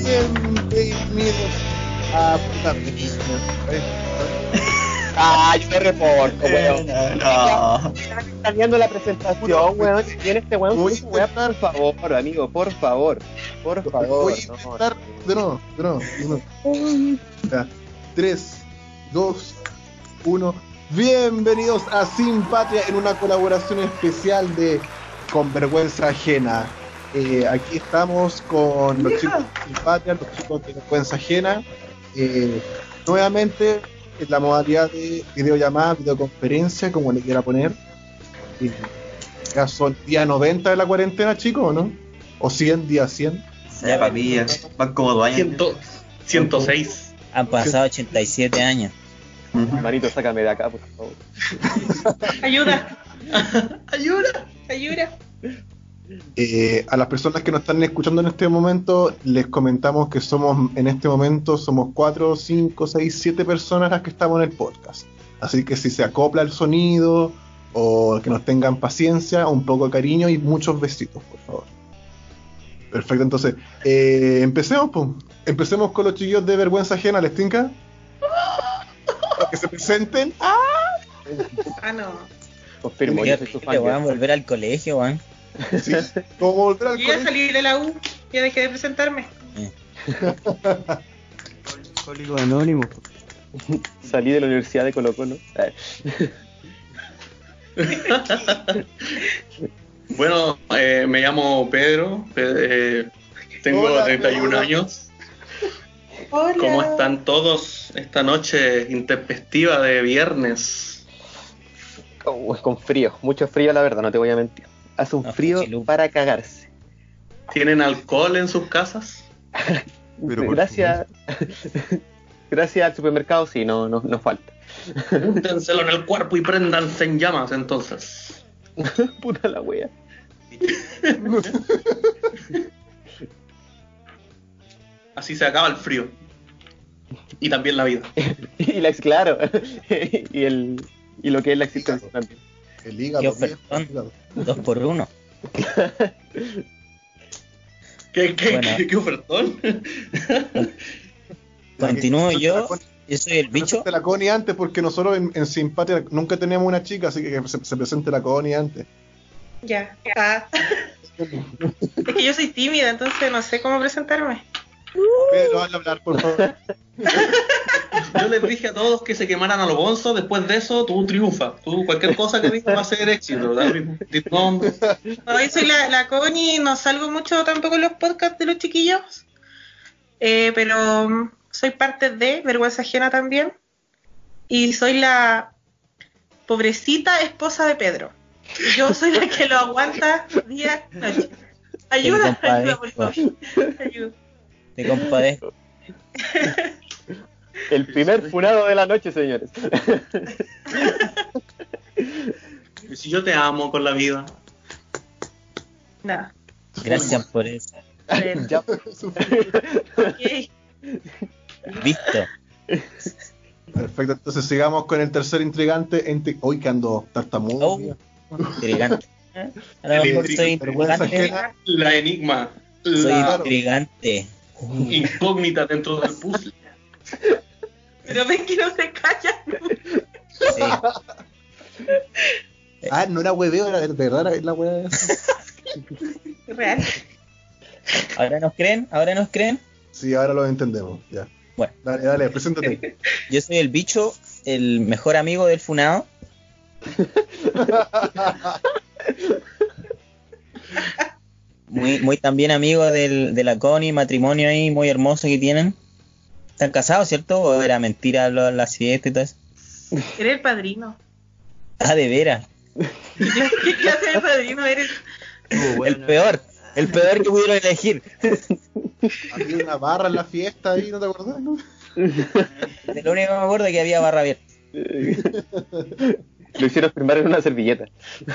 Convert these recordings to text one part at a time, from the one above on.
Bienvenidos a puta yo me reporto, weón. No. Están cambiando la presentación, weón. Tiene este weón. Voy a Weón, intentar. por favor, amigo, por favor. Por favor. Voy a intentar de nuevo. Ya. 3, 2, 1. Bienvenidos a Sin Patria en una colaboración especial de Con Vergüenza Ajena. Aquí estamos con los chicos de Sin Patria, los chicos de Vergüenza Ajena. Nuevamente en la modalidad de videollamada, videoconferencia, como le quiera poner. Ya son día 90 de la cuarentena, chicos, ¿o no? ¿O 100, día 100? Ya, papi, van como 2 años. 106. Han pasado 87 años. Manito, sácame de acá, por favor. Ayuda. Ayuda. A las personas que nos están escuchando en este momento, les comentamos que somos 4, 5, 6, 7 personas las que estamos en el podcast. Así que si se acopla el sonido o que nos tengan paciencia, un poco de cariño y muchos besitos, por favor. Perfecto, entonces, empecemos, pues. Empecemos con los chiquillos de Vergüenza Ajena, ¿les tinca? Para que se presenten. No. Confirmo, yo soy tu Le fan. van a volver al colegio, weón. Sí, como volver al Yo ya colegio. salí de la U, ya dejé de presentarme. Alcohólico anónimo. Salí de la Universidad de Colo Colo. Bueno, me llamo Pedro, tengo Hola, 31 hola. años. Hola. ¿Cómo están todos esta noche intempestiva de viernes? Con frío, mucho frío, la verdad, no te voy a mentir. Hace un No, frío Chilu. para cagarse. ¿Tienen alcohol en sus casas? Pero por Gracias. Gracias al supermercado, sí, no falta. Úntenselo en el cuerpo y préndanse en llamas entonces. Puta la wea. Así se acaba el frío. Y también la vida. Claro. y lo que es la existencia también. el hígado, Qué viejo, ofertón. el hígado. 2 por 1. ¿Qué ofertón? Continúo yo. Yo soy el bicho. Presente la Connie antes, porque nosotros en Simpatía nunca teníamos una chica, así que se presente la Connie antes. Ya. Es que yo soy tímida, entonces no sé cómo presentarme. Pedro, hazle hablar, por favor. Yo les dije a todos que se quemaran a lo bonzo. Después de eso, tú triunfas. Tú, cualquier cosa que digas va a ser éxito. Da lo mismo. Di tu nombre. No, yo soy la Connie, no salgo mucho tampoco en los podcasts de los chiquillos. Pero soy parte de Vergüenza Ajena también. Y soy la pobrecita esposa de Pedro. Yo soy la que lo aguanta día y noche. Ayuda, ayuda, por favor. Ayuda. Te compadezco. El primer funado de la noche, señores. Y si yo te amo con la vida. Nada. Gracias por eso. Ya. Ok. Visto. Perfecto, entonces sigamos con el tercer intrigante. Hoy que ando tartamudo. Oh. Intrigante. A lo mejor soy Vergüenza intrigante. ajena. La enigma. Soy La intrigante. incógnita dentro del puzzle. Pero ven que no se callan. Sí. No era hueveo, era de verdad la hueá. Real. ¿Ahora nos creen? Sí, ahora lo entendemos, ya. Bueno. Dale, preséntate. Yo soy el bicho, el mejor amigo del funado. Muy también amigo de la Connie, matrimonio ahí muy hermoso que tienen. ¿Están casados, cierto? ¿O era mentira la siesta y todo eso? Eres el padrino. Ah, de veras. ¿Qué clase de padrino eres? El peor que pudieron elegir. Había una barra en la fiesta ahí, ¿no te acordás? ¿No? De lo único que me acuerdo es que había barra abierta. Lo hicieron firmar en una servilleta.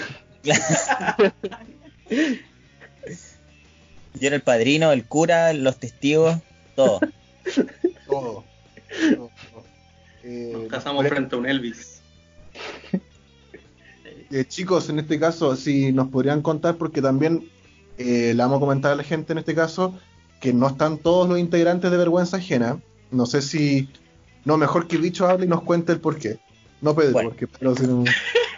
Yo era el padrino, el cura, los testigos, todo. Todo. Nos casamos frente a un Elvis. Chicos, en este caso, si nos podrían contar, porque también le vamos a comentar a la gente en este caso, que no están todos los integrantes de Vergüenza Ajena. No sé si... No, mejor que Bicho hable y nos cuente el porqué. No Pedro, Bueno. porque Pedro si no...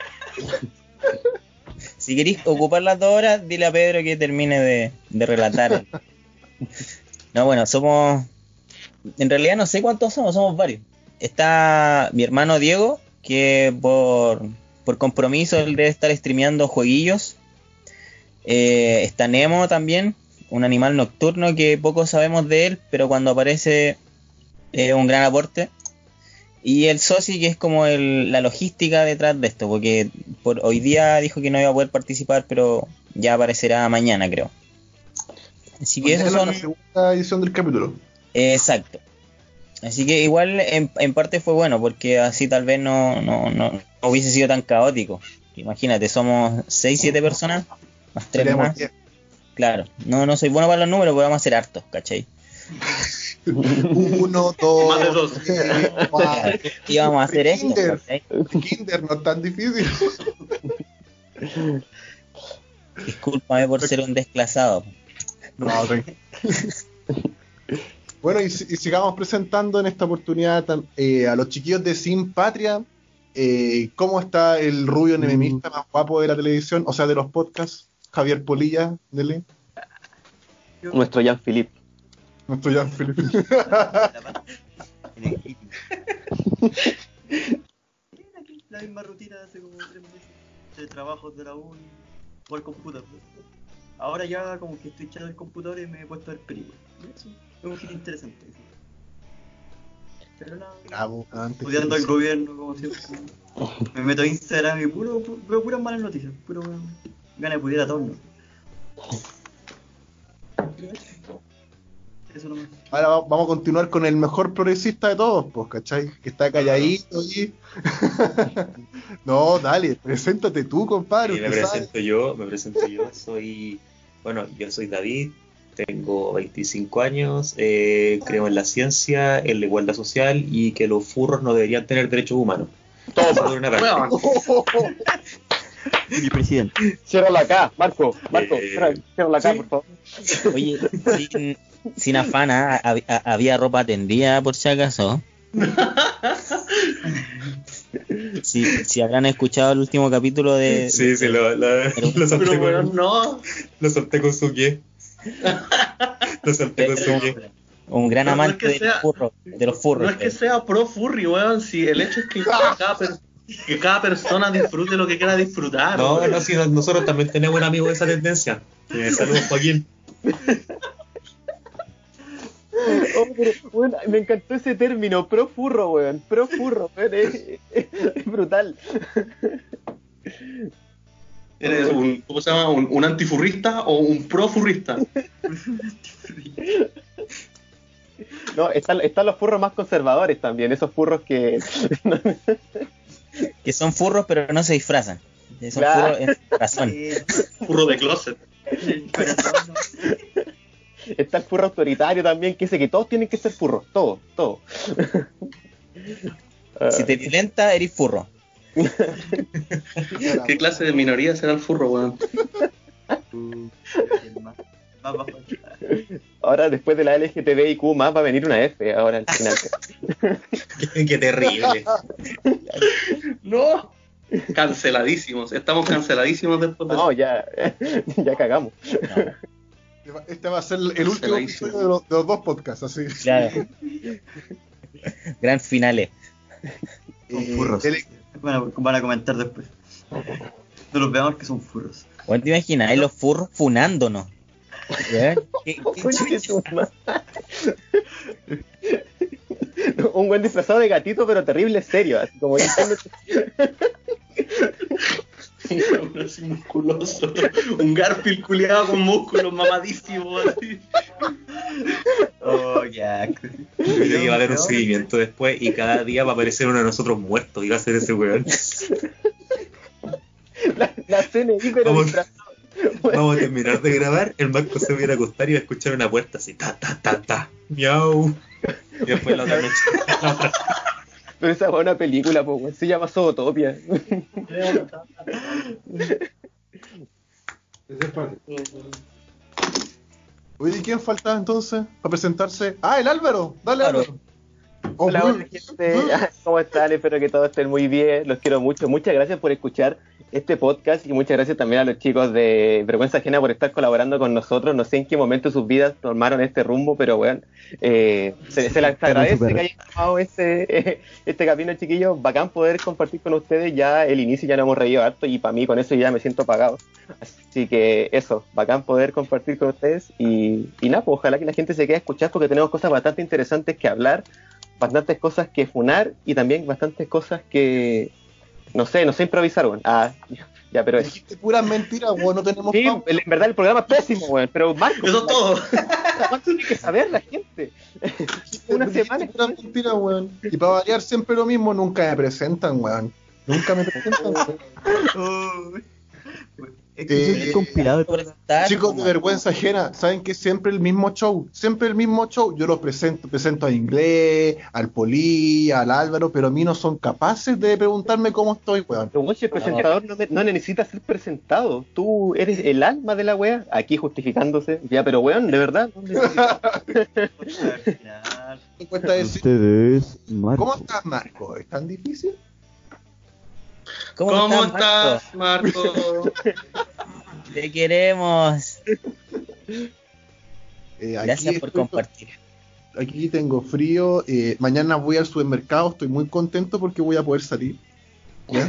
Si queréis ocupar las 2 horas, dile a Pedro que termine de relatar. No, bueno, somos... En realidad no sé cuántos somos varios. Está mi hermano Diego, que por compromiso él debe estar streameando jueguillos. Está Nemo también, un animal nocturno que poco sabemos de él, pero cuando aparece es un gran aporte. Y el Sosi, que es como la logística detrás de esto, porque por hoy día dijo que no iba a poder participar, pero ya aparecerá mañana, creo. Así que esos Mañana son... la segunda edición del capítulo. Exacto. Así que igual en parte fue bueno, porque así tal vez no hubiese sido tan caótico. Imagínate, somos 6-7 personas, más 3 Seríamos más. 10. Claro, no soy bueno para los números, pero vamos a hacer hartos, ¿cachai? 1, 2, Más de 2. 3, 4. Y vamos a hacer esto, Kinder. ¿cachai? Kinder no es tan difícil. Discúlpame por ser un desclasado. No, tranquilo. Bueno, y sigamos presentando en esta oportunidad a los chiquillos de Sin Patria. ¿Cómo está el rubio enemista más guapo de la televisión? O sea, de los podcasts. Javier Polilla, dele. Nuestro Jean-Philippe. Nuestro Jean-Philippe. En equipo. La misma rutina de hace como 3 meses. De trabajos de la uni. Por el computador. Ahora ya como que estoy echando el computador y me he puesto a ver películas. Eso es un giro interesante. Pero nada. Bravo, antes. Estudiando el gobierno como siempre. Me meto a Instagram y veo puras malas noticias. Puro ganas de pudiera todo, ¿no? Eso nomás. Ahora vamos a continuar con el mejor progresista de todos, pues, ¿cachai? Que está calladito ahí. No, dale, preséntate tú, compadre. Y me usted presento yo, yo soy David, tengo 25 años, creo en la ciencia, en la igualdad social y que los furros no deberían tener derechos humanos. Eso por una parte. Weón, Mi presidente. Ciérrala acá, Marco, Eh, ciérrala acá, sí. por favor. Oye, sin afán, había ropa tendida por si acaso. Si habrán escuchado el último capítulo de... Sí, lo solté pero weón, con, no. lo solté con su pie. Lo solté con su pie. Un gran No, no es amante que de sea- los furros. De los No furros. es que sea pro furry, weón. Si el hecho es que cada persona disfrute lo que quiera disfrutar. No, weón. no, si nosotros también tenemos un amigo de esa tendencia. Saludos, Joaquín. Oh, pero, weón, me encantó ese término, pro furro, weón. Pro furro, weón, es brutal. ¿Eres un, ¿cómo se llama? ¿Un antifurrista o un profurrista? No, están los furros más conservadores también, esos furros que... Que son furros pero no se disfrazan. Son Claro. furros en su corazón. Furro de closet. Está el furro autoritario también, que dice que todos tienen que ser furros, todos. Si te violenta, eres furro. ¿Qué clase de minoría será el furro, weón? Más bajo. Ahora, después de la LGTBIQ+, va a venir una F ahora al final. Qué terrible. ¡No! Canceladísimos. Estamos canceladísimos después de No, ya cagamos. Este va a ser el último episodio de los dos podcasts, así. Claro. Gran finales. Son furros. Van a comentar después. No los veamos que son furros. ¿Cuál te imaginas? Hay los furros funándonos. ¿Qué Conche tu madre. Un buen disfrazado de gatito, pero terrible serio, así como un así musculoso. Un Garfield culiado con músculos mamadísimos, así. Oh, ya. Yo creo que va a haber un seguimiento después y cada día va a aparecer uno de nosotros muertos y va a ser ese weón. la CNI, pero Vamos. disfrazado. Vamos a terminar de grabar, el Marco se va a ir a acostar y va a escuchar una puerta así, ta, miau. Y después la otra noche. Pero esa fue una película, pues, se llama Zootopia. Oye, ¿quién falta entonces para presentarse? ¡Ah, el Álvaro! ¡Dale, Claro. Álvaro! Oh, Hola, muy- hola, gente. ¿Cómo están? Espero que todos estén muy bien. Los quiero mucho. Muchas gracias por escuchar este podcast y muchas gracias también a los chicos de Vergüenza Ajena por estar colaborando con nosotros. No sé en qué momento sus vidas tomaron este rumbo, pero bueno, se les agradece que hayan tomado este camino, chiquillos. Bacán poder compartir con ustedes. Ya el inicio ya nos hemos reído harto y para mí con eso ya me siento pagado. Así que eso, bacán poder compartir con ustedes y nada, pues ojalá que la gente se quede a escuchar porque tenemos cosas bastante interesantes que hablar, bastantes cosas que funar y también bastantes cosas que no sé improvisar, weón. Ya, pero Dijiste puras mentiras, weón, no tenemos sí, pauta. en verdad el programa es pésimo, weón, pero Marco, Eso es todo. ¿cuánto tiene que saber la gente? Una Dijiste semana. puras mentiras, weón. Y para variar siempre lo mismo, nunca me presentan, weón. Nunca me presentan, weón. Es que yo Eh, compilado el Presentar, Chicos de como- Vergüenza Ajena, saben que siempre el mismo show, yo los presento a Inglés, al Poli, al Álvaro, pero a mí no son capaces de preguntarme cómo estoy, weón. Pero weón, si el presentador no necesita ser presentado, tú eres el alma de la wea, aquí justificándose, ya, pero weón, de verdad, no necesita. al final. Me cuesta decir, Ustedes, Marco. ¿cómo estás, Marco? ¿Es tan difícil? ¿Cómo estás, estás, Marco? Te queremos. Aquí Gracias por estoy- compartir. Aquí tengo frío, mañana voy al supermercado, estoy muy contento porque voy a poder salir. ¿Ya?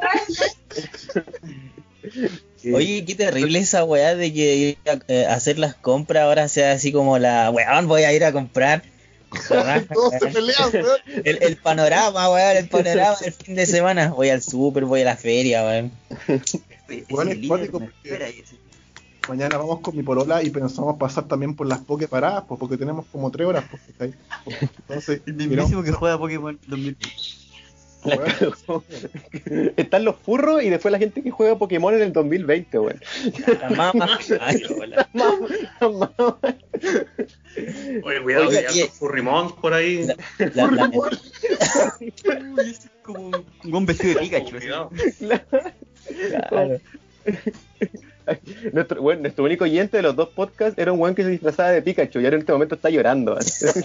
Oye, qué terrible esa weá de que ir a hacer las compras ahora sea así como la weón, voy a ir a comprar. Todos se pelean, weón. El panorama, weón, el panorama del fin de semana. Voy al súper, voy a la feria, weón. Bueno, Ese es cuático líder, porque- espera, ese. Mañana vamos con mi polola y pensamos pasar también por las Poké paradas, pues, porque tenemos como 3 horas. Pues, ¿cachai? Entonces, El miramos- mismísimo que juega Pokémon 2000. Están los furros y después la gente que juega Pokémon en el 2020, weón. La mamá. Ay, Hola. Oye, cuidado, Oiga, que hay y- hartos furrimons por ahí. la- Uy, es como un buen vestido de Pikachu. así. Cuidado. claro. Nuestro único oyente de los dos podcasts era un weón que se disfrazaba de Pikachu y ahora en este momento está llorando.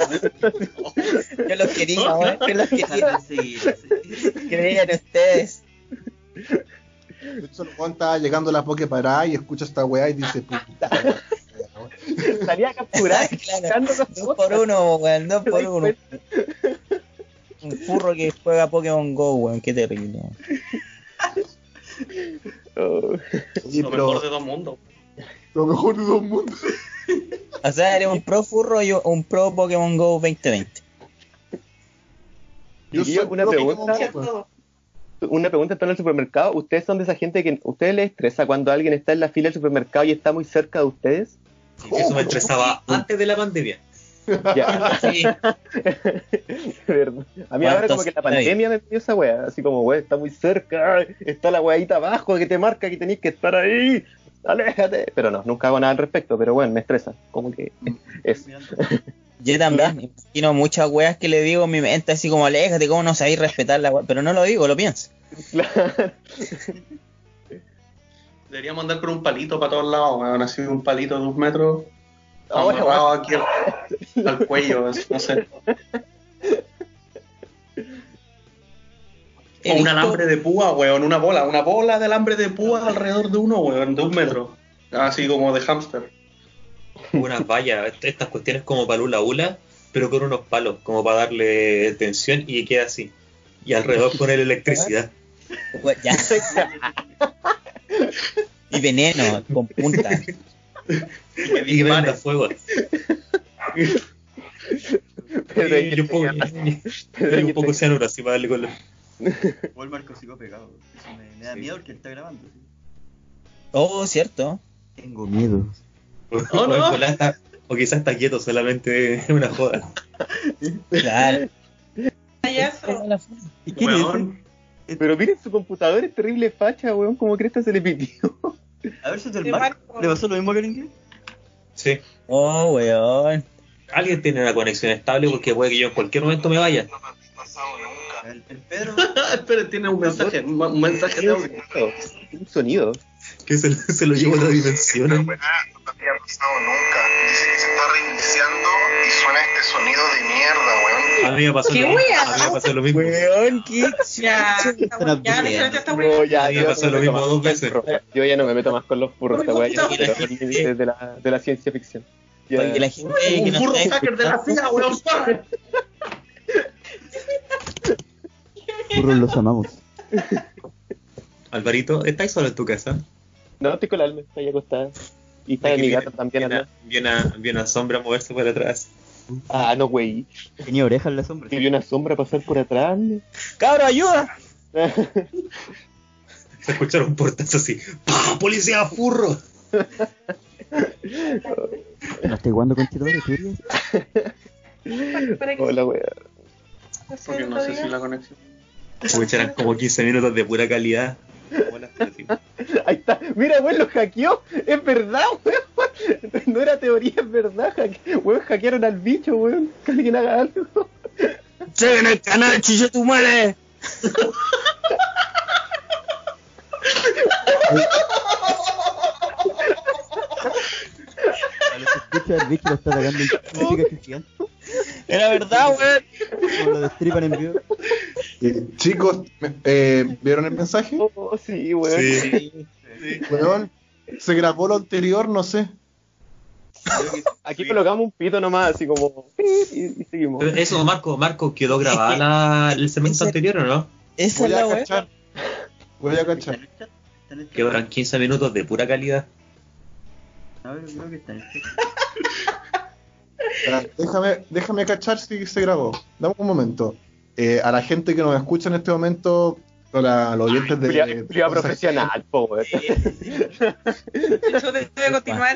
Yo los quería, weón. Yo los quería. Sí. Creían ustedes. De hecho, el Juan estaba llegando a la Poké parada y escucha esta weá y dice, puta. Salía a capturar Claro. escuchando los 2 por 1, weón. 2 por ¿Te das 1. Un furro que juega Pokémon Go, weón. Qué terrible. Oh. Oye, Lo pero mejor de dos mundos. lo mejor de dos mundos. O sea, eres un pro furro y un pro Pokémon Go 2020. Yo Y soy una pro pregunta. Pokémon Go. Una pregunta, ¿están en el supermercado? ¿Ustedes son de esa gente que ustedes les estresa cuando alguien está en la fila del supermercado y está muy cerca de ustedes? Eso me estresaba antes de la pandemia. Ya. Sí. De verdad. A mí ahora como que la pandemia me dio esa wea, así como wea, está muy cerca, está la weadita abajo que te marca que tenéis que estar ahí, aléjate. Pero no, nunca hago nada al respecto, pero bueno, me estresa, como que es. Yo también me imagino muchas weas que le digo en mi mente, así como aléjate, cómo no sabéis respetar la wea. Pero no lo digo, lo pienso. Deberíamos andar con un palito para todos lados, weón. Así un palito de 2 metros. Ahora, Amarrado aquí al cuello, no sé. O un alambre de púa, weón, una bola de alambre de púa alrededor de uno, weón, de 1 metro. Así como de hámster. Unas vallas, estas cuestiones como para hula hula, pero con unos palos, como para darle tensión y queda así. Y alrededor poner electricidad. Ya. Y veneno con punta. Y que prenda fuego. Pedro, Y un poco cianuro así para darle color. O el Marco sigo pegado. Eso me da miedo porque él está grabando. ¿sí? Oh, cierto. Tengo miedo. O, o quizás está quieto, solamente es una joda. Claro. Payaso. ¿Y quién Weón, Pero miren su computador, es terrible facha, weón, como cresta se le pitió. A ver si es del De Marco. Marco. ¿Le pasó lo mismo que al inglés? sí. Oh, weón. Alguien tiene una conexión estable porque puede que yo en cualquier momento me vaya. El Pedro. Espera, tiene un mensaje de audio. Un sonido. Que se lo lleva a otra dimensión. No te había pasado nunca. dice que se está reiniciando y suena este sonido de mierda, weón. A mí me pasó ¿Qué lo mismo. wea? A mí me pasó lo mismo. Weón, ¿qué? Ya, esta No, wea. ya, A mí me yo pasó no lo me mismo meto 2 más. veces. Yo ya no me meto más con los furros, esta weá, ya Porque no quiero los límites de la ciencia ficción. Ya. Para que la gente que Un nos furro está hacker de la CIA, weón. Burros los amamos. Alvarito, ¿estáis solo en tu casa? No, estoy con la alma, está ahí acostada. Y está mi gata también al lado. Viene a sombra a moverse por atrás. Ah, no, güey. Tenía orejas en la sombra. Y vi una sombra pasar por atrás. ¡Cabro, ayuda! Se escucharon portazos así. ¡Pah! ¡Policía, furro! ¿No estoy jugando con chitores, tú dirías? Para que Hola, weá. Porque no sé si la conexión. Escucharán como 15 minutos de pura calidad. Hola, Ahí está. Mira, weón, lo hackeó. Es verdad, weón. No era teoría, es verdad. Weón, hackearon al bicho, weón. Que alguien haga algo. ¡Se en el canal, chicho tu madre! A los que escucha, el bicho lo está atacando un Pikachu gigante. Era verdad, weón. Como lo destripan en vivo. Chicos, ¿vieron el mensaje? Oh, sí, weón. Sí. Weón, se grabó lo anterior, no sé. Aquí colocamos un pito nomás, así como. Y seguimos. Pero eso, Marco, ¿quedó grabada el segmento anterior o no? Esa es Voy a la weón. cachar. Voy a cachar. ¿Está en el chat? ¿Está en el chat? Quedaron 15 minutos de pura calidad. A ver, creo que está en el chat. Déjame cachar si se grabó. Dame un momento. A la gente que nos escucha en este momento, a los oyentes de... Privado profesional, po, weón. Eso debe continuar.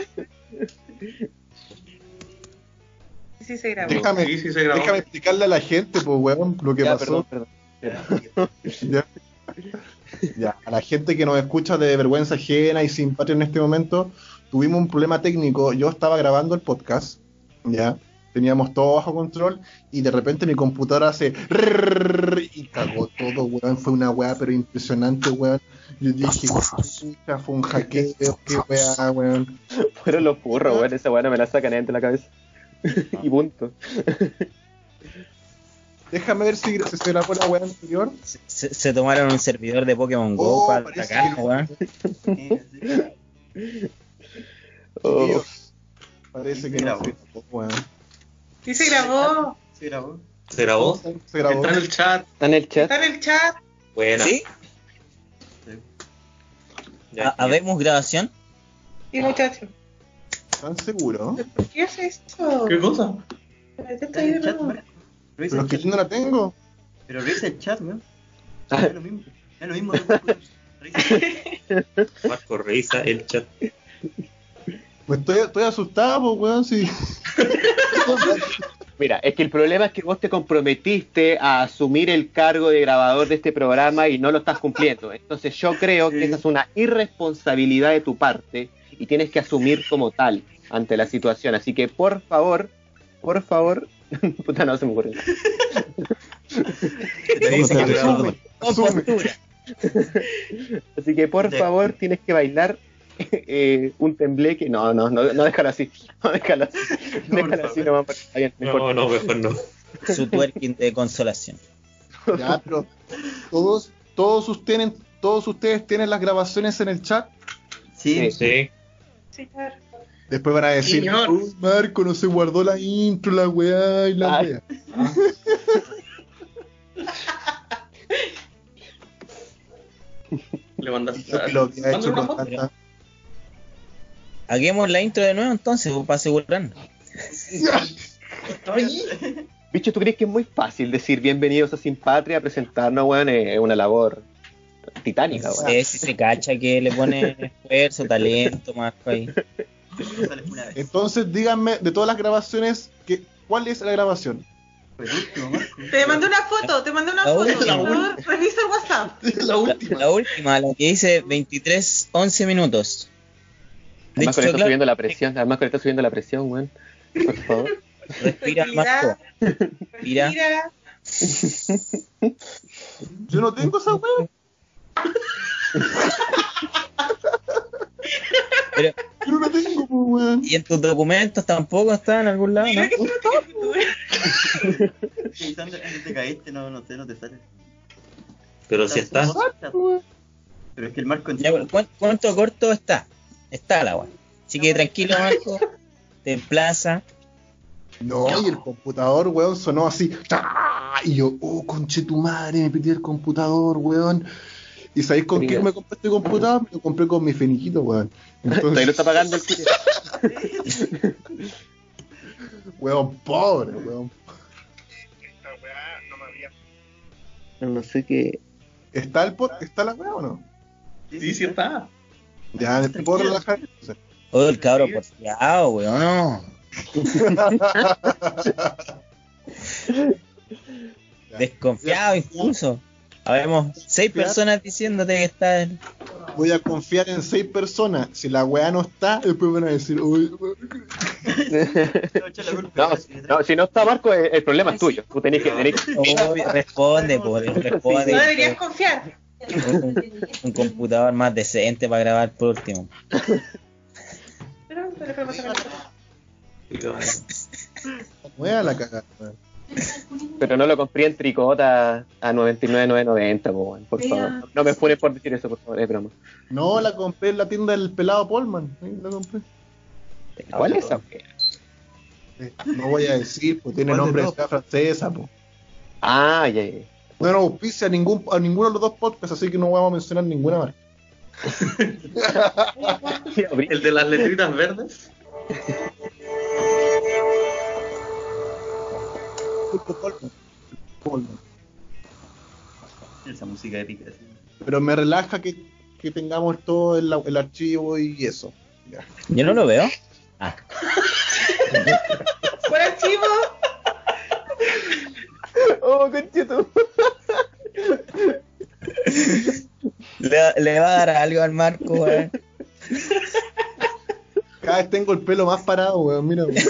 Sí, se grabó. Déjame, Sí, sí se grabó. déjame explicarle a la gente, pues, weón, lo que Ya, pasó. perdón. Ya. Ya, a la gente que nos escucha de vergüenza ajena y sin patria en este momento, tuvimos un problema técnico. Yo estaba grabando el podcast, ya, teníamos todo bajo control y de repente mi computadora hace y cagó todo, weón. Fue una weá pero impresionante, weón. Yo dije, pucha, fue un hackeo, qué weá, weón. Fueron los furros, weón. Esa weá no me la sacan de la cabeza. Y punto. Déjame ver si se grabó la weá anterior. Se tomaron un servidor de Pokémon Go Oh, para parece atacar, que- weón. Oh. Dios, parece que no grabó. se grabó, weón. Sí, se grabó. Se grabó. ¿Se grabó? Se grabó. Está en el chat. Está en el chat. Está en el chat. Buena. ¿Sí? Ya, ¿Habemos grabación? Sí, muchachos. ¿Están seguros? ¿Por qué hace esto? ¿Qué cosa? Está en el chat, Marco. Revisa Pero el es que chat. yo no la tengo. Pero revisa el chat, weón. Es lo mismo. Es lo mismo. Revisa el chat. Marco, revisa el chat. Pues estoy asustado, pues, weón, sí. Mira, es que el problema es que vos te comprometiste a asumir el cargo de grabador de este programa y no lo estás cumpliendo. Entonces yo creo que esa es una irresponsabilidad de tu parte y tienes que asumir como tal ante la situación. Así que por favor, puta, no se me ocurrió. Te dice que grabó. Con postura. Así que por favor tienes que bailar un tembleque. No, déjalo así. No, déjalo así. Déjalo así nomás. Porque está bien, no importa. No, mejor no. Su twerking de consolación. Ya, pero todos ustedes tienen las grabaciones en el chat. Sí. Sí. Sí, claro. Después van a decir, Señor. uy, Marco, no se guardó la intro, la weá y la Ay. weá. Le mandaste. Yo que lo había Mándale hecho una con foto. tanta... Hagamos la intro de nuevo entonces, para asegurarnos. Bicho, ¿tú crees que es muy fácil decir bienvenidos a Sin Patria? Presentarnos, weón, es una labor titánica, No weón. sé si se cacha que le pone esfuerzo, talento, Marco ahí. Sale una vez. Entonces, díganme, de todas las grabaciones, ¿cuál es la grabación? Fue el último, Marco. Te mandé una foto, La Por última. favor, revisa el WhatsApp. La última, la que dice 23:11 minutos. De Además con hecho, esto claro, subiendo la presión, weón. Por favor. respira, Marco. Respira. Mira. Yo no tengo esa weá. Pero, Yo no la tengo, pues, weón. ¿y en tus documentos tampoco está en algún lado, no? Revisando antes de caerte, no sé, no te sale. Pero si está. Pero es que el marco en Ya, pero, ¿cuánto corto está? Está la weá. Así que tranquilo, Marco. Te emplaza. No, y el computador, weón, sonó así. ¡Ah! Y yo, oh, conche tu madre, me perdí el computador, weón. ¿Y sabéis con qué me compré este computador? Me lo compré con mi feniquito, weón. Todavía lo está pagando el culo. Weón, pobre, weón. No sé qué. ¿Está ¿Está la weá o no? Sí está. Ya, me puedo relajar. Entonces. Oh, el cabro porfiado, weón, no. Desconfiado incluso. Habemos 6 personas diciéndote que está el... Voy a confiar en 6 personas. Si la weá no está, después van a decir, uy, No, si no está Marco, el problema es tuyo. Tú tenés que. Obvio, responde, pues, No responde. deberías confiar. Un computador más decente para grabar por último. Pero pasa nada. weá la cagada, weón. Pero no lo compré en tricota a 99,990, por favor. No me funes por decir eso, por favor, es broma. No, la compré en la tienda del pelado Polman. Ahí la compré. ¿Cuál es esa? No voy a decir, pues tiene ¿Cuál de nombre de todos? ciudad francesa, pues. Ah, ya. No nos auspicia a ninguno de los dos podcasts, así que no vamos a mencionar ninguna marca. El de las letritas verdes. Polman. Esa música épica, sí. Pero me relaja que tengamos todo el archivo y eso. Ya. Yo no lo veo. Ah, Por archivo. Oh, conchito. le va a dar algo al Marco, weón. Cada vez tengo el pelo más parado, weón. Mira, weón.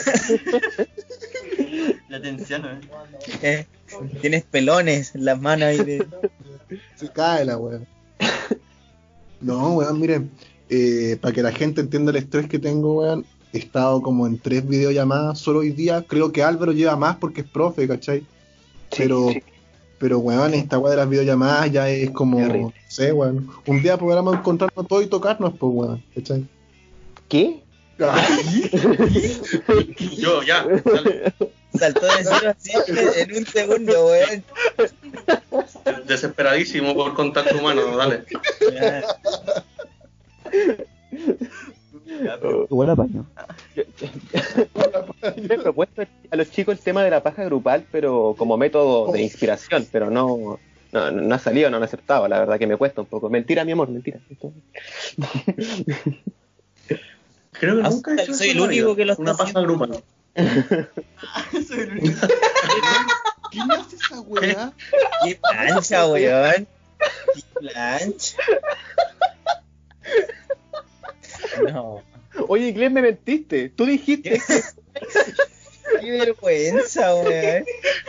La tensión, ¿no? Tienes pelones en las manos ahí de... Se cae la weón. No, weón, miren. Para que la gente entienda el estrés que tengo, weón. He estado como en 3 videollamadas solo hoy día. Creo que Álvaro lleva más porque es profe, ¿cachai? Pero weón, esta weá de las videollamadas ya es como, no sé, weón. Un día podríamos encontrarnos todos y tocarnos, pues, weón, ¿cachai? ¿Qué? Yo, ya, dale. Saltó de cero así en un segundo, weón. Desesperadísimo por contacto humano, dale. Igual apaño. Yo he propuesto a los chicos el tema de la paja grupal, pero como método de inspiración, pero no ha salido, no han aceptado, la verdad que me cuesta un poco. Mentira, mi amor, mentira. Creo que nunca he hecho Soy eso el en la único vida. que lo está Una paja haciendo. grupal. Soy el único. ¿Quién hace esa weá? ¡Qué plancha, weón! ¡Qué plancha! No. Oye, Inglés, me mentiste. Tú dijiste que... ¡Qué vergüenza, weón!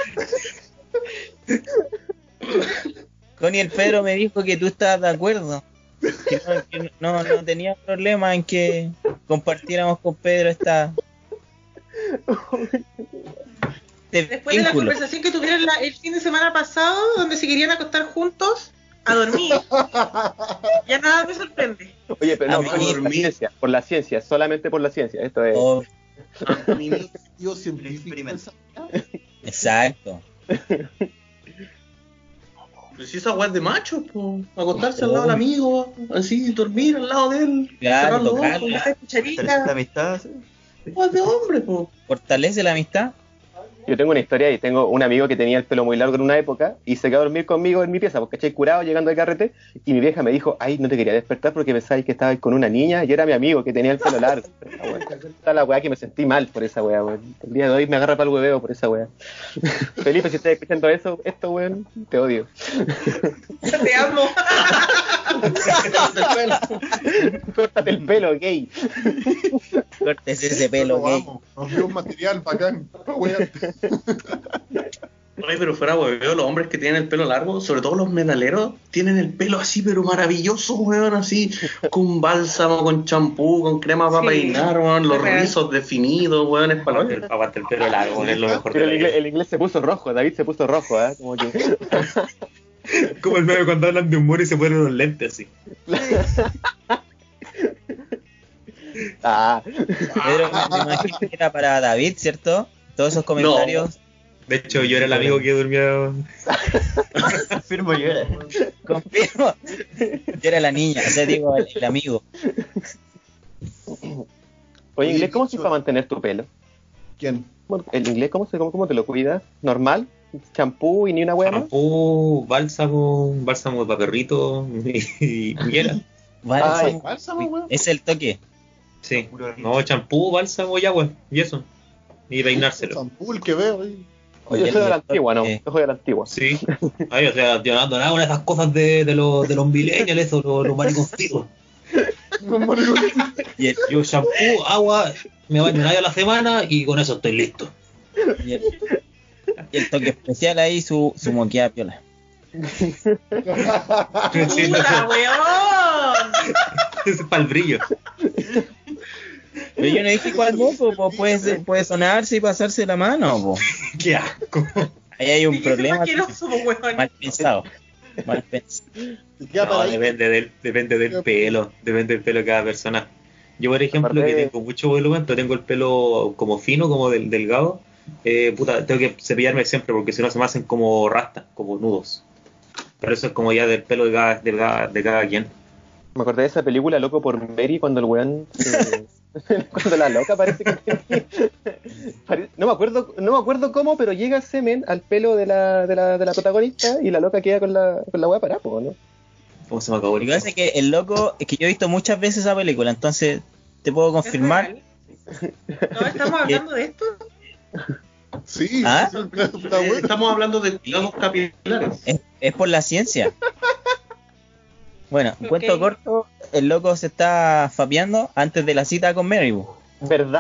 Connie el Pedro me dijo que tú estabas de acuerdo. Que no tenía problema en que compartiéramos con Pedro este Después de la vínculo. conversación que tuvieron el fin de semana pasado, donde se querían acostar juntos a dormir, ya nada me sorprende. Oye, pero no, Amiguita. por la ciencia, solamente por la ciencia. Esto es... Oh, Mi objetivo científico. exacto. Pero si esa weá es de machos, po. Acostarse al lado del amigo, así, dormir al lado de él. Claro, cerrar los tocarlo. ojos. La cucharita. La amistad, sí. Weá de hombre, po. ¿Fortalece la amistad? Yo tengo una historia y tengo un amigo que tenía el pelo muy largo en una época y se quedó a dormir conmigo en mi pieza, porque eché curado llegando de carrete y mi vieja me dijo, ay, no te quería despertar porque pensabas que estabas con una niña y era mi amigo que tenía el pelo largo. Esta es la weá que me sentí mal por esa weá, weón. El día de hoy me agarra para el hueveo por esa weá. Felipe, si estás escuchando esto, weón, te odio. Te amo. Córtate el pelo, gay. Córtese ese pelo, Lo gay. amo. Nos dio un material bacán. Pa' wearte. Oye, pero fuera hueveo, los hombres que tienen el pelo largo, sobre todo los metaleros, tienen el pelo así, pero maravilloso, weón, así, con bálsamo, con champú, con crema para Sí, peinar, weón, los real. rizos definidos, weón, es para Para aguantar el pelo largo, es lo mejor Pero de la vida. el inglés se puso rojo, David se puso rojo, ¿eh? Como que... Como el meme cuando hablan de humor y se ponen los lentes así. Ah, Pedro, me imagino que era para David, ¿cierto? Todos esos comentarios. De hecho, yo era el amigo que durmió. Confirmo yo era. Confirmo. Yo era la niña, o sea, digo, el amigo. oye, inglés, ¿cómo se para mantener tu pelo? ¿Quién? ¿El inglés cómo te lo cuidas? ¿Normal? ¿Champú y ni una hueá más? Shampoo, bálsamo para perrito y hiela. Bálsamo. Bálsamo, weón. Es el toque. Sí. No, champú, bálsamo y agua. Y eso. Y peinárselo. Champú, el que veo ahí. Yo soy de la antigua, ¿no? eh, Yo soy de la antigua. Sí. Ay, o sea, yo no ando nada con esas cosas de los millennials, eso, los mariconcitos. Y el, Yo shampoo, agua, me baño una vez a la semana y con eso estoy listo. y el toque especial ahí, su moqueada piola. Sí, ¡Puta, weón! es para el brillo. Pero yo no dije cuál moco, puede sonarse y pasarse la mano, po. Qué asco. Ahí hay un ¿Y qué es problema asqueroso, weón? mal pensado. Mal pensado. Te queda No, para ahí. depende del pelo de cada persona. Yo, por ejemplo, Aparte que de- tengo mucho volumen, pero tengo el pelo como fino, como delgado, puta, tengo que cepillarme siempre porque si no se me hacen como rastas, como nudos. Pero eso es como ya del pelo de cada quien. Me acordé de esa película Loco por Mary cuando el weón cuando la loca parece que no me acuerdo cómo, pero llega semen al pelo de la protagonista y la loca queda con la weá parada, po, ¿no? ¿Cómo se me acabó Lo que pasa es que el loco, es que yo he visto muchas veces esa película, entonces te puedo confirmar. ¿Es real? ¿No estamos hablando de esto? Sí, ¿Ah? está bueno. Estamos hablando de cuidados capilares. Es por la ciencia. Bueno, Ok. cuento corto, el loco se está fapeando antes de la cita con Mary. Bu. Verdad.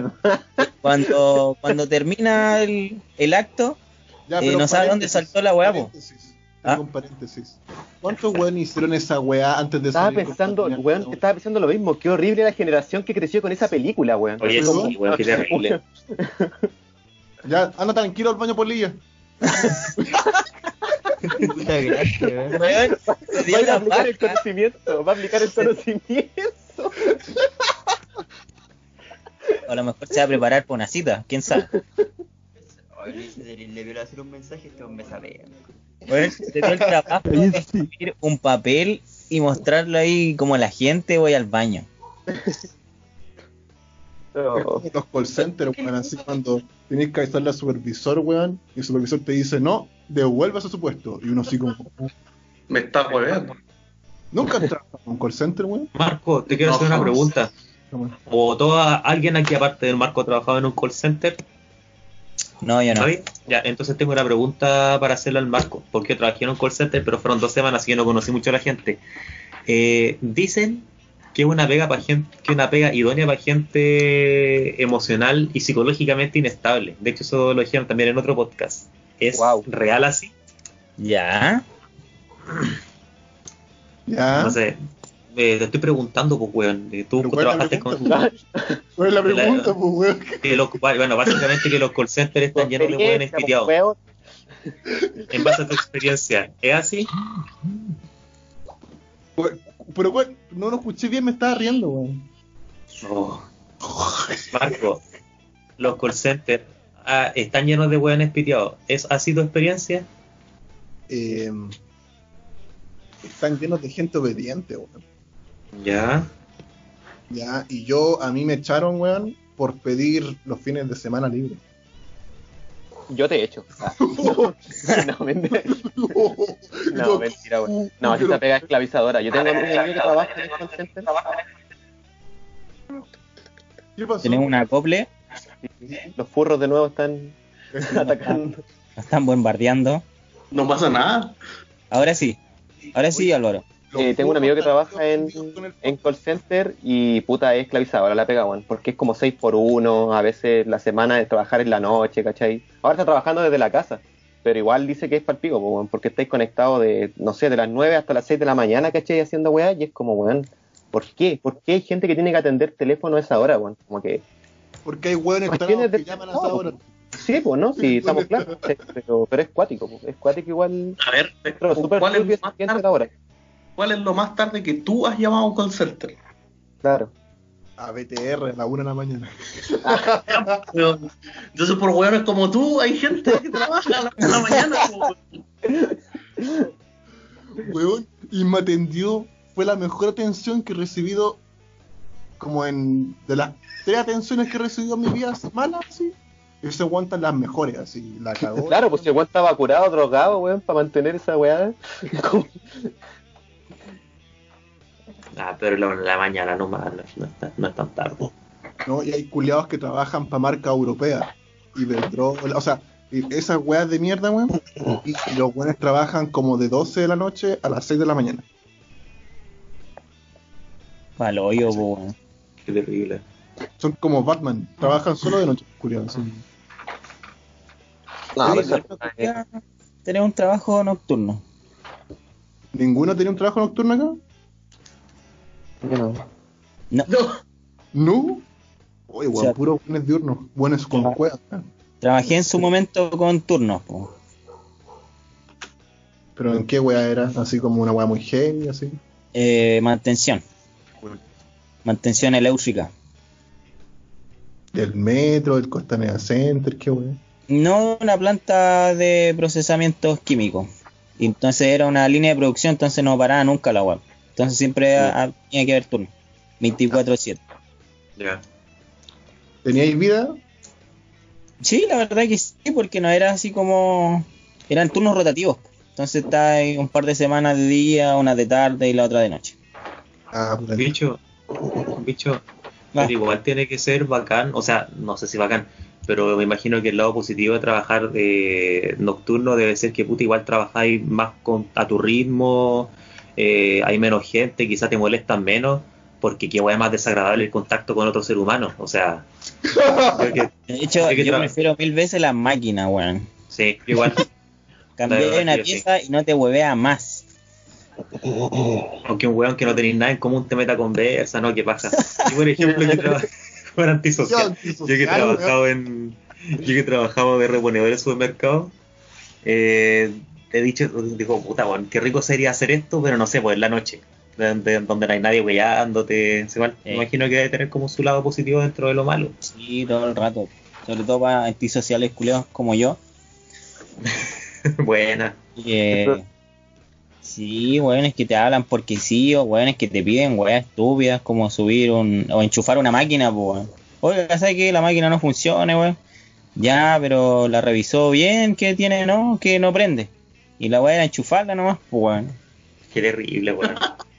Cuando termina el acto, Ya, pero no sabe dónde paréntesis, saltó la weá, po. paréntesis, ¿Ah? con paréntesis. ¿Cuántos weones hicieron esa weá antes de Estaba salir con estaba pensando lo mismo, qué horrible la generación que creció con esa película, weón. Oye, ¿Perdón? sí, weón, qué terrible. Ya, anda tranquilo al baño Polilla. Puta gracia, weón. Weón, se dio Va a la aplicar el paja. conocimiento, va a aplicar el conocimiento. O a lo mejor se va a preparar para una cita, quién sabe. Oye, le quiero hacer un mensaje, este hombre sabe. Bueno, se dio el trabajo de escribir un papel y mostrarlo ahí como a la gente, voy al baño. No. Los call centers, weón, así cuando tenés que avisarle al supervisor, weón, y el supervisor te dice, no, devuelve ese supuesto. Y uno así como, Me está hueveando. ¿nunca has trabajado en un call center, weón? Marco, te quiero No, hacer una jamás. pregunta. Como, ¿O alguien aquí aparte del Marco ha trabajado en un call center? No, yo no. ¿Nadie? Ya, entonces tengo una pregunta para hacerle al Marco, porque trabajé en un call center, pero fueron 2 semanas y yo no conocí mucho a la gente. Dicen que es una pega para gente, que es una pega idónea para gente emocional y psicológicamente inestable. De hecho, eso lo dijeron también en otro podcast. ¿Es Wow. real así? Ya. ya, No sé. Te estoy preguntando, pues, weón. Tú Pero ¿cuál es la trabajaste con... pregunta, ¿cuál es la pregunta, pues, weón? Bueno, básicamente que los call centers están llenos de weones piteados. Weón. En base a tu experiencia, ¿es así? Pero, weón, no lo escuché bien, me estaba riendo, weón. No. Marco, los call centers están llenos de weones piteados. ¿Es así tu experiencia? Están llenos de gente obediente, weón. Ya. Ya, y a mí me echaron, weón, por pedir los fines de semana libres. Yo te he hecho. No, mentira. No, mentira, weón. No, si esa pega esclavizadora. Yo tengo un amigo que trabaja en el call center. ¿Qué pasó? Tenemos un acople, Los furros de nuevo están atacando. nos están bombardeando. No pasa nada. Ahora sí, Álvaro. Tengo un amigo que trabaja en call center y puta es esclavizadora la pega, weón. Porque es como 6 por 1, a veces la semana de trabajar en la noche, ¿cachai? Ahora está trabajando desde la casa. pero igual dice que es palpico, po, weón, porque estáis conectados de, no sé, de las 9 hasta las 6 de la mañana, ¿cachai? Haciendo weá, y es como, weón, ¿por qué? ¿Por qué hay gente que tiene que atender teléfono a esa hora, weón? Como que... Porque hay hueones Cuestiones que de- llaman a no, esa hora. Sí, pues, ¿no? Sí, estamos claros, ¿cachai? Pero es cuático, po, es cuático igual... A ver, Pero súper ¿cuál es turbio lo más ese tarde? la hora. ¿Cuál es lo más tarde que tú has llamado a un call center? Claro. A BTR a la 1 de la mañana. Pero, entonces, por hueones como tú, hay gente que trabaja a la 1 de la mañana. Weón, y me atendió. Fue la mejor atención que he recibido. Como en. De las 3 atenciones que he recibido en mi vida malas, sí. Ese aguantan las mejores, así. La cagó. Claro, pues si el weón estaba curado, drogado, weón, para mantener esa weá. Pero la mañana nomás, no es tan tarde. ¿No? Y hay culiados que trabajan para marca europea. Iberdrola, o sea, esas weas de mierda, weón. Y los weones trabajan como de 12 de la noche a las 6 de la mañana. Pa'l hoyo, po, weón. Qué terrible. Son como Batman, trabajan solo de noche, culiados. Sí. No, Sí, pero bueno, quería tener un trabajo nocturno. ¿Ninguno tenía un trabajo nocturno acá? no. No, ¿No? Oye, weón, O sea, puros buenos diurnos, buenos con Ah. cuevas. trabajé en su momento con turnos, po. Pero ¿en qué wea era? Así como una wea muy heavy, así. Mantención. Mantención eléctrica. Del metro, del Costanera Center, qué wea. No una planta de procesamientos químicos. Y entonces era una línea de producción, entonces no paraba nunca la web. Entonces siempre tenía que haber turno. 24/7. Ya. ¿Teníais vida? Sí, la verdad que sí, porque no era así como... Eran turnos rotativos. Entonces está ahí un par de semanas de día, una de tarde y la otra de noche. Ah, puta. Bicho, Va. pero igual tiene que ser bacán, o sea, no sé si bacán, pero me imagino que el lado positivo de trabajar nocturno debe ser que puta igual trabajáis más a tu ritmo, hay menos gente, quizás te molestan menos, porque qué weá más desagradable el contacto con otro ser humano, o sea, creo que, De hecho, Hay que yo tra- prefiero 1000 veces las máquinas, weón. sí, igual, Cambié verdad una que sí. pieza y no te huevea más. aunque un weón que no tenéis nada en común te meta conversa, ¿no? ¿Qué pasa? Yo, por ejemplo, que trabajo en antisocial. Yo que he trabajado de reponedor en supermercado, he digo, puta, bueno, qué rico sería hacer esto, pero no sé, pues en la noche, donde no hay nadie weyándote, igual, me imagino que debe tener como su lado positivo dentro de lo malo. Sí, todo el rato. Sobre todo para antisociales culeados como yo. Buena. Y, sí, weones que te hablan porque sí, o weones que te piden weas estúpidas como subir o enchufar una máquina, pues weón. Oiga, ¿sabes que la máquina no funciona, weón? Ya, pero la revisó bien, que tiene, no, que no prende. Y la wea era enchufarla nomás, pues weón. Qué terrible, weón.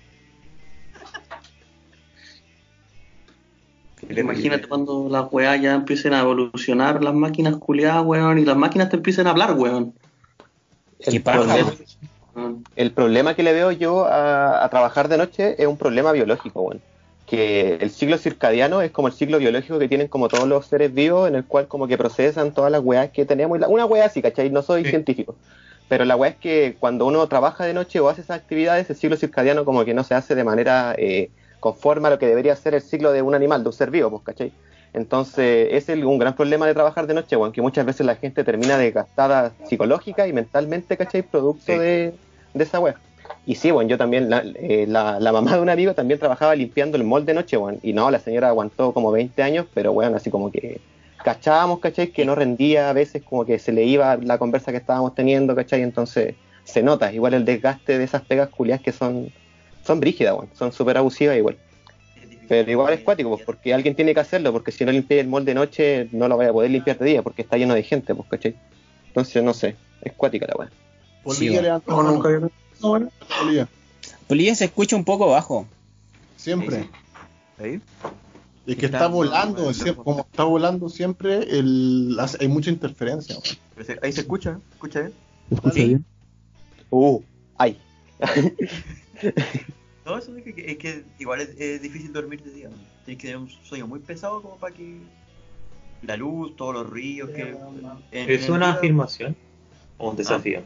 Qué terrible. Imagínate cuando las weas ya empiecen a evolucionar las máquinas culiadas, weón, y las máquinas te empiecen a hablar, weón. Qué El paja, problema- Weón. El problema que le veo yo a trabajar de noche es un problema biológico, weón. Que el ciclo circadiano es como el ciclo biológico que tienen como todos los seres vivos, en el cual como que procesan todas las weas que tenemos. Una wea así, ¿cachai? No soy científico. Pero la wea es que cuando uno trabaja de noche o hace esas actividades, el ciclo circadiano como que no se hace de manera conforme a lo que debería ser el ciclo de un animal, de un ser vivo, pues, ¿cachai? Entonces, ese es un gran problema de trabajar de noche, weón, que muchas veces la gente termina desgastada psicológica y mentalmente, ¿cachai? Producto de esa wea. Y sí, bueno, yo también, la mamá de un amigo también trabajaba limpiando el mall de noche, bueno, y no, la señora aguantó como 20 años, pero bueno, así como que cachábamos, ¿cachai? Que no rendía, a veces como que se le iba la conversa que estábamos teniendo, ¿cachai? Entonces se nota, igual el desgaste de esas pegas culiadas que son brígidas, bueno, son súper abusivas igual. Pero igual es cuático, pues, porque alguien tiene que hacerlo, porque si no limpias el mall de noche no lo vaya a poder limpiar de día, porque está lleno de gente, pues, ¿cachai? Entonces, no sé, es cuática la weá. Polilla bueno. levanta la mano. Polilla. Polilla se escucha un poco bajo. Siempre. ¿Ahí? Y que está volando, como está volando siempre, hay mucha interferencia. weón. Ahí se escucha bien. Sí. Ay. No, eso es que igual es difícil dormir de día. ¿No? Tienes que tener un sueño muy pesado como para que la luz, todos los ríos que... ¿Es una afirmación? o un desafío.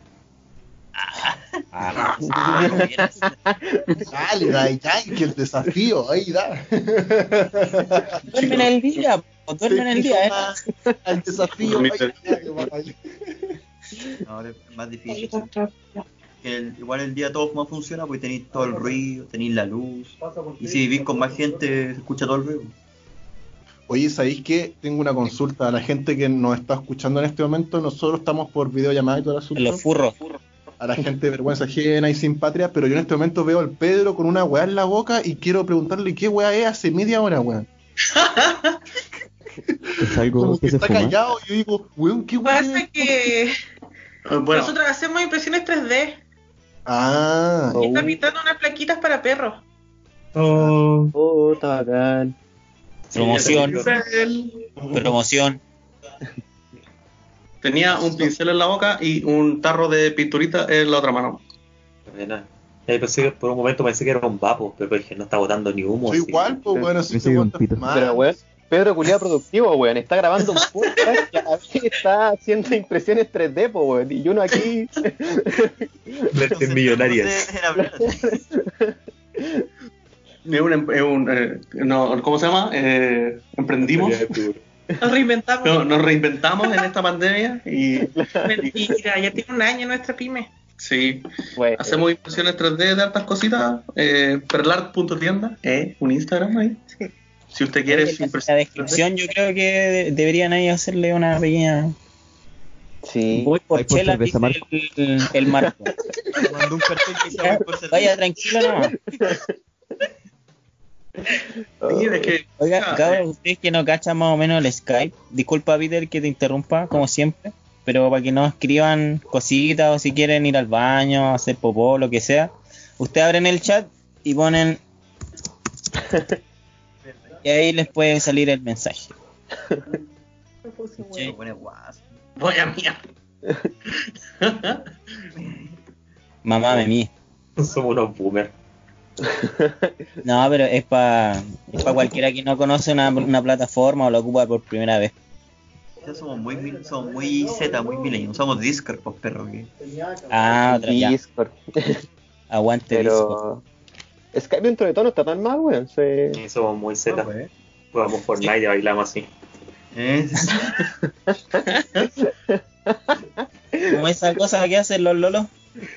Dale, Daddy Yankee, el desafío, ahí da. Duermen el día, pues, duermen el día, El desafío, ahí da. Ahora es más difícil. Igual el día todo más funciona porque tenéis todo el ruido, tenéis la luz. Y si vivís con más gente, se escucha todo el ruido. Oye, ¿sabéis qué? Tengo una consulta a la gente que nos está escuchando en este momento. Nosotros estamos por videollamada y todo el asunto. los furros. A la gente de vergüenza ajena y sin patria, pero yo en este momento veo al Pedro con una weá en la boca y quiero preguntarle qué weá es hace media hora, weón. Es algo Como que que se está fuma. callado y yo digo, weón, qué weá Pasa es? que Bueno, nosotros hacemos impresiones 3D Ah, y está pintando unas plaquitas para perros. Oh, está bacán. Promoción. Promoción. tenía un pincel en la boca y un tarro de pinturita en la otra mano. Buena. Por un momento pensé que era un vapo, pero dije, no está botando ni humo. soy así. igual, pues bueno, así Pensé que que un cuántas pito. más. Pero, weón, Pedro culiado productivo, weón. Está grabando un podcast y a la vez está haciendo impresiones 3D, po, weón. Y uno aquí. Mentes millonarias. ¿Cómo se llama? Emprendimos. Nos reinventamos. No, nos reinventamos en esta pandemia y Mentira, ya tiene un año nuestra pyme. sí, Weón. hacemos impresiones 3D de hartas cositas. Perlart.tienda, un Instagram ahí. Si usted quiere su En la impresión 3D. descripción yo creo que deberían ahí hacerle una pequeña... Sí. Voy por Ahí por chela, cerveza, dice el Marco. Mandó un cartel que dice voy por cerveza. Vaya, tranquilo nomás. Sí, es que, Oiga, cabrón, ustedes que no cachan más o menos el Skype, disculpa Peter que te interrumpa, como siempre, pero para que no escriban cositas o si quieren ir al baño, hacer popó, lo que sea, ustedes abren el chat y ponen... y ahí les puede salir el mensaje. Se pone guaso. voy a mía. Mamá me mía. Somos unos boomers. No, pero es para cualquiera que no conoce una plataforma o la ocupa por primera vez. Ya somos muy Z, muy millennials. Usamos Discord, pues perro. Que... Ah, otra ya. Discord. Aguante Discord. Pero. Skype dentro de todo no está tan mal, weón. Sí, somos muy Z. pues. Jugamos Fortnite y bailamos así. Como esa cosa que hacen los lolos.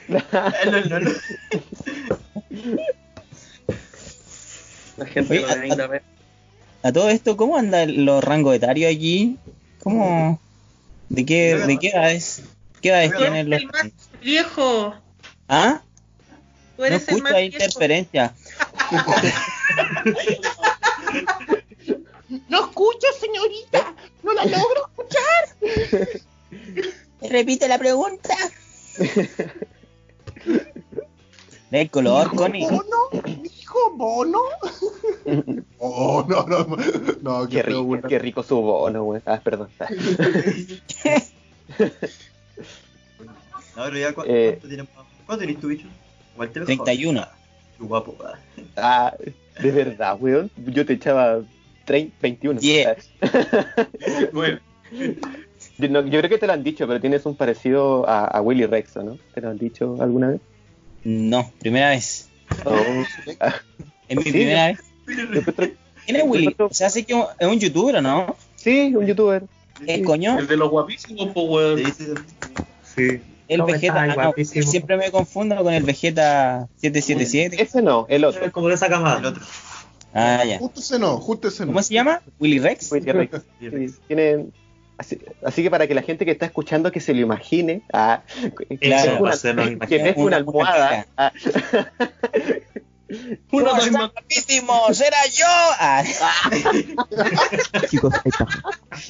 La gente Oye, lo debe ir a ver. A todo esto, ¿cómo andan los rangos etarios aquí? ¿Cómo? ¿De qué edades? ¿Qué edades Tú tienen eres los? el más viejo. ¿Ah? Tú No eres el escucho más la viejo. interferencia. No escucho, señorita, no la logro escuchar. Repite la pregunta. ¿De el color, Connie? ¿Bono? ¿Dijo bono? Oh, no, Qué rico, qué rico su bono, weón. Ah, perdón. No, pero ya, ¿cuánto tienes? ¿Cuánto tenés tu bicho? Igual te ves 31. joven. Qué guapo, ah. Ah, de verdad, weón. Yo te echaba 21. Yeah. Bueno, Yo creo que te lo han dicho, pero tienes un parecido a Willy Rex, ¿o ¿no? ¿Te lo han dicho alguna vez? No, primera vez. Oh. Ah, Es mi Sí, primera vez. yo encuentro- ¿Quién es Willy? O sea, sé que es un youtuber, ¿no? Sí, un youtuber. ¿El coño? el de los guapísimos, pues, weón. Sí, sí. Sí. El ¿Cómo Vegeta. estás, No, guapísimo? siempre me confundo con el Vegeta 777. Ese no, el otro. Es como de esa El camada. otro. Ah, ya. Justo ese no. ¿Cómo se llama? ¿Willy Rex? Willy Rex. Sí, tienen... Así que para que la gente que está escuchando que se lo imagine, Claro, que para hacernos que imaginar. pesque una almohada. Uno ¿Cómo más está, guapísimo? ¡Será yo! Ah. Chicos, ahí está.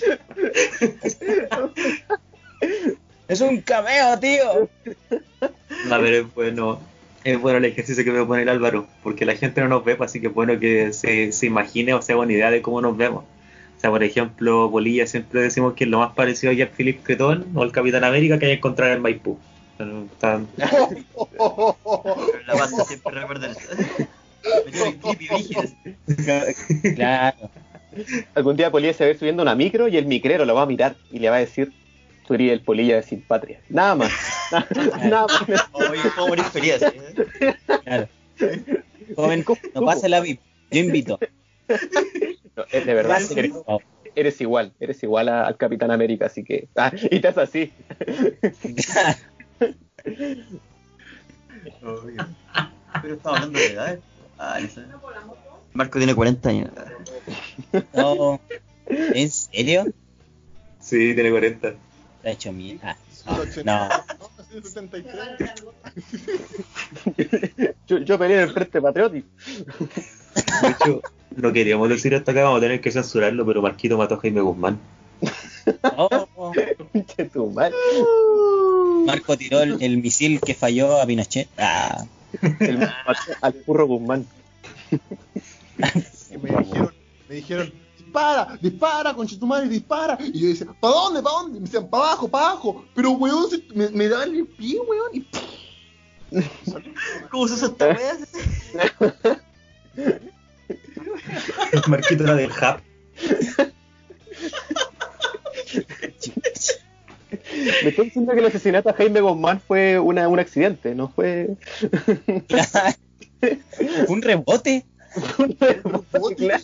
Es un cameo, tío. A ver, es bueno el ejercicio que me pone el Álvaro, porque la gente no nos ve, pues, así que es bueno que se imagine o se haga una idea de cómo nos vemos. O sea, por ejemplo, Polilla siempre decimos que es lo más parecido a Jack Philip Cretón o el Capitán América que hay que encontrar en Maipú. Están- Pero la base siempre recuerda eso. Me dio el clip y brígidas. Claro. Algún día Polía se va a ir subiendo una micro y el micrero lo va a mirar y le va a decir, Tú eres el polilla sin patria. Nada más. Nada más. Oye, puedo morir feliz, ¿eh? Claro. Joven, no pase la VIP. Yo invito. No, de verdad, Pase, por favor. eres igual al Capitán América, así que... y te haces así. Pero estaba hablando de edad. No sé. Marco tiene 40 años. No. ¿En serio? Sí, tiene 40. Está hecho mierda. No. No. 73. Yo peleé en el Frente Patriótico. De hecho, no queríamos decir hasta acá, vamos a tener que censurarlo, pero Marquito mató a Jaime Guzmán. Oh, Pinche tu madre. Marco tiró el misil que falló a Pinochet. Al Curro Guzmán. Y me dijeron, dispara, conchetumare, dispara. Y yo decía, ¿para dónde? Y me decían, para abajo. Pero weón, me daban el pie, weón. Y... ¿Cómo se usa esta wea? Marquito era del Hub. Me estoy diciendo que el asesinato a Jaime Guzmán fue un accidente, no fue... ¿Un rebote? Claro.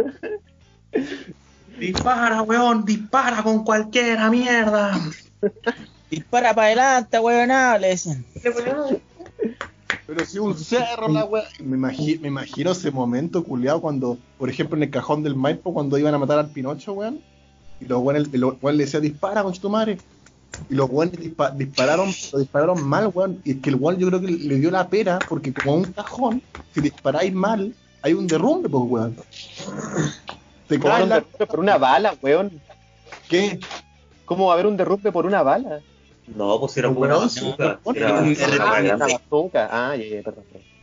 Dispara, weón, dispara con cualquiera, mierda. Dispara para adelante, weón, le decían. Pero si un cerro la weá. Me imagino ese momento culiado cuando, por ejemplo, en el cajón del Maipo, cuando iban a matar al Pinocho, weón. Y los weones le decía, dispara, conchetumare. Y los weones dispararon mal, weón. Y es que el weón yo creo que le dio la pera, porque como un cajón, si disparáis mal, hay un derrumbe, pues, weón. Te ¿Cómo cae un la... derrumbe por una bala, weón? ¿Qué? ¿Cómo va a haber un derrumbe por una bala? No, pues era una bazooka. Era Una grande. bazooka. Ya, perdón.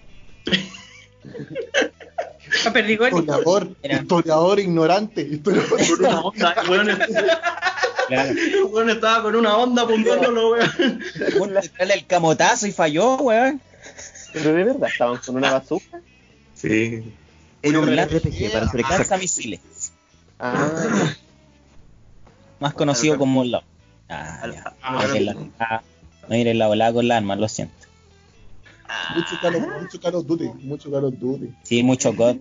A Perdigón. Historiador ignorante. Una onda, weón. Claro. El weón estaba con una onda apuntándolo, weón. Dale el camotazo y falló, weón. ¿Pero de verdad estaban con una bazooka? Sí. Era un Lanza- RPG, para ser exacto. Lanzamisiles. Ah, Más conocido como Molotov. No iré en la volada con las armas, lo siento. Mucho Call of Duty. Sí, mucho God.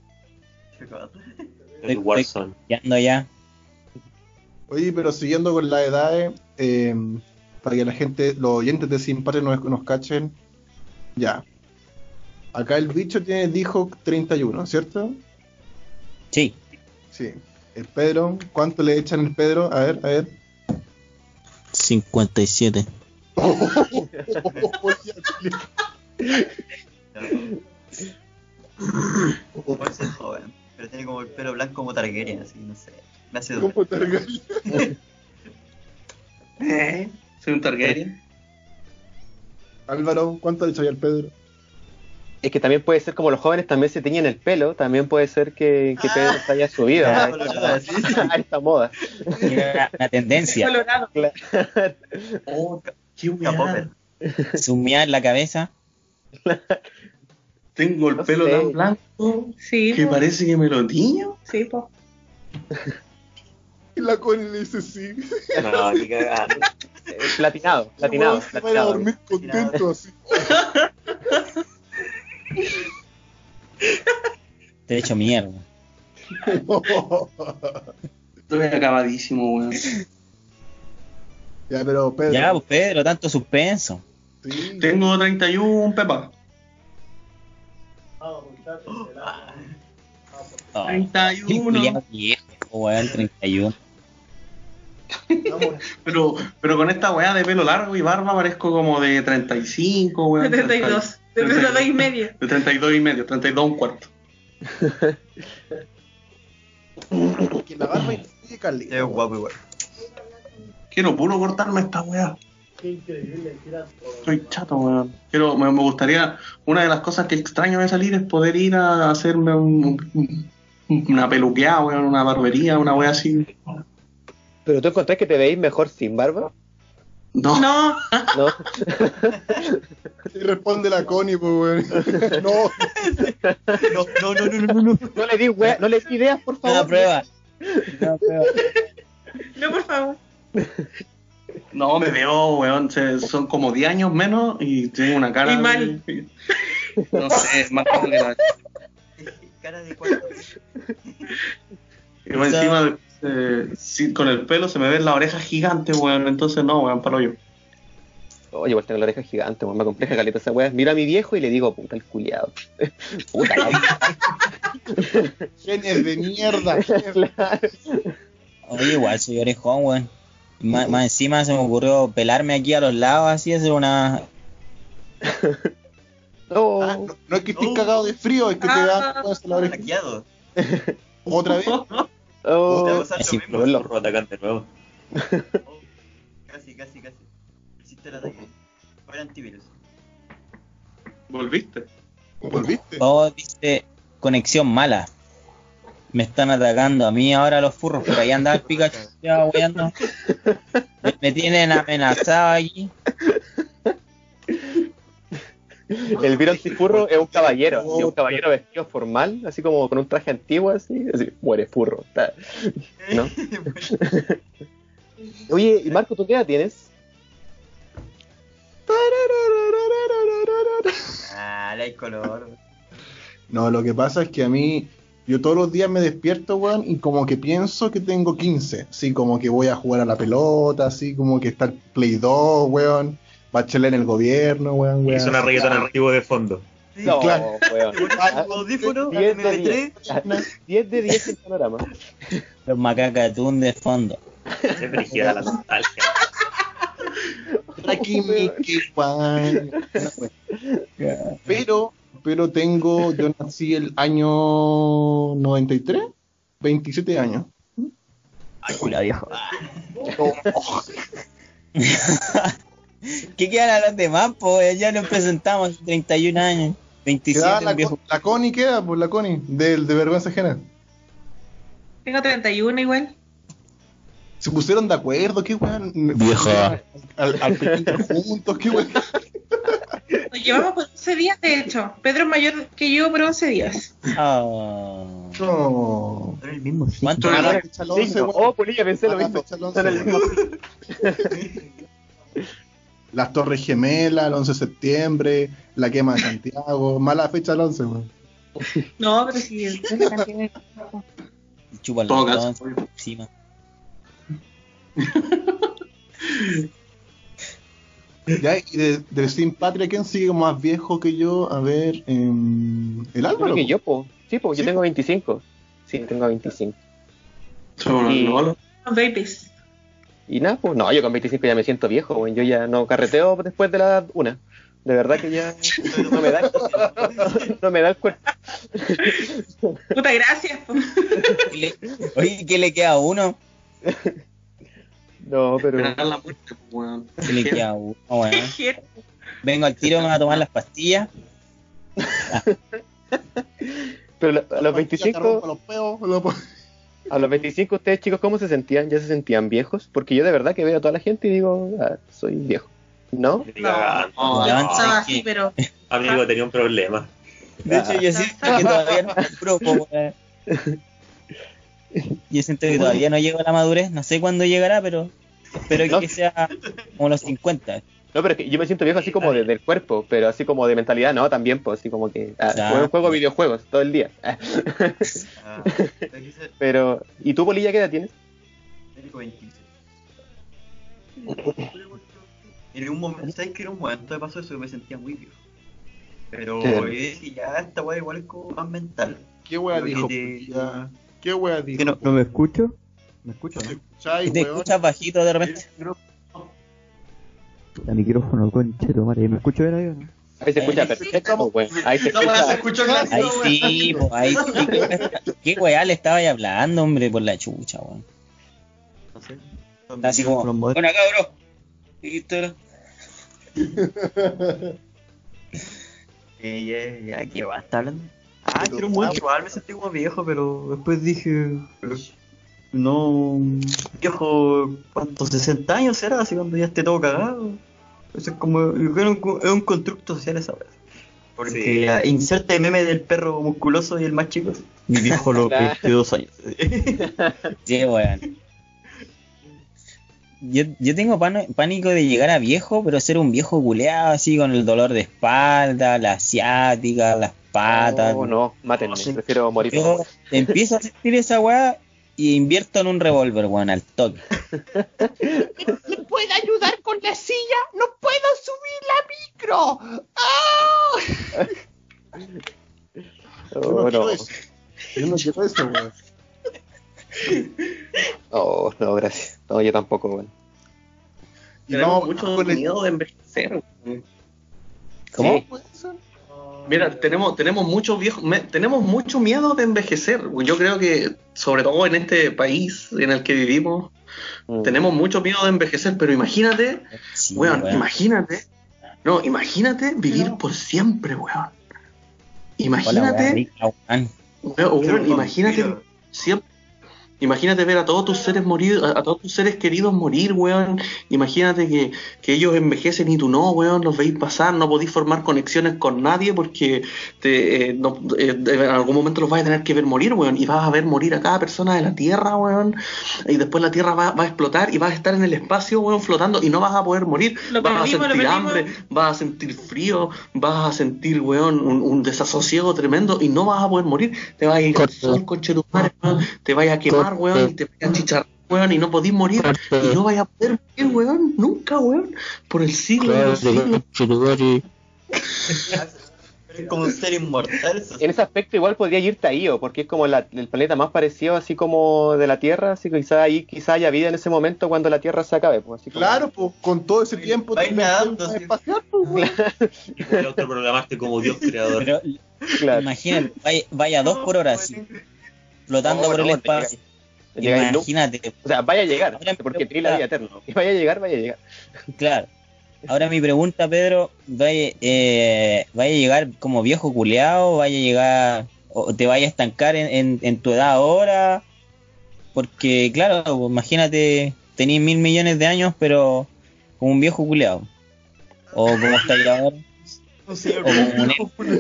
El Warzone. Yendo ya. Oye, pero siguiendo con las edades, para que la gente, los oyentes de Sin Patria nos cachen, ya. Acá el bicho dijo 31, ¿cierto? Sí. Sí. El Pedro, ¿cuánto le echan el Pedro? A ver. 57. Puede ser joven, pero tiene como el pelo blanco como Targaryen, así, no sé. Me hace ¿Cómo dudar. Targaryen? Soy un Targaryen. Álvaro, ¿cuánto le echáis al Pedro? es que también puede ser como los jóvenes también se teñen el pelo, también puede ser que Pedro se haya subido a esta moda. Una tendencia. Colorado. Oh, qué weá. Sumía en la cabeza. Tengo el No pelo sé. tan blanco Sí, que po. parece que me lo tiño. Sí, po. Y la Connie le dice sí. No, ni cagando. Platinado. Se van a dormir contento así. Te he hecho mierda. Estoy acabadísimo, weón. Ya, pero Pedro. Ya, pues Pedro, tanto suspenso. Sí. Tengo 31 pepas. Ay, 31. viejo, weón, 31. Pero con esta weá de pelo largo y barba parezco como de 35, weón. 72. De 32 y medio. De 32 y medio, 32 un cuarto. Que la barba y caleta. Es guapo igual. Quiero puro cortarme esta weá. Estoy chato, weón. Me gustaría, una de las cosas que extraño de salir es poder ir a hacerme una peluqueada, weón, una barbería, una weá así. ¿Pero tú encontrás que te veis mejor sin barba? No. No, ¿No? Y responde la Connie, pues, weón. No. No. No le di ideas, por favor. Una prueba. no, por favor. No, me veo, weón. Son como 10 años menos y tengo una cara. Y mal. No sé, es más como que la. Cara de cuarto. Y más encima, con el pelo se me ven las orejas gigantes, weón. Entonces, no, weón, palo yo. Oye, igual tengo la oreja gigante, me compleja caleta esa weá. Miro a mi viejo y le digo, puta el culiado. Puta la Genes de mierda. Oye, igual soy orejón, weón. Más encima se me ocurrió pelarme aquí a los lados, así, hacer una... No, No es que estés cagado de frío, es que te da la oreja. Hackeado. Otra vez. Te va a oh, pasar Así lo mismo. los furros atacan de nuevo. Oh, casi. Hiciste el ataque. Fue el antivirus. ¿Volviste? ¿Volviste? Oh, dice, conexión mala. Me están atacando a mí ahora los furros, pero ahí anda el Pikachu ya weando. Me tienen amenazado aquí. el virus antifurro es un caballero, así, un caballero vestido formal, así como con un traje antiguo, así muere furro. ¿No? Oye, y Marco, ¿tú qué edad tienes? Ah, hay color. No, lo que pasa es que a mí, yo todos los días me despierto, weón, y como que pienso que tengo 15. Así como que voy a jugar a la pelota, así como que está el Play 2, weón. Bachelet en el gobierno, weón. Y suena reggaetón antiguo de fondo. No, claro. weón. Te pones un audífono, 10 de MP3. 10 de 10 en panorama. Los macacatún de fondo. Se brígida la nostalgia. Aquí Mickey, weón. Pero tengo, yo nací el año 93, 27 años. Ay, culo viejo. ¿Qué quedan a los demás, pues? Ya nos presentamos, 31 años, 27 Queda un viejo. la Connie queda, pues la Connie, de vergüenza ajena. Tengo 31 igual. Se pusieron de acuerdo, qué weón. Vieja. Al pequeño juntos, qué weón. Nos llevamos por 11 días, de hecho. Pedro es mayor que yo por 11 días. Oh. No. Son el mismo signo. ¿Cuánto Para era? la fecha al 11, Cinco. weón. Oh, Polilla, pensé lo Para la mismo. fecha al 11, Son el mismo. Las Torres Gemelas, el 11 de septiembre, la quema de Santiago, mala fecha el 11, weón. No, pero si es la cantidad de... Chúpalo Todo todo caso. encima. Ya, y de Sin Patria, ¿quién sigue más viejo que yo? A ver, el Yo Álvaro. creo que yo, po. Sí, po, yo Sí. tengo 25. Sí, tengo 25. Son Y- los Son babies. Y nada, pues no, yo con 25 ya me siento viejo, weón. Yo ya no carreteo después de la una. De verdad que ya no me da no me da el cuerpo. Puta, gracias. Po. Oye, ¿qué le queda a uno? No, pero Esperar la muerte, pues, weón. ¿Qué le queda a uno, weón? Vengo al tiro, me voy a tomar las pastillas. pero a los Te 25 rompo los peos, a los 25 ustedes chicos, ¿cómo se sentían? ¿Ya se sentían viejos? Porque yo de verdad que veo a toda la gente y digo, soy viejo. ¿No? Ni cagando. No, Yo no, estaba sí así, que- pero... Amigo, tenía un problema. De hecho, yo siento que todavía no me apruebo, weón. Yo siento que todavía no llego a la madurez. No sé cuándo llegará, pero espero No. que sea como los 50. No, pero es que yo me siento viejo así como del cuerpo, pero así como de mentalidad, no, también, pues así como que juego videojuegos todo el día. Ah, Pero, ¿y tú, Polilla, qué edad tienes? tengo 26. En un momento, ¿sabes que en un momento me pasó eso que me sentía muy viejo? Pero Sí. yo dije, ya, esta weá igual es como más mental. ¿Qué wea Lo que dijo? te- Ya. ¿Qué wea dijo? ¿Que no me escucho? ¿Me escucho? ¿No te escucháis, Te weón? escuchas bajito de repente. El micrófono, concheto, madre. ¿Me escucho bien ahí o no? Ahí se escucha perfecto, pues, ahí se esa weá se escucha. escuchó Ahí clarito, sí, weón. pues, ahí sí. ¿Qué weá le estaba ahí hablando, hombre, por la chucha, weón? No sé. Está así como, Los bueno, modernos. cabrón. Y esto era- Ya, ¿qué va a estar hablando? Ah, quiero mucho, igual me sentí como viejo, pero después dije, pero no, viejo, ¿cuántos? 60 años será, así cuando ya esté todo cagado. Eso es como, yo creo que es un constructo social esa vez. Porque Sí. ya, inserte el meme del perro musculoso y el más chico. Mi viejo lo 22 años. Sí, weón. yo tengo pánico de llegar a viejo, pero ser un viejo culeado así con el dolor de espalda, la ciática, las patas. No, mátenme, prefiero morir. Yo empiezo a sentir esa weá y invierto en un revólver, weón, al toque. ¿Me puede ayudar con la silla? ¡No puedo subir la micro! ¡Ah! Yo no quiero eso, weón. No, gracias. No, yo tampoco, weón. Tenemos mucho miedo de envejecer. ¿Cómo? Sí. Mira, tenemos mucho miedo de envejecer. Yo creo que, sobre todo en este país en el que vivimos, tenemos mucho miedo de envejecer. Pero imagínate, Sí, weón, weón. imagínate vivir por siempre, weón. Hola, Imagínate, weá, rica, weón. weón, imagínate ver a todos tus seres morir, a todos tus seres queridos morir, weón. Imagínate que ellos envejecen y tú no, weón, los veis pasar, no podéis formar conexiones con nadie porque en algún momento los vas a tener que ver morir, weón, y vas a ver morir a cada persona de la Tierra, weón, y después la Tierra va a explotar y vas a estar en el espacio, weón, flotando y no vas a poder morir. Vas a sentir hambre, vas a sentir frío, vas a sentir, weón, un desasosiego tremendo y no vas a poder morir. Te vas a ir al sol, conchetumare, weón, te vas a quemar, weón, y te vas a chicharrar, weón, y no podís morir, y no vais a poder morir, weón, nunca, weón, por el siglo de los siglos. Es como un ser inmortal. En ese aspecto igual podría irte a Io, porque es como el planeta más parecido así como de la Tierra, así que quizá haya vida en ese momento cuando la Tierra se acabe, pues, así como... Claro, pues, con todo ese tiempo Vais nadando, sí. espacial, pues, weón. Y podría autoprogramarte como Dios creador. Pero Claro. imagínate, vaya 2 por hora así, flotando por el espacio. Llegáis nunca. Imagínate, O sea, vaya a llegar, Ahora me porque tiene pregunta- la vida eterna. Y vaya a llegar. claro. Ahora mi pregunta, Pedro, ¿vaya a llegar como viejo culeado? ¿Vaya a llegar o te vaya a estancar en tu edad ahora? Porque, claro, pues, imagínate, tenés 1.000 millones de años, pero como un viejo culeado. O como está ahora. O como un...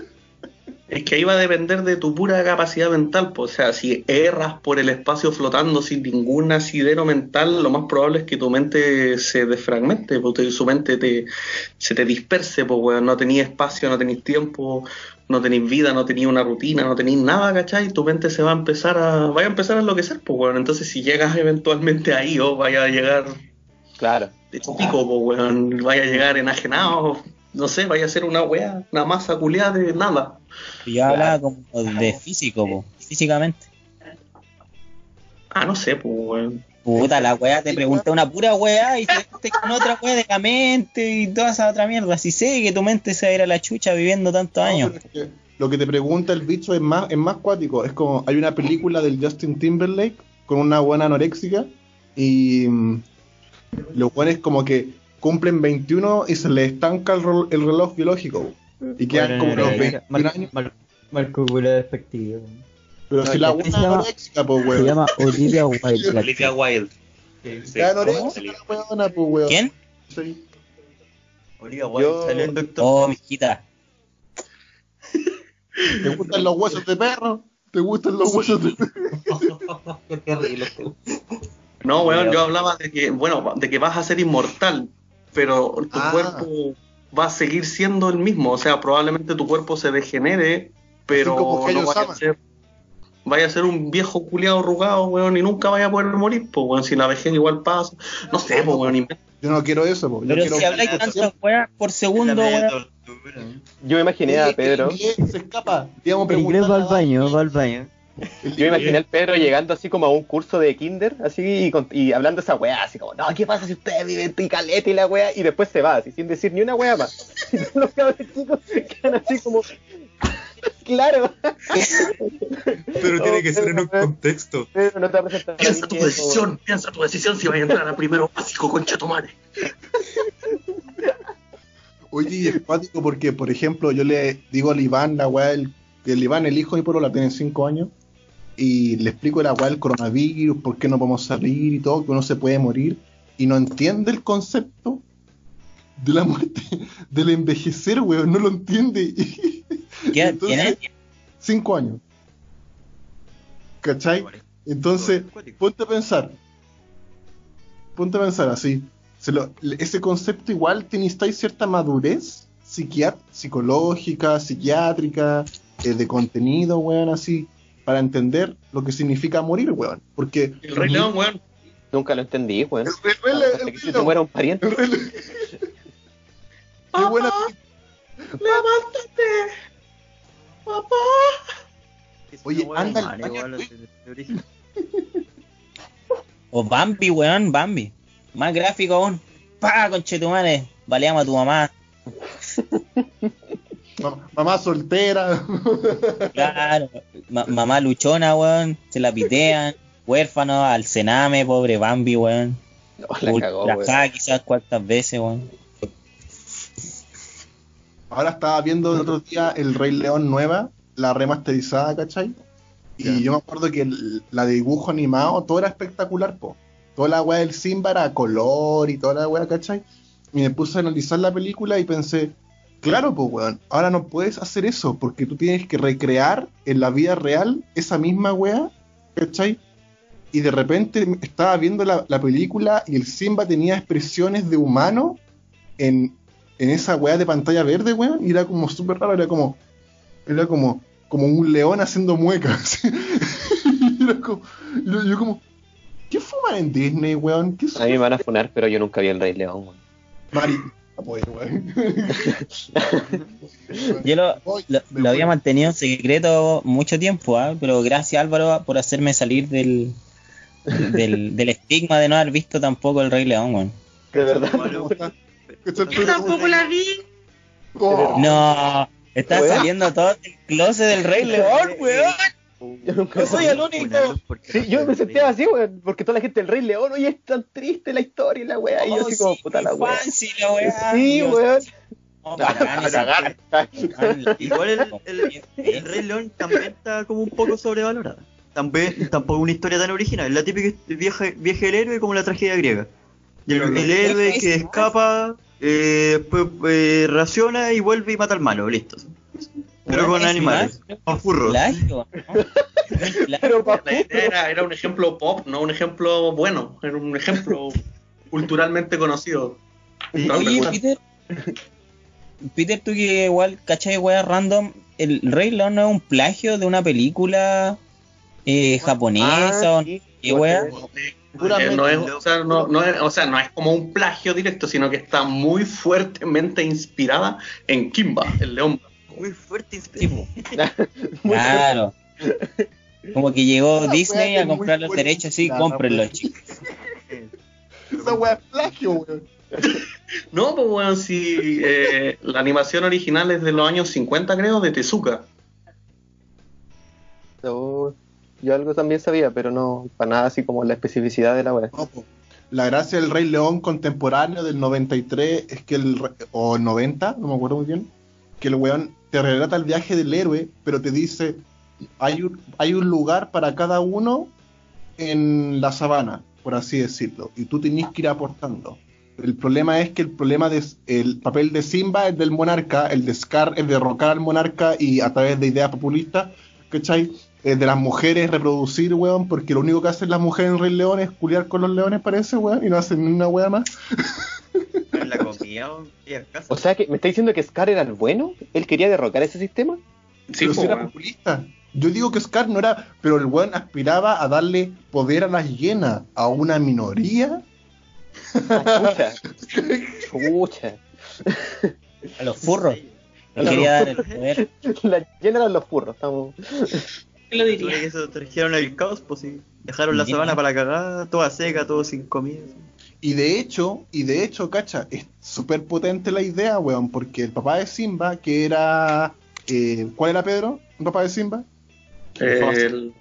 Es que ahí va a depender de tu pura capacidad mental, pues, o sea, si erras por el espacio flotando sin ningún asidero mental, lo más probable es que tu mente se desfragmente, porque su mente se te disperse, pues, weón, no tenías espacio, no tenías tiempo, no tenéis vida, no tenéis una rutina, no tenéis nada, ¿cachai? Tu mente se va a empezar a enloquecer, pues, weón. Entonces, si llegas eventualmente ahí, o vaya a llegar Claro. de hecho pico, pues, weón, vaya a llegar enajenado, no sé, vaya a ser una weá, una masa culiada de nada. Yo hablaba como de físico, po, físicamente. Ah, no sé, pues, weón. Puta, la weá te pregunta una pura weá y te con otra weá de la mente y toda esa otra mierda. Si sé que tu mente se va a ir a la chucha viviendo tantos años. No, pero es que lo que te pregunta el bicho es más cuático. Es como, hay una película del Justin Timberlake con una buena anoréxica y los buenos como que cumplen 21 y se les estanca el reloj biológico. Y quedan como los 21 años. Marco Gula despectivo. Pero si la buena se llama- anoréxica, pues, Se weón. llama Olivia Wilde. la Olivia Wilde. Sí. La anoréxica, la weona, pues, weón. ¿Quién? Sí. Olivia Wilde salió en Doctor Oh, mijita. ¿Te gustan los huesos de perro? ¿Te gustan los huesos de perro? Qué terrible este. No, weón, yo hablaba de que, bueno, de que vas a ser inmortal, pero tu cuerpo va a seguir siendo el mismo, o sea, probablemente tu cuerpo se degenere, pero Así como no Helio vaya Sama. a ser un viejo culiado arrugado, weón, y nunca vaya a poder morir, pues, weón, si la vejez igual pasa, no sé, pues, weón, Yo no quiero eso, po. Yo Pero quiero si habláis que tantas weas por segundo, weón. Yo me imaginé a Pedro. El inglés se escapa. Digamos, El inglés va al preguntarle a- baño, va al baño. Yo me imaginé al Pedro llegando así como a un curso de kinder, así, y hablando esa weá, así como, no, ¿qué pasa si ustedes viven y caleta y la weá? Y después se va, así, sin decir ni una weá más. Y todos los cabros chicos quedan así como, claro. Pero tiene que ser en un contexto. Pedro no te va a presentar a piensa mí, tu que es decisión si vas a entrar a primero básico, concha tu madre. Oye, y es cuático porque, por ejemplo, yo le digo al Iván, la weá, el Iván, el hijo de mi polola, tiene 5 años, y le explico la weá del coronavirus, por qué no podemos salir y todo, que uno se puede morir, y no entiende el concepto de la muerte, del envejecer, weón, no lo entiende. ¿Qué edad Entonces, tiene? 5 años. ¿Cachai? Entonces, ponte a pensar. ponte a pensar así. Ese concepto igual tenéis cierta madurez psicológica, psiquiátrica, de contenido, weón, así, para entender lo que significa morir, weón. Porque El Rey León, weón. Nunca lo entendí, weón. el Que se te muera un pariente. Qué buena. ¡Levántate! ¡Papá! Oye, anda al baño, igual, de origen. O Bambi, weón, Bambi. Más gráfico aún. ¡Pah, conchetumare! Baleamos a tu mamá. Mamá soltera. Claro. Mamá luchona, weón. Se la pitean. Huérfano, al cename, pobre Bambi, weón. No, la cagó, weón. Ultrajada quizás cuántas veces, weón. Ahora estaba viendo el otro día El Rey León nueva, la remasterizada, ¿cachai? Y yo me acuerdo que la de dibujo animado, todo era espectacular, po. Toda la weá del Simba era a color y toda la weá, ¿cachai? Y me puse a analizar la película y pensé, claro, pues weón, ahora no puedes hacer eso, porque tú tienes que recrear en la vida real esa misma weá, ¿cachai? Y de repente estaba viendo la película y el Simba tenía expresiones de humano en esa weá de pantalla verde, weón, y era como súper raro, era como un león haciendo muecas. Era como, yo como, ¿qué fuman en Disney, weón? ¿Qué A mí me van a funar, pero yo nunca vi el Rey León, weón. Mari, apoyo, weón. Yo lo había mantenido en secreto mucho tiempo, pero gracias Álvaro por hacerme salir del estigma de no haber visto tampoco el Rey León, weón. De verdad. Yo tampoco la vi. Oh. No, está ¿Weón? saliendo todo el closet del Rey León, weón. Yo nunca Yo soy el único. Sí, yo me sentía así, weón, porque toda la gente del Rey León, oye, es tan triste la historia y la weá, y yo así como, puta la weá. Fancy la weá. Sí, Dios. weón. No, A cagar. Igual el Rey León también está como un poco sobrevalorada. Tampoco una historia tan original. Es la típica viaje del héroe como la tragedia griega. Y el héroe que escapa, después raciona y vuelve y mata al malo, listo. Pero con animales, con furros. Plagio, ¿no? Pero pa' La idea era un ejemplo pop, no un ejemplo bueno. Era un ejemplo culturalmente conocido. Oye, Peter, tú que igual cachai weá random, el Rey León no es un plagio de una película japonesa o sí, qué weá. No es como un plagio directo, sino que está muy fuertemente inspirada en Kimba, el león. Muy fuerte Tipo. Claro. Como que llegó Disney a comprar los derechos así, cómprenlos, chicos. Esa weá es plagio, weón. No, pues bueno, si la animación original es de los años 50, creo, de Tezuka. Yo algo también sabía, pero no, para nada así como la especificidad de la weá. No, po. La gracia del Rey León contemporáneo del 93 es que o 90, no me acuerdo muy bien, que el weón te relata el viaje del héroe, pero te dice, hay un lugar para cada uno en la sabana, por así decirlo, y tú tenés que ir aportando. El problema es que el papel de Simba es del monarca, el de Scar es derrocar al monarca y a través de ideas populistas, ¿cachai? De las mujeres reproducir, weón, porque lo único que hacen las mujeres en Rey León es culiar con los leones, parece, weón, y no hacen ni una weá más. La comida, O sea, que me está diciendo que Scar era el bueno, él quería derrocar ese sistema. Sí, Pero pues, si era bueno. populista. Yo digo que Scar no era, pero el weón aspiraba a darle poder a las hienas, a una minoría. Chucha. A los furros. Le quería dar el poder. La llena eran los furros, estamos. ¿Qué lo Sobre diría? que eso trajeron el caos, pues sí. Dejaron la sabana para la cagada, toda seca, todo sin comida. Y de hecho, cacha, es súper potente la idea, weón, porque el papá de Simba, que era... ¿cuál era, Pedro? ¿El papá de Simba? El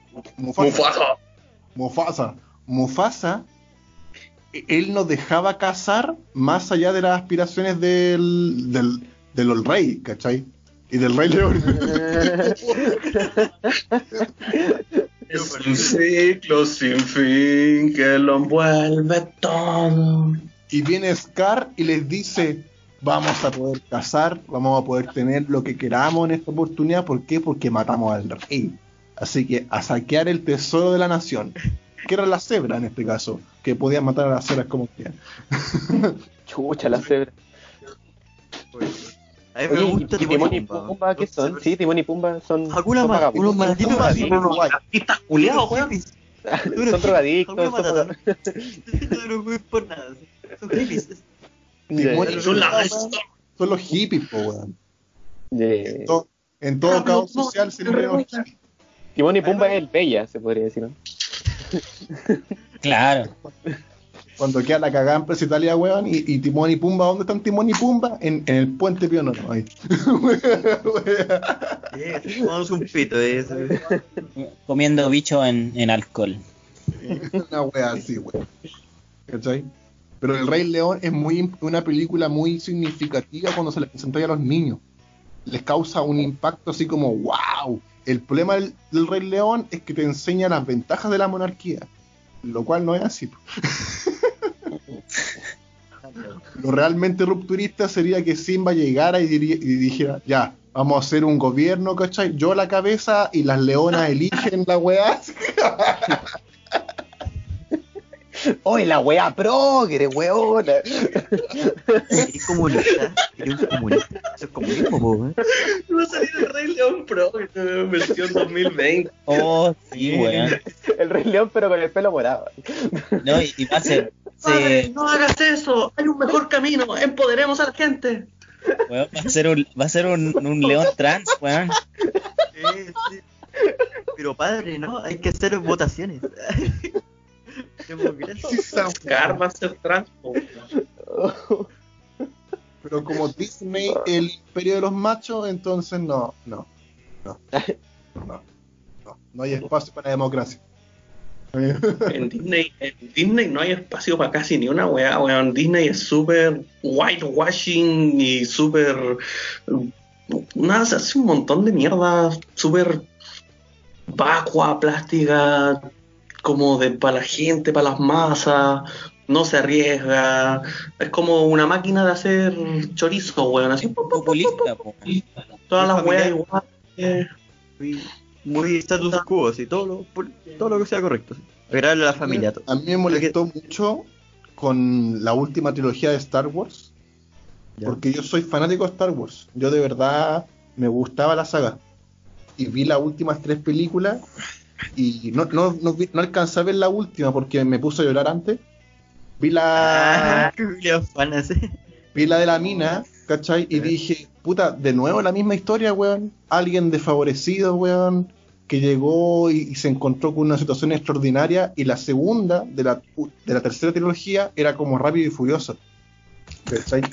Mufasa, él nos dejaba cazar más allá de las aspiraciones del rey, ¿cachai? Y del Rey León. Es un ciclo sin fin que lo envuelve todo. Y viene Scar y les dice, vamos a poder cazar, vamos a poder tener lo que queramos en esta oportunidad. ¿Por qué? Porque matamos al rey. Así que a saquear el tesoro de la nación. que era la cebra en este caso, que podían matar a las cebras como quieran. Chucha, la cebra. A mí me Oye, gusta ¿y Timón y Pumba qué son? Sí, Timón y Pumba son Hakuna Matata, vagabundos. unos malditos Son Artistas culiados, weón. Son drogadictos. Hakuna Matata, no lo voy por nada. Son hippies. Timón y Son Pumba, las- son los hippies, po, weón. Yeah. En todo caos social siempre los hippies. Timón y Pumba es el Bella, se podría decir, ¿no? Claro. Cuando queda la cagada en Presa Italia, weón, y Timón y Pumba, ¿dónde están Timón y Pumba? En el puente Pío Nono, ahí. Vamos un pito, Comiendo bicho en alcohol. Una wea así, weón. ¿Cachai? Pero El Rey León es una película muy significativa cuando se la presenta a los niños. Les causa un impacto así como, wow. El problema del Rey León es que te enseña las ventajas de la monarquía, lo cual no es así. Lo realmente rupturista sería que Simba llegara y dijera, ya, vamos a hacer un gobierno, ¿cachai? Yo la cabeza y las leonas eligen la weá. ¡Oye, la wea progre, weona! ¿Eres comunista? ¿Eres un comunista? Eso es comunismo, po, Va a salir el Rey León Pro, versión 2020. Oh, sí, weón. El Rey León, pero con el pelo morado. No, y va a ser. Padre, no hagas eso, hay un mejor camino, empoderemos a la gente. Weón, va a ser un león trans, weón. Sí. Pero padre, ¿no? Hay que hacer votaciones. Car va a ser trans. Pero como Disney, el imperio de los machos, entonces no hay espacio para la democracia. En Disney no hay espacio para casi ni una weá, weón. Disney es súper whitewashing y súper... Nada, se hace un montón de mierda súper vacua, plástica, como de para la gente, para las masas, no se arriesga. Es como una máquina de hacer chorizo, weón. Así, Populista, po. todas las weas igual. Muy status quo, así, todo lo que sea correcto. Sí. Agrarle a la familia. Todo. A mí me molestó mucho con la última trilogía de Star Wars, porque yo soy fanático de Star Wars. Yo de verdad me gustaba la saga. Y vi las últimas 3 películas y no alcancé a ver la última porque me puse a llorar antes. Vi la de la mina, ¿cachai? Y dije, puta, de nuevo la misma historia, weón. Alguien desfavorecido, weón, que llegó y se encontró con una situación extraordinaria. Y la segunda de la tercera trilogía era como Rápido y Furioso, ¿cachai?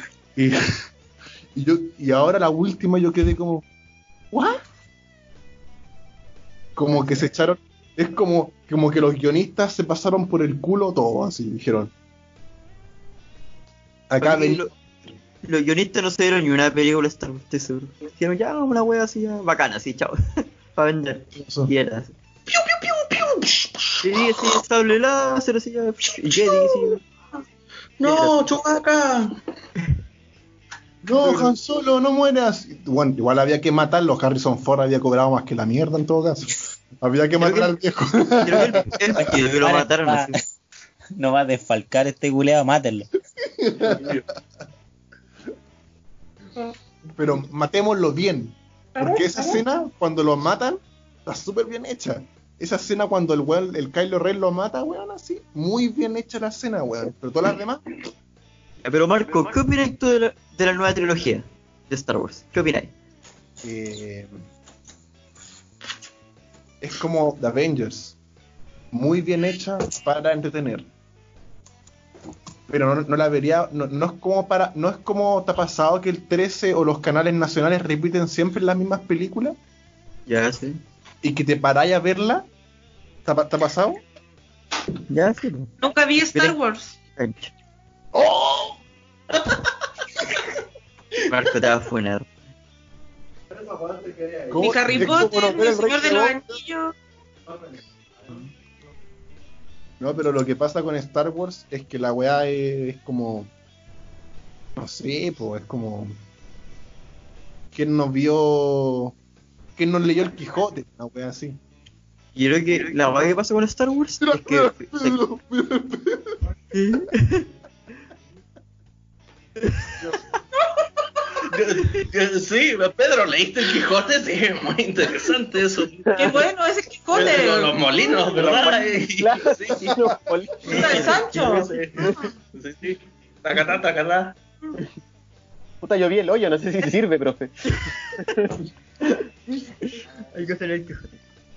Y ahora la última yo quedé como, ¿what? Como que se echaron, es como que los guionistas se pasaron por el culo todo, así dijeron. Acá los guionistas no se dieron ni una película Star Wars, estoy seguro. Dijeron, ya, una wea así, ya, bacana, así, chao. Para vender. Y era así. Sí, así, sable láser, así, ya, y Jedi, así. No, Chewbacca. No, Han Solo, no mueras. Bueno, igual había que matarlo. Harrison Ford había cobrado más que la mierda en todo caso. Había que matar al viejo. Creo que lo mataron así. No va a desfalcar este culeado, mátenlo. Pero matémoslo bien. Porque esa escena, cuando lo matan, está súper bien hecha. Esa escena cuando el Kylo Ren lo mata, weón, así. Muy bien hecha la escena, weón. Pero todas las demás... Pero Marco, ¿qué opinas tú de la nueva trilogía de Star Wars? ¿Qué opináis? Es como The Avengers. Muy bien hecha para entretener. Pero no la vería, no es como te ha pasado que el 13 o los canales nacionales repiten siempre las mismas películas Ya, sí. y que te paráis a verla. ¿Te ha pasado? Ya, sí. Nunca vi Star Wars. ¡Oh! Marco te va a funar. Ni Harry Potter, ni El Señor de los Anillos. No, pero lo que pasa con Star Wars es que la weá es como... No sé, pues es como... ¿Quién nos vio? ¿Quién nos leyó el Quijote? Una weá así. Yo creo que la weá que pasa con Star Wars es que... Sí, Pedro, ¿leíste el Quijote? Sí, muy interesante eso. Qué bueno ese Quijote. Los molinos, ¿verdad? Claro, Sí. sí, los molinos. Puta de Sancho. Sí. Tacatá. Puta, yo vi el hoyo, no sé si sirve, profe. Hay que hacer el Quijote.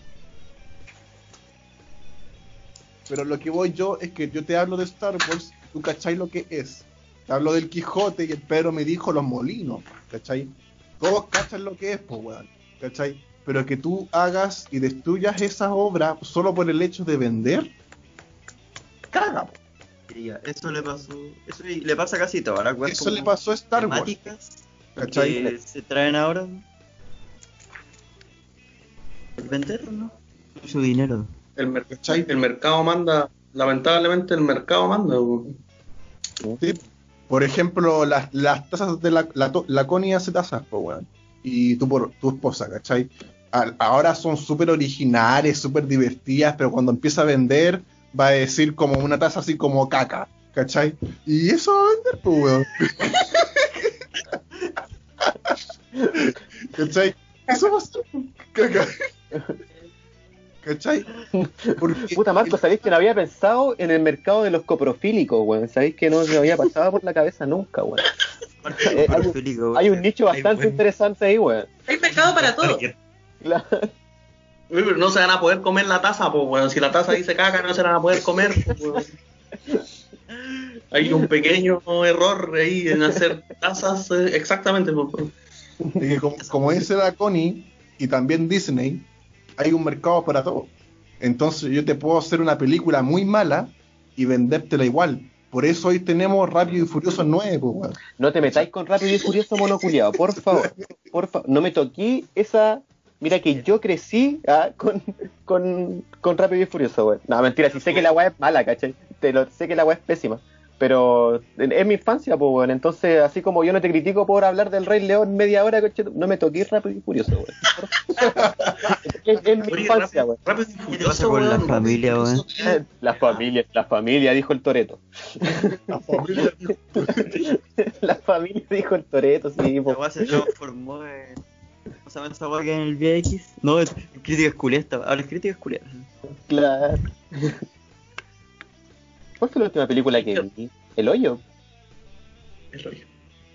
Pero lo que voy yo es que yo te hablo de Star Wars, tú cachai lo que es. Te hablo del Quijote y el Pedro me dijo los molinos, ¿cachai? Todos cachan lo que es, pues, weón, ¿cachai? Pero que tú hagas y destruyas esa obra solo por el hecho de vender, caga, po. Eso le pasó. Eso le pasa a casi todas las weas Eso como le pasó a Star Wars, temáticas ¿cachai? que se traen ahora. Por vender, ¿no? Mucho dinero. El mercado manda, lamentablemente el mercado manda. Sí. Por ejemplo, las tazas de la Connie hace tazas, pues, weón. Y tu esposa, ¿cachai? Ahora son súper originales, súper divertidas, pero cuando empieza a vender, va a decir como una taza así como caca, ¿cachai? Y eso va a vender, pues, weón. ¿Cachai? Eso va a ser caca. ¿Cachai? Porque Puta, Marco, ¿sabéis que no había pensado en el mercado de los coprofílicos, weón? ¿Sabéis que no se me había pasado por la cabeza nunca, weón? Hay un nicho bastante interesante ahí, weón. Hay mercado para todo. Claro. Uy, pero no se van a poder comer la taza, pues, weón. Si la taza dice caca, no se la van a poder comer, pues, weón. Hay un pequeño error ahí en hacer tazas, exactamente, pues, weón. es que como dice la Connie y también Disney, hay un mercado para todo. Entonces yo te puedo hacer una película muy mala y vendértela igual. Por eso hoy tenemos Rápido y Furioso 9, pues, weón. No te metáis con Rápido y Furioso monoculiado, por favor. No me toquí esa... Mira que yo crecí con Rápido y Furioso, weón. No, mentira, sí sé que la weá es mala, ¿cachai? Sé que la weá es pésima. Pero es mi infancia, pues, weón. Entonces, así como yo no te critico por hablar del Rey León media hora, coche, no me toqué Rápido y Furioso, weón. es mi infancia, weón. Rápido y ¿Qué te Furioso, pasa con la weón. familia, weón? La familia, dijo el Toreto. La familia, La familia, dijo el Toreto, sí, La po. weá se transformó en... ¿Cómo se llama esa weá que hay en el VX? No, es críticas culiadas. Ahora es críticas culiadas. Claro. ¿Cuál fue la última película que vi? ¿El hoyo? El rollo.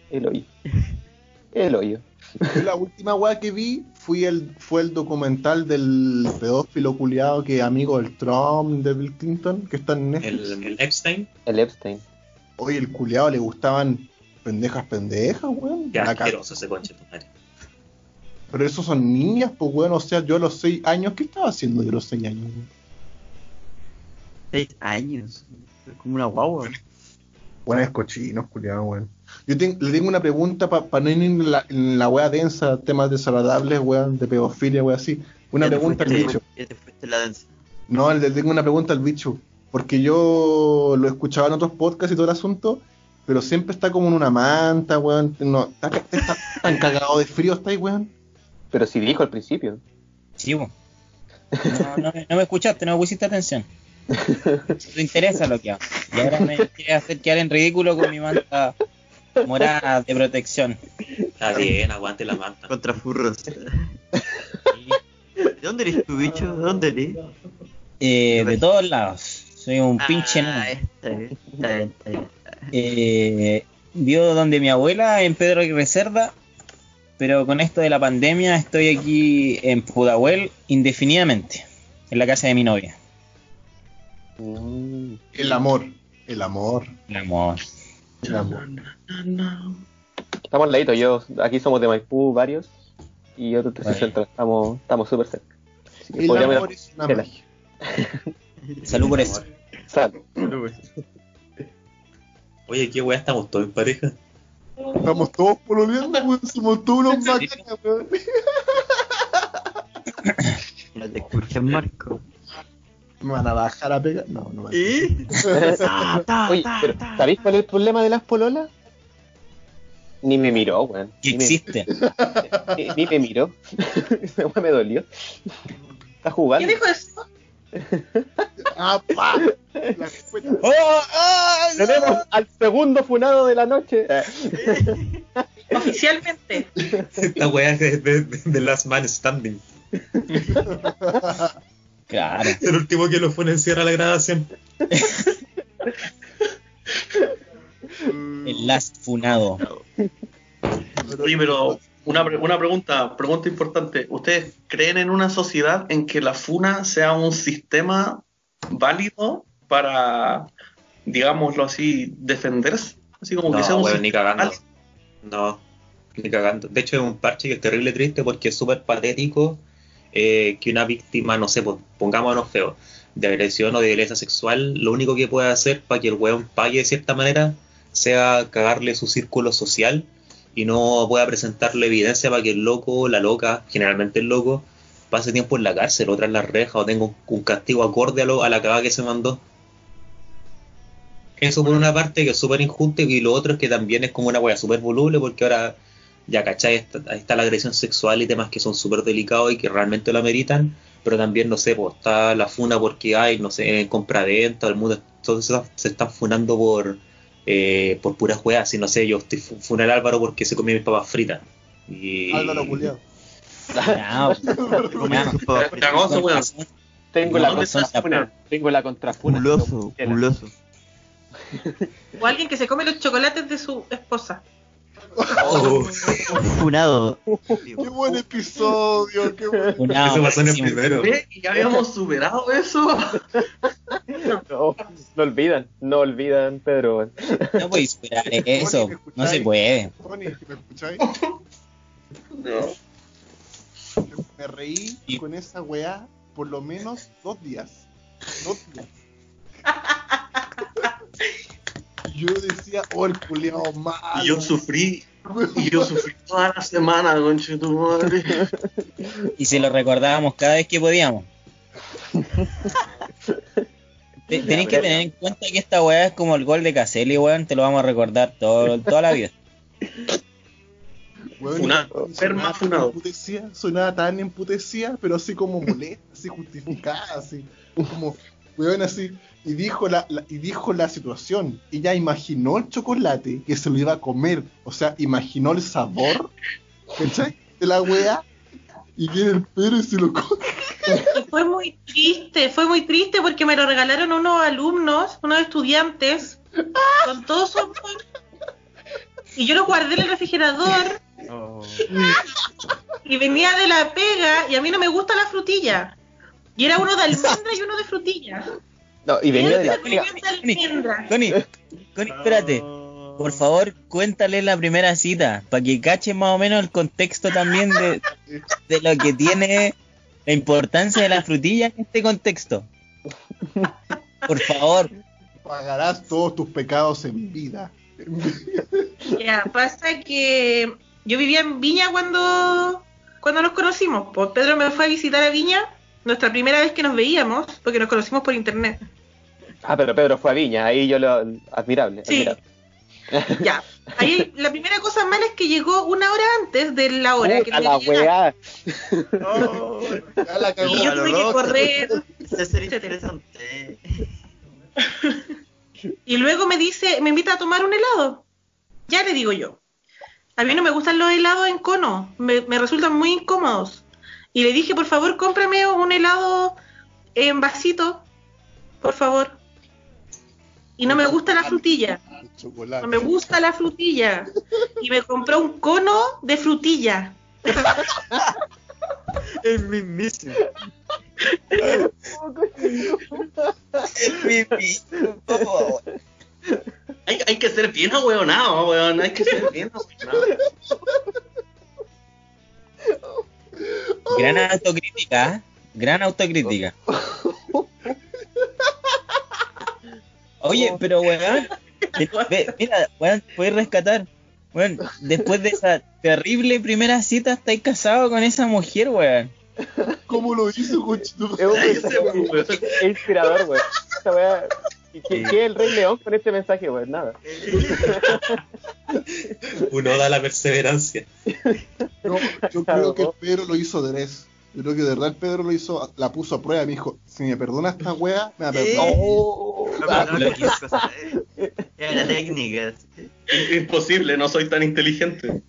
El hoyo. la última weá que vi fue el documental del pedófilo culiado que es amigo del Trump, de Bill Clinton, que está en Netflix. El Epstein. El Epstein. Oye, el culiado le gustaban pendejas, weón. Qué La asqueroso ese conche tu madre. Pero esos son niñas, pues, weón. O sea, yo a los 6 años, ¿qué estaba haciendo yo a los 6 años, weón? 6 años. Es como una guagua. Buenas cochinos, culiado, weón. Le tengo una pregunta para no ir en la weá densa, temas desagradables, weón, de pedofilia, weón, así. Una pregunta al bicho. Ya te fuiste en la danza. No, le tengo una pregunta al bicho. Porque yo lo escuchaba en otros podcasts y todo el asunto, pero siempre está como en una manta, weón. No, está tan cagado de frío, está ahí, weón. Pero si dijo al principio. Sí, bo. No me escuchaste, no me pusiste atención. Te interesa lo que hago. Y ahora me quieres hacer quedar en ridículo con mi manta morada de protección. Está bien, aguante la manta. Contra furros. ¿De dónde eres tu bicho? ¿De dónde eres? De todos lados. Soy un pinche no. Está bien. Vivo donde mi abuela, en Pedro Aguirre Cerda, pero con esto de la pandemia estoy aquí en Pudahuel indefinidamente, en la casa de mi novia. El amor. El amor. Estamos al ladito, aquí somos de Maipú varios y otros 360, estamos súper cerca. Así que El podríamos amor ir es a- una el- magia. Salud por eso. Salud. Oye, qué weá, estamos todos en pareja. Estamos todos pololeando, weón. Somos todos unos bacanas, weón. No te escuches, Marco. ¿Me van a bajar a pegar? No, no me ¿Y? Oye, pero ¿sabéis cuál es el problema de las pololas? Ni me miró, weón. Que existen. Ni me miró. Esa weá me dolió. ¿Estás jugando? ¿Quién dijo eso? ¡Ah, pa! La respuesta. Tenemos al segundo funado de la noche. Oficialmente. La weá de Last Man Standing. Claro. El último que lo fue en cierra la grabación. El last funado. Oye, pero una pregunta importante. ¿Ustedes creen en una sociedad en que la funa sea un sistema válido para, digámoslo así, defenderse? Así como que sea No, un weón, ni sistema cagando. válido. No, ni cagando. De hecho, es un parche que es terrible triste porque es súper patético que una víctima, no sé, pongámonos feo, de agresión o de violencia sexual, lo único que puede hacer para que el weón pague de cierta manera sea cagarle su círculo social y no pueda presentarle evidencia para que el loco, la loca, generalmente el loco, pase tiempo en la cárcel o tras las rejas o tenga un castigo acorde a la cagada que se mandó. Eso por una parte que es súper injusto, y lo otro es que también es como una wea súper voluble porque ahora, ya cachai, está la agresión sexual y temas que son súper delicados y que realmente lo ameritan, pero también, no sé, pues está la funa porque hay, no sé, compra-venta, el mundo, todos se están funando por puras weas, y no sé, yo estoy funar a Álvaro porque se comió mis papas fritas. Y... Álvaro culiao. Cagoso, weón. Tengo la ¿Dónde está contrafuna. Tengo la contrafuna. Culoso. O alguien que se come los chocolates de su esposa. Funado. ¡Qué buen episodio! ¡Qué buen... Funado, Eso pasó en el máximo. primero. ¿Y ya habíamos superado eso? No olvidan, Pedro. Weón. No podéis superar eso. No se puede. Tony, ¿me escucháis? No. Me reí con esa weá por lo menos 2 días. 2 días. Yo decía, oh, el culiao malo. Y yo sufrí toda la semana, conche tu madre. Y se lo recordábamos cada vez que podíamos. Tenéis que tener en cuenta que esta weá es como el gol de Caselli, weón. Te lo vamos a recordar toda la vida. Weón, Funado. Ser más funado. Sonaba tan emputecida, pero así como molesta, así justificada, así como, weón, así. Y dijo la situación. Ella imaginó el chocolate que se lo iba a comer. O sea, imaginó el sabor, ¿cachai? De la weá. Y viene el Pedro y se lo come. Y fue muy triste porque me lo regalaron unos alumnos, unos estudiantes, con todo su amor. Y yo lo guardé en el refrigerador. Y venía de la pega y a mí no me gusta la frutilla. Y era uno de almendra y uno de frutilla. No, y venía de la Me encanta almendra. Connie, espérate. Por favor, cuéntale la primera cita, para que cache más o menos el contexto también de lo que tiene la importancia de la frutilla en este contexto. Por favor. Pagarás todos tus pecados en vida. Ya, pasa que yo vivía en Viña cuando nos conocimos. Pues Pedro me fue a visitar a Viña, nuestra primera vez que nos veíamos, porque nos conocimos por internet. Ah, pero Pedro fue a Viña, ahí yo lo... Admirable. Sí. Ya, ahí la primera cosa mala es que llegó 1 hora antes de la hora que Puta tenía la que llegar. weá. Ya la cagó. Y yo tuve que correr. Debe ser interesante. Y luego me invita a tomar un helado. Ya le digo yo. A mí no me gustan los helados en cono, me resultan muy incómodos. Y le dije, por favor, cómprame un helado en vasito, por favor. Y no me gusta la frutilla. Chocolate. No me gusta la frutilla. Y me compró un cono de frutilla. El mismísimo. Hay que ser bien ahueonado, weón. Hay que ser bien ahueonado. Gran autocrítica, ¿eh? Gran autocrítica. Oye, pero weón, mira, weón, puedes rescatar. Weón, después de esa terrible primera cita, estáis casado con esa mujer, weón. ¿Cómo lo hizo, conchito? Es inspirador, weón. Esta weá... ¿Qué es el Rey León con este mensaje, weón? Nada. Uno da la perseverancia. No, yo creo que Pedro lo hizo de vez. Yo creo que de verdad el Pedro lo hizo, la puso a prueba y me dijo, si me perdona esta wea, me va a perdonar. Era la técnica. Imposible, no soy tan inteligente.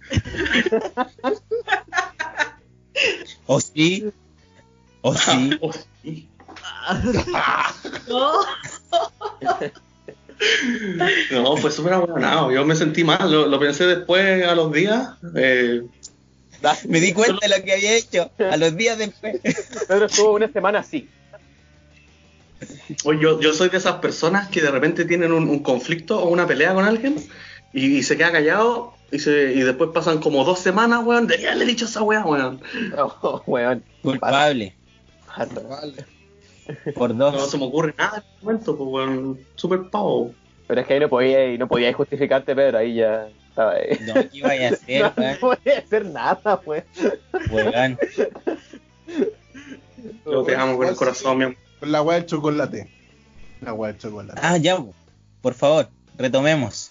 ¿O sí? ¿O sí? Oh, sí. No. No, fue súper abuelonado. Yo me sentí mal, lo pensé después a los días. Me di cuenta de lo que había hecho a los días después. Pedro estuvo una semana así. Oye, yo soy de esas personas que de repente tienen un conflicto o una pelea con alguien y se queda callado y después pasan como 2 semanas, weón. Debería haberle dicho esa weá, weón. Oh, weón. Culpable. Vale. Por No 2. se me ocurre nada en este momento, pues, weón. Súper pavo. Pero es que ahí no podía justificarte, Pedro, ahí ya estaba ahí. No, ¿qué iba a hacer, No weón? podía hacer nada, pues. Weón. Yo te amo con el corazón, mi amor. Con la wea del chocolate. La wea del chocolate. Ah, ya, por favor, retomemos.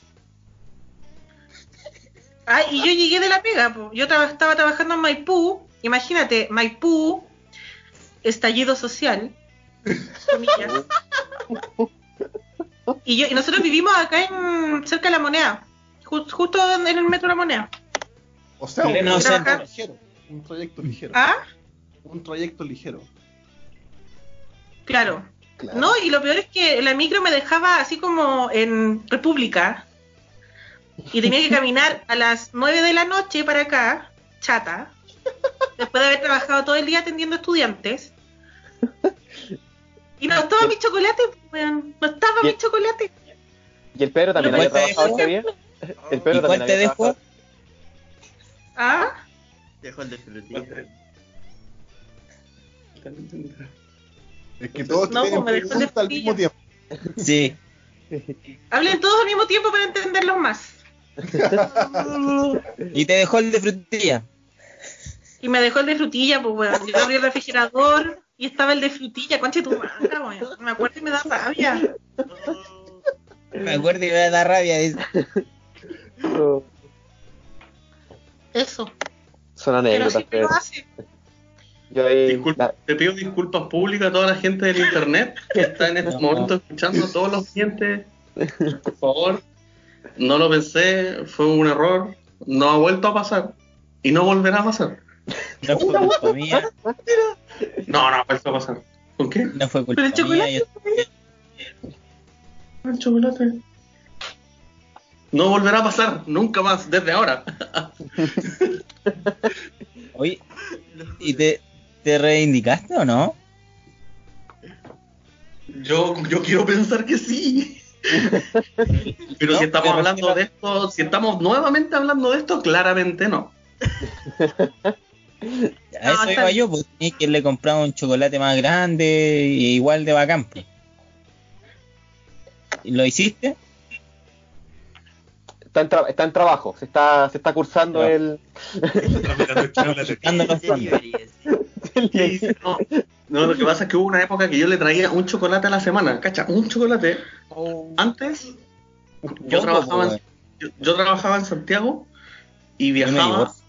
Ah, y yo llegué de la pega, po. Yo estaba trabajando en Maipú. Imagínate, Maipú, estallido social. Comillas. Y nosotros vivimos acá cerca de La Moneda. Justo en el metro La Moneda. O sea, un Pleno trayecto centro. ligero. Un trayecto ligero. ¿Ah? Un trayecto ligero. Claro. No, y lo peor es que la micro me dejaba así como en República. Y tenía que caminar a las 9 de la noche para acá, chata. Después de haber trabajado todo el día atendiendo estudiantes. Y no estaba mi chocolate, weón. No estaba mi chocolate. ¿Y el Pedro también ¿Y había cuál te trabajado dejó? ese día? El ¿Y Pedro cuál también te había dejó? trabajado. ¿Ah? Dejó el de frutilla. Es que todos No, tienen me dejó de preguntas al mismo frutilla. tiempo. Sí. Hablen todos al mismo tiempo para entenderlos más. Y te dejó el de frutilla. Y me dejó el de frutilla, pues weón. Yo abrí el refrigerador y estaba el de frutilla. Concha de tu madre, weón. Me acuerdo y me da rabia. Me acuerdo y me da rabia. Dice. Eso. Son Pero anécdotas, siempre lo Pedro. hace. Yo ahí... Disculpa, te pido disculpas públicas a toda la gente del internet que está en este momento escuchando, a todos los clientes. Por favor, no lo pensé, fue un error, no ha vuelto a pasar y no volverá a pasar. No fue culpa mía. No ha vuelto a pasar. ¿Con qué? No fue culpa Pero el chocolate. mía. El chocolate. No volverá a pasar, nunca más, desde ahora. Oye, ¿y te reivindicaste o no? Yo quiero pensar que sí. Pero No, si estamos pero hablando de esto, si estamos nuevamente hablando de esto, claramente no. A eso iba yo, pues tenía que le compraba un chocolate más grande y igual de bacán. Pues. ¿Y lo hiciste? Está en trabajo, se está cursando No. el... Buscando los Sí, fondos. debería, sí. No, lo que pasa es que hubo una época que yo le traía un chocolate a la semana, ¿cacha? Un chocolate. Antes, yo Poco, trabajaba, pues, yo trabajaba en Santiago y me viajaba. divorcio.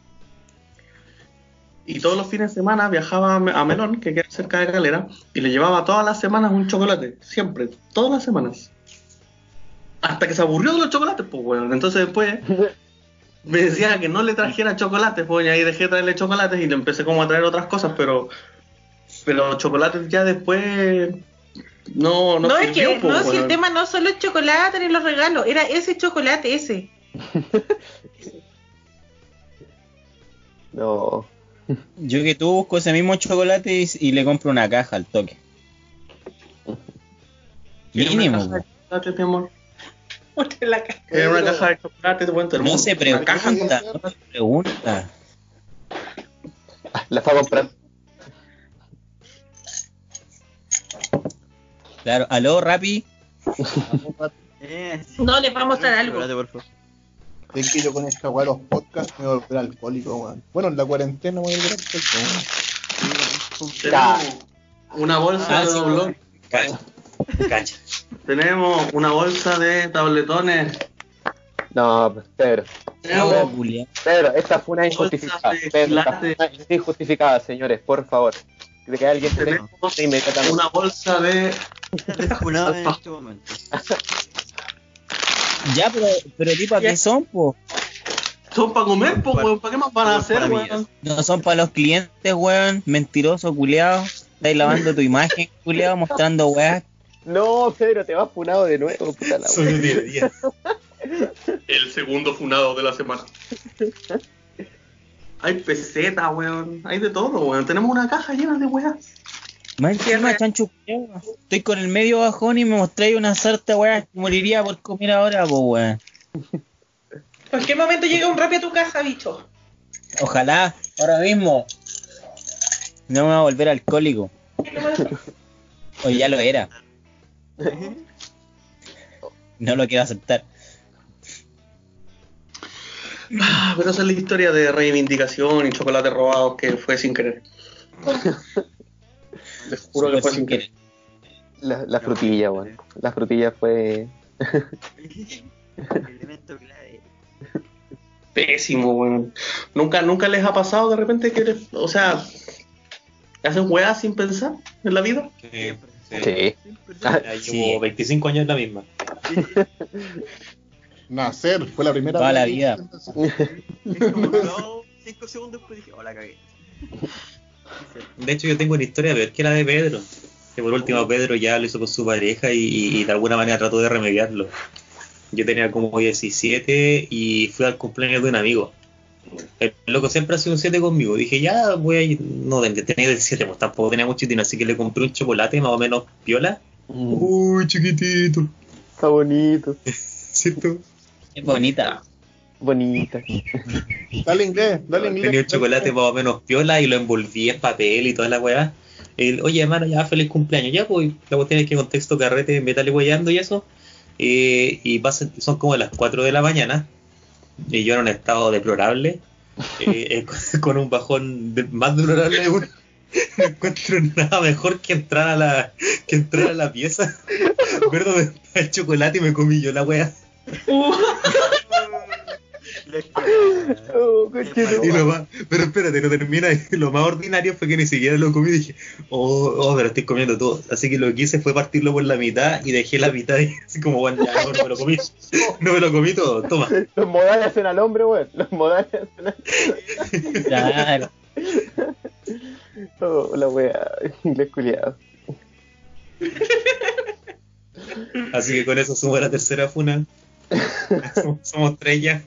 Y todos los fines de semana viajaba a Melón, que queda cerca de Calera, y le llevaba todas las semanas un chocolate. Siempre, todas las semanas. Hasta que se aburrió de los chocolates, pues, weón. Entonces después me decía que no le trajera chocolates, pues, y ahí dejé de traerle chocolates y le empecé como a traer otras cosas, pero chocolates ya después no No, es sirvió, que pues, no, si el weón. tema no solo el chocolate ni los regalos, era ese chocolate, ese. No. Yo que tú busco ese mismo chocolate y le compro una caja al toque. ¿Quieres Mínimo. una caja de chocolate, mi amor? Ponte la cara. ¿Quieres una caja de chocolate? Te cuento el No mundo. se Una pregunta, caja no se pregunta. La fue a comprar. Claro, aló, Rappi. Sí. No, les va a mostrar algo. Chocolate, por favor. Es que yo con esta weá de los podcasts me voy a volver alcohólico, weón. Bueno, en la cuarentena me voy a volver alcohólico, weón. Tenemos una bolsa Ah, de sí, doblón. Cacha. Tenemos una bolsa de tabletones No, pues, Pedro. Oh, culiao. Pedro, esta fue una injustificada. Pedro, esta fue una injustificada, señores, por favor. De que alguien se Tenemos inmediatamente. una bolsa de... Desfunado en este momento. Ya, pero tipo, ¿a qué son, po? Son para comer, pues, weón. ¿Para qué más van a hacer, Para weón? No son para los clientes, weón. Mentiroso, culiao. Estáis lavando tu imagen, culiao, mostrando weas. No, Pedro, te vas funado de nuevo, puta la Soy un 10. El segundo funado de la semana. Hay pesetas, weón. Hay de todo, weón. Tenemos una caja llena de weas. Más encima, chancho, culiao. Estoy con el medio bajón y me mostráis una sarta, weá, que moriría por comer ahora, po, weón. ¿En qué momento llega un Rappi a tu casa, bicho? Ojalá, ahora mismo. No me va a volver alcohólico. O ya lo era. No lo quiero aceptar. Pero esa es la historia de reivindicación y chocolates robados que fue sin querer. Les juro que fue sin querer. La frutilla, weón. La frutilla fue. Elemento clave. Pésimo, weón. ¿Nunca les ha pasado de repente que o sea, hacen weas sin pensar en la vida? Sí. Sí. Ya llevo 25 años en la misma. Nacer fue la primera Toda la vez. vida. Es como, no, 5 segundos después dije, la cagué. De hecho, yo tengo una historia peor que la de Pedro. Que por último Pedro ya lo hizo con su pareja y de alguna manera trató de remediarlo. Yo tenía como 17 y fui al cumpleaños de un amigo. El loco siempre ha sido un 7 conmigo. Dije, ya voy a ir. No, tenía 17, pues tampoco tenía mucho dinero, así que le compré un chocolate más o menos piola. Uy, chiquitito. Está bonito. ¿Cierto? Es bonita. Bonita. Dale inglés, dale inglés. Tenía un chocolate más o menos piola y lo envolví en papel y toda la weá. Oye, hermano, ya feliz cumpleaños. Ya, pues, la cuestión es que contexto carrete, metal y weyando y eso. Y son como las 4 de la mañana. Y yo en un estado deplorable. Con un bajón más deplorable aún. No encuentro nada mejor que entrar a la pieza, ver dónde está el chocolate y me comí yo la wea. Pero espérate, no termina. Lo más ordinario fue que ni siquiera lo comí y dije, pero estoy comiendo todo. Así que lo que hice fue partirlo por la mitad y dejé la mitad y así como, bueno, ya no me lo comí. No me lo comí todo, toma. Los modales hacen al hombre, weón. Los modales hacen al hombre. Claro. Oh, la wea, inglés culiado. Así que con eso sumo la tercera funa. Somos 3 ya.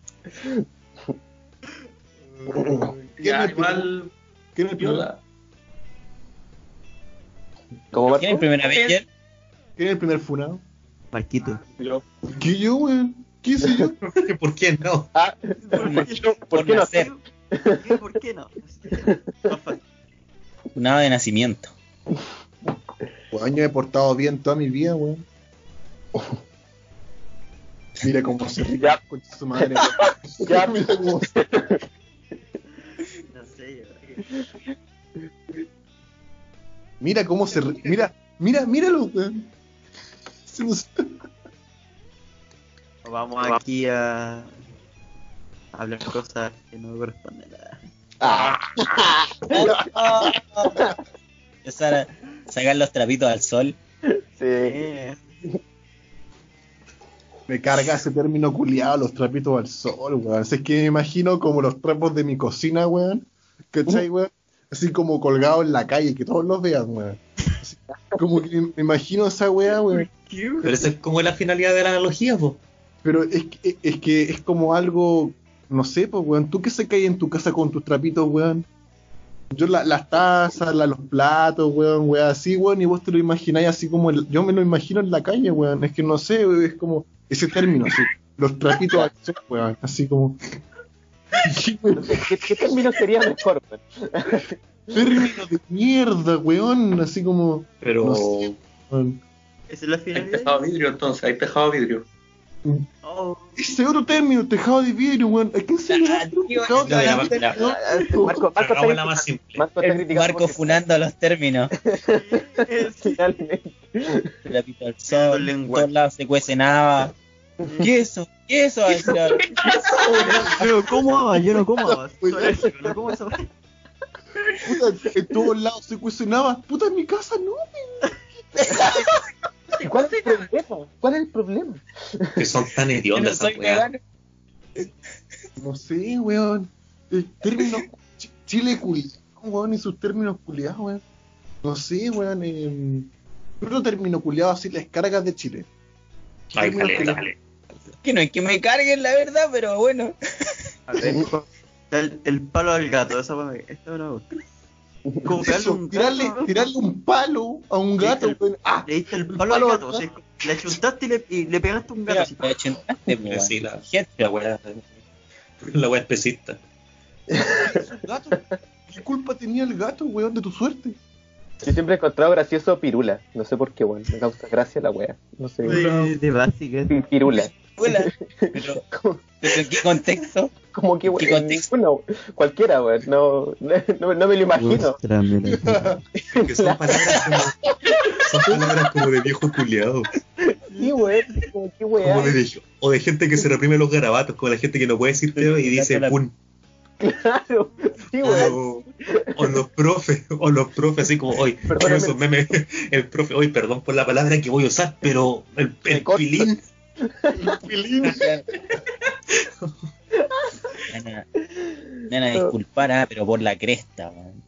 Ya, igual. ¿Quién es el primer? ¿Cómo Marco? ¿Quién es el primer Avenger? ¿Quién es el primer funado? Marquito. Yo. ¿Qué yo, weón? ¿Qué hice yo? ¿Por qué no? Ah, ¿por qué no nacer. hacer? ¿Por qué no? Funado de nacimiento. Weón, yo me he portado bien toda mi vida, weón. Mira cómo se ríe Ya. con su madre. Ya. Mira cómo se... No sé, Mira cómo se ríe. Míralo, weón. Se nos- vamos aquí a hablar cosas que no corresponden Ah, Empezar a sacar los trapitos al sol. sí. Me carga ese término culiado, los trapitos al sol, weón. Es que me imagino como los trapos de mi cocina, weón. ¿Cachai, weón? Así como colgados en la calle, que todos los vean, weón. Así, como que me imagino esa weá, weón. Pero esa es como la finalidad de la analogía, po. Pero es que es como algo, no sé, pues, weón. ¿Tú qué se cae en tu casa con tus trapitos, weón? Yo las tazas, los platos, weón, así, weón, y vos te lo imagináis así como, yo me lo imagino en la calle, weón. Es que no sé, weón, es como ese término, así, los trapitos al sol, weón, así como... ¿Qué término sería mejor, weón? Término de mierda, weón, así como... Pero No sé, weón. Esa es la Hay finalidad. tejado vidrio, entonces. Hay tejado vidrio. Oh, Ese otro término, tejado de vidrio, weón. ¿A quién se le da tejado de la- vidrio, la- weón? Marco hagamos está la más simple. Marco está El criticando Marco porque- funando los términos. finalmente. Trapito al Creando sol, en lenguaje. todos lados se cuece nada. ¿Qué eso? ¿Qué eso? Va a decir ahora. Yo no como habas. Soy alérgico, no como esa weá. Puta, en todos lados se cuestionaba. Puta, en mi casa no. ¿Cuál es el problema? ¿Cuál es el problema? Que son tan Yo no hediondas soy esas weas. vegano. No sé, weón. El término Chile culiado, weón, y sus términos culiados, weón. No sé, weón. Otro término culiado así, las cargas de Chile. Ay, caleta. Que no es que me carguen, la verdad, pero bueno. El palo al gato, esa weá. Esta weá me gusta. Como pegarle Eso, un gato. tirarle un palo a un gato, weón. Ah, Le diste el palo al gato, o sea, le chuntaste y le pegaste un gato Mira, así. me chuntaste, po, Sí, weón. la wea. La wea especista. gato. ¿Qué culpa tenía el gato, weón, de tu suerte? Yo siempre he encontrado gracioso Pirula. No sé por qué, weón. Me causa gracia la wea. No sé. De básica. Pirula. Hola. Pero ¿en qué contexto? Como que, ¿Qué weón. contexto? Bueno, cualquiera, weón. No me lo imagino. Que son palabras como de viejo culiado. Sí, weón. Como que weá. Como de viejo. O de gente que se reprime los garabatos, como la gente que no puede decir feo y dice pun. Claro. Sí, weón. O los profes, así como hoy, Perdóname. esos memes, el profe, hoy perdón por la palabra que voy a usar, pero el pilín. Nana, disculpar, pero por la cresta, weón.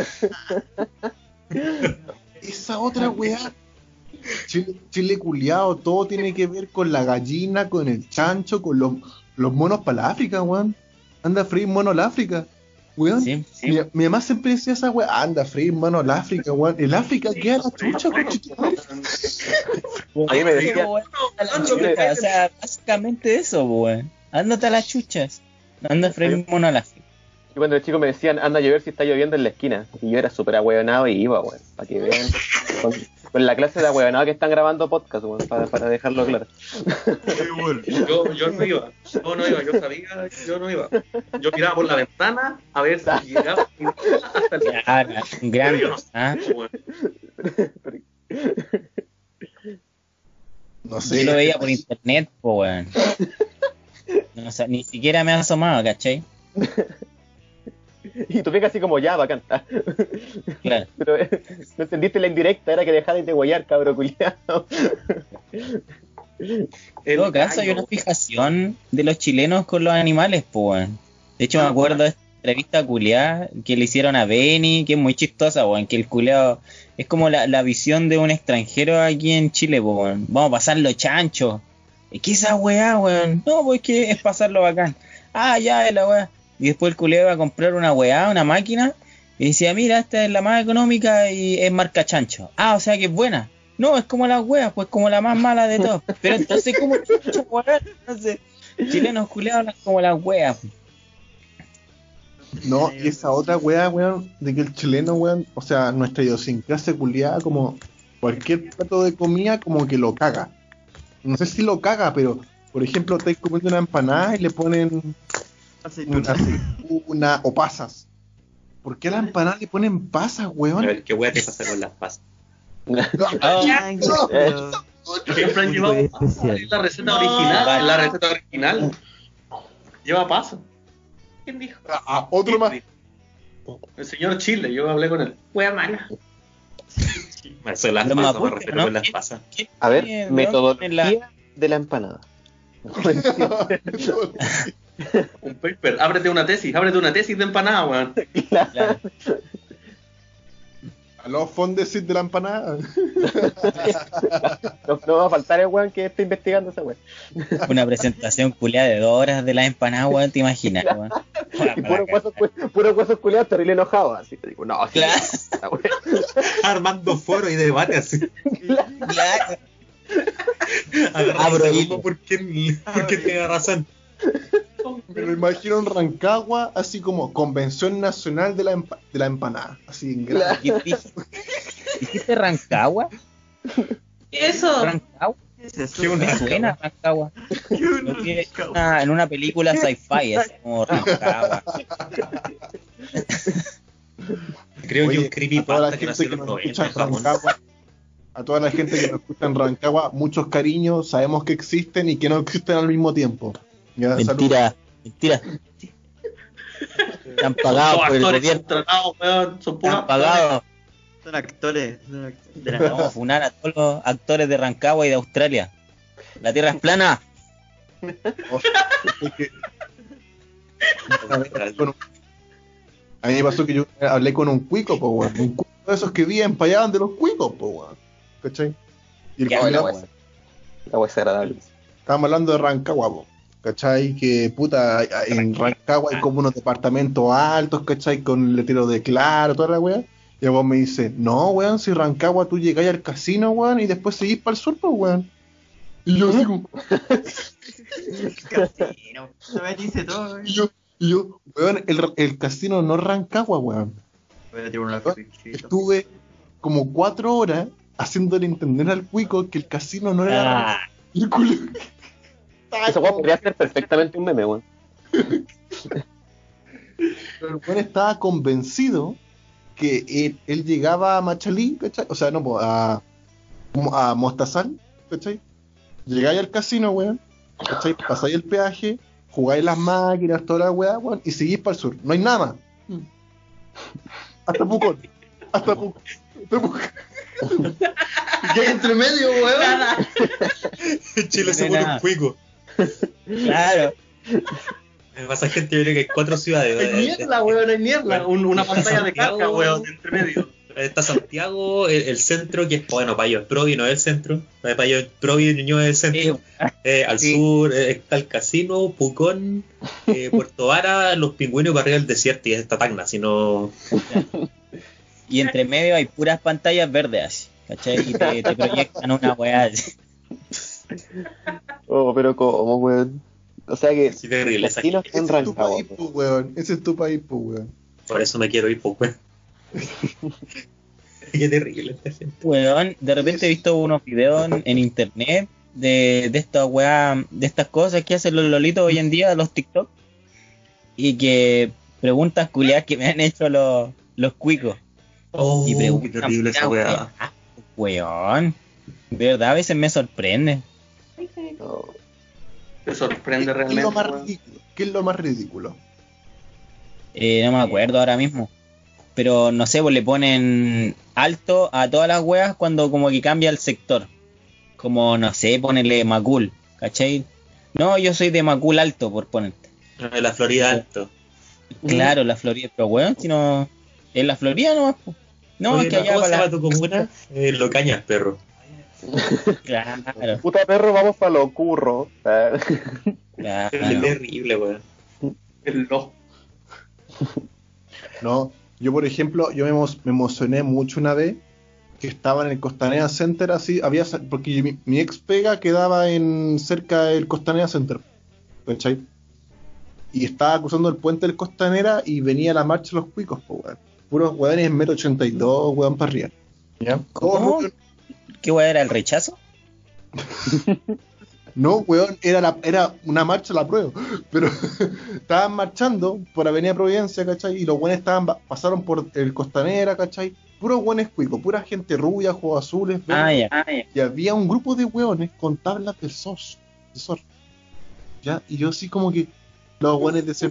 Esa otra weá. Chile culiado, todo tiene que ver con la gallina, con el chancho, con los monos para la África, weón. Anda a freír mono al África, weón. Sí. Mi mamá siempre decía esa weá, anda a freír mono al África, weón. El África queda la chucha, weón. A mí me decía, Weón, a la chucha, o sea, básicamente eso, weón. Ándate a las chuchas. Anda a freír mono a la África. y cuando los chicos me decían, anda a llover si está lloviendo en la esquina. Y yo era súper ahueonado y iba, weón. Para que vean. Con la clase de ahueonado que están grabando podcast, weón. Para dejarlo claro. Yo no iba, yo sabía que yo no iba. Yo miraba por la ventana a ver si llegaba hasta el Ya, un grande, Pero yo no sé, ¿ah? weón. No Yo sé. lo veía por internet, po, weón. No, o sea, ni siquiera me ha asomado, ¿cachai? Y tú ves así como ya, bacán. Claro. Pero no entendiste la indirecta, era que dejaras de guayar, cabro culiado. En todo caso, hay una fijación de los chilenos con los animales, po, weón. De hecho, me acuerdo de esta entrevista culiada que le hicieron a Benny, que es muy chistosa, weón. Que el culiado es como la visión de un extranjero aquí en Chile, po, weón. Vamos a pasarlo chancho. ¿Qué es esa weá, weón? No, pues que es pasarlo bacán. Ah, ya, es la weá. Y después el culiado iba a comprar una weá, una máquina, y decía, mira, esta es la más económica y es marca chancho. Ah, o sea que es buena. No, es como las weas, pues como la más mala de todas. Pero entonces, ¿cómo chucha, weón? Entonces, chilenos culiados hablan como las weas. No, y esa otra weá, weón, de que el chileno, weón, o sea, nuestra idiosincrasia culiada, como cualquier plato de comida, como que lo caga. No sé si lo caga, pero, por ejemplo, estáis comiendo una empanada y le ponen una o pasas. ¿Por qué a la empanada le ponen pasas, A weón? ver, qué wea te pasa con las pasas. Siempre han llevado la receta original. La receta original lleva paso. ¿Quién dijo? Otro más. El señor Chile, yo hablé con él. Wea mala. Eso de las Los pasas, me mapuches, refiero ¿no? con las pasas. A ver, ¿De metodología de la empanada. Un paper. Ábrete una tesis de empanada, weón. Claro. A los fondesit de la empanada. No va a faltar el weón que esté investigando esa weón. Una presentación culiada de 2 horas de las empanadas, weón, te imaginas, weón. Y puro huesos culiados terrible enojados. Así te digo, no, sí, Claro. esa weón. Armando foro y debate así. Claro. Abro hilo. ¿Por qué tiene razón? Me lo imagino en Rancagua, así como Convención Nacional de la Empanada. Así en grande. ¿Qué dijiste? ¿Dijiste Rancagua? Eso. ¿Rancagua? ¿Qué es eso? Me suena Rancagua. Creo que en una película sci-fi, así como Rancagua. Creo que Oye, un a toda creepypasta la que gente nació que en los nos 90 escucha en en Japón. Rancagua, a toda la gente que nos escucha en Rancagua, muchos cariños, sabemos que existen y que no existen al mismo tiempo. Ya, Mentira. Están pagados por el gobierno. Son puros Están pagados. Son actores. Vamos a funar a todos los actores de Rancagua y de Australia. La tierra es plana. A mí me pasó que yo hablé con un cuico, po, weón. Un cuico de esos que viven para allá de los cuicos, po, weón. ¿Cachai? Y el Qué culiao- buena, weón. La weá es agradable. estábamos hablando de Rancagua, po. ¿Cachai? Que puta, en Rancagua hay como unos departamentos altos, ¿cachai? Con letrero de claro, toda la weá. Y el weón me dice, no, weón, si Rancagua tú llegáis al casino, weón, y después seguís para el sur, pues, weón. Y yo así como, Casino. No me dice todo. y yo, weón, el casino no es Rancagua, weón. Voy a tirar una Estuve como 4 horas haciéndole entender al cuico que el casino no era Ah, y el culo. Esa weá podría ser perfectamente un meme, weón. Pero el weón estaba convencido que él llegaba a Machalí, ¿cachai? O sea, no, po, a Mostazal, ¿cachai? Llegáis al casino, weón, ¿cachai? Pasáis el peaje, jugáis las máquinas, toda la weá, weón, y seguís para el sur. No hay nada más. Hasta Pucón. ¿Qué hay entre medio, weón? Nada. Chile se No pone nada. un cuico. claro. Me pasa gente, yo creo que hay 4 ciudades. Hay niebla, weón, hay niebla. Una pantalla de Santiago, caca, weón, entre medio. Está Santiago, el centro, que es, bueno, para ellos es Provi, no es el centro. Para ellos Provi, Ñuñoa es el centro. Al Sí. sur está el casino, Pucón, Puerto Vara, los pingüinos para arriba del desierto y esta Tacna, sino... Y entre medio hay puras pantallas verdes así, ¿cachai? Y te proyectan una weá así. Oh, pero ¿cómo, weón? O sea que Sí, terrible esa casinos gente. en Ese es tu Rancagua, país, pues, weón. Ese es tu país, pues, weón. Por eso me quiero ir, pues, weón. Qué terrible esta gente. Weón, de repente he visto unos videos en internet de estas weá, de estas cosas que hacen los lolitos hoy en día, los TikTok, y que preguntas culiadas que me han hecho los cuicos. Oh, Y qué preguntan, terrible esa weá. Weón, de verdad a veces me sorprende. No. Te sorprende ¿Qué es lo realmente, más weón. ridículo? ¿Qué es lo más ridículo? No me acuerdo ahora mismo. Pero no sé, pues le ponen alto a todas las weas cuando como que cambia el sector. Como, no sé, ponerle Macul, ¿cachai? No, yo soy de Macul alto, por ponerte. La Florida alto. Claro, la Florida, pero weón, si no... ¿En la Florida no? No, Oye, es que allá ¿cómo se para llama tu comuna? Lo Cañas, perro. Claro, Puta perro, vamos para lo curro. Es claro. terrible, weón. El no. No, yo por ejemplo, me emocioné mucho una vez que estaba en el Costanera Center, así, porque mi ex pega quedaba cerca del Costanera Center, ¿cachai? Y estaba cruzando el puente del Costanera y venía la marcha de los cuicos, po, weón. Puros weones en 1,82 m, weón, para arriba. ¿Ya? ¿Cómo? ¿Qué wea era el rechazo? No, weón, era una marcha a la prueba. Pero estaban marchando por Avenida Providencia, ¿cachai? Y los weones pasaron por el Costanera, ¿cachai? Puros weones cuicos, pura gente rubia, ojos azules, verdes. Y había un grupo de weones con tablas de surf. ¿Ya? Y yo así como que los weones decían,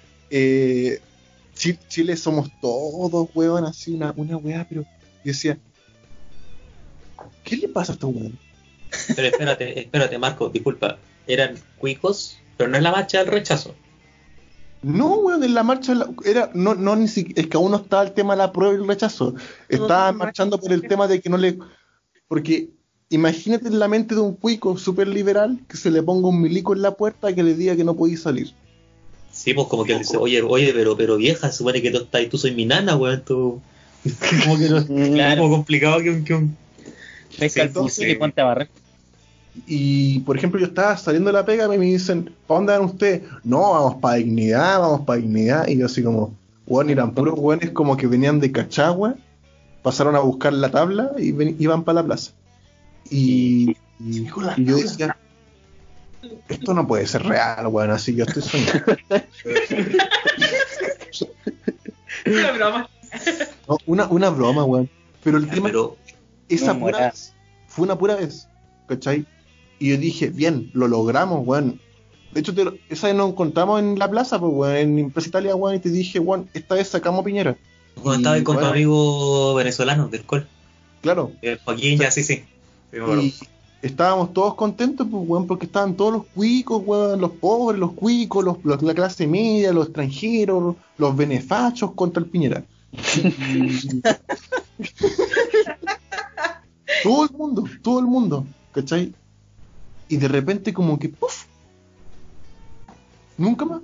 Chile somos todos, weón, así, una weá, pero yo decía, ¿qué le pasa a estos weones? Pero espérate, Marco, disculpa. Eran cuicos, pero no es la marcha del rechazo. No, weón, en la marcha no ni siquiera, es que aún no estaba el tema de la prueba y el rechazo. Estaban marchando por el tema de que no le... Porque imagínate en la mente de un cuico súper liberal que se le ponga un milico en la puerta que le diga que no podía salir. Sí, pues como que él dice, oye, pero vieja, supone que tú estás, tú soy mi nana, weón, tú... como que no, Claro. es como complicado que un... Pesca el entonces- fusil y ponte a barrer. Y, por ejemplo, yo estaba saliendo de la pega y me dicen, ¿para dónde van ustedes? No, vamos para dignidad. Y yo así como, weón, eran puros weones como que venían de Cachagua, pasaron a buscar la tabla y iban para la plaza. Y yo decía, esto no puede ser real, weón, así yo estoy soñando. Una broma. No, una broma, weón. Pero el tema Pero esa No, pura, fue una pura vez, ¿cachai? Y yo dije, bien, lo logramos, weón. De hecho, esa vez nos encontramos en la plaza, pues, weón, en Impresa Italia, weón, y te dije, weón, esta vez sacamos a Piñera. Cuando estaba ahí con tu bueno, amigo venezolano del Col. Claro. Joaquín, ya, sí. Y estábamos todos contentos, pues, weón, porque estaban todos los cuicos, weón, los pobres, los cuicos, la clase media, los extranjeros, los benefachos contra el Piñera. Todo el mundo, ¿cachai? Y de repente como que, ¡puf! Nunca más.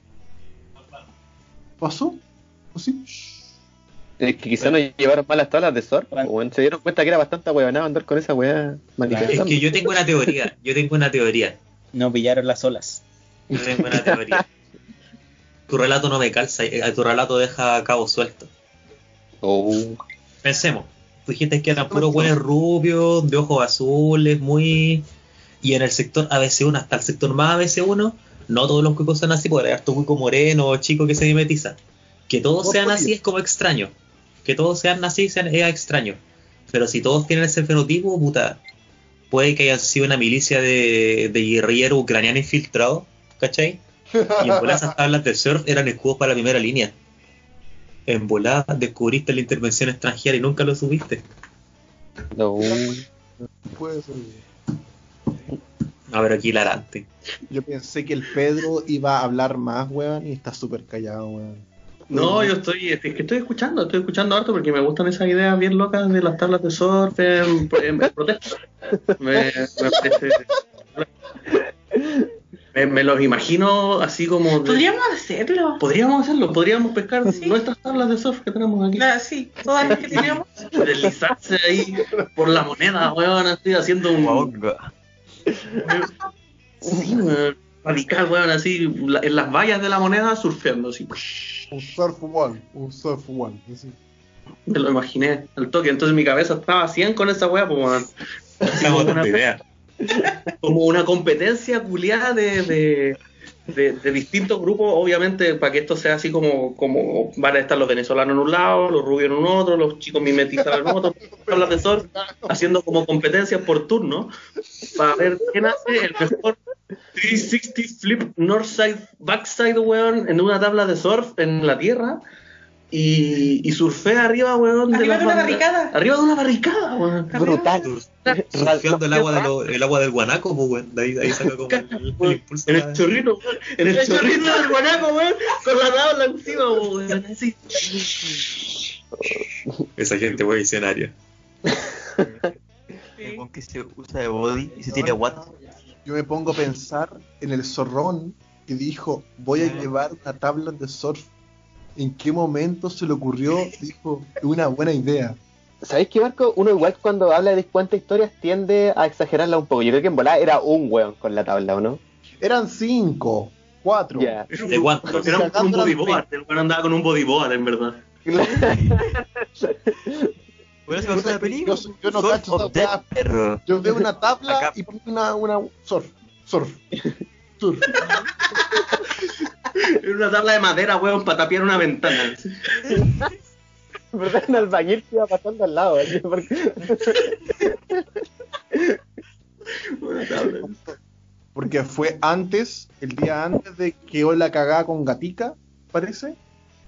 ¿Pasó? ¿Así? Es que quizás no llevaron mal las tablas de surf, weón. Se dieron cuenta que era bastante huevonado andar con esa weá manifestando. Es que yo tengo una teoría. No pillaron las olas. Yo tengo una teoría. Tu relato no me calza, tu relato deja cabos sueltos. Pensemos, tú dijiste que eran puros buenos rubios, de ojos azules, muy... Y en el sector ABC1, hasta el sector más ABC1, no todos los cuicos son así, porque hay harto cuico moreno, chico que se mimetiza. Que todos sean así es como extraño. Que todos sean así es extraño. Pero si todos tienen ese fenotipo, puta, puede que hayan sido una milicia de guerrilleros ucranianos infiltrados, ¿cachai? Y en volada esas tablas de surf eran escudos para la primera línea. En volada descubriste la intervención extranjera y nunca lo subiste. No. Puede ser. A ver, aquí hilarante. Yo pensé que el Pedro iba a hablar más, weón, y está súper callado, weón. No, yo estoy escuchando harto porque me gustan esas ideas bien locas de las tablas de surf en protesta. Me los imagino así como... Podríamos hacerlo. Podríamos pescar nuestras tablas de surf que tenemos aquí. Claro, sí, todas las que tenemos. Deslizarse ahí por la moneda, weón, estoy haciendo un... Sí, weón. Radical, weón, así, en las vallas de la moneda surfeando, así. Un surf one, así. Me lo imaginé al toque, entonces mi cabeza estaba 100 con esa weá, pues, weón. Como una competencia culiada de distintos grupos, obviamente, para que esto sea así como van a estar los venezolanos en un lado, los rubios en un otro, los chicos mimetizados en otro, tablas de surf, haciendo como competencias por turno, para ver quién hace el mejor 360 flip northside, backside, weón, en una tabla de surf en la tierra. Y surfea arriba, weón. Arriba de una barricada. Arriba de una barricada, weón. Brutal. Surfeando el agua del guanaco, pues, weón. De ahí saca como el impulso. En el chorrito, weón. En el chorrito del guanaco, weón. Con la tabla encima, weón. Así. Esa gente fue visionaria. Con que se usa de body y se tiene guata. Yo me pongo a pensar en el zorrón que dijo, voy a llevar una tabla de surf. ¿En qué momento se le ocurrió? Dijo, una buena idea. ¿Sabéis qué, Marco? Uno igual cuando habla de cuentas historias tiende a exagerarla un poco. Yo creo que en volada era un weón con la tabla, ¿o no? Eran 5, 4. Ya. ¿De cuántos? Era un bodyboard. El weón andaba con un bodyboard, en verdad. Por eso me gusta la película. Yo no cacho esa weá. Perro. Yo veo una tabla Acá. y pongo una surf. Era una tabla de madera, weón, para tapiar una ventana. ¿Verdad? Un albañil que iba pasando al lado. ¿Sí? Una tabla. Porque fue antes, el día antes de que yo la cagaba con Gatica, parece.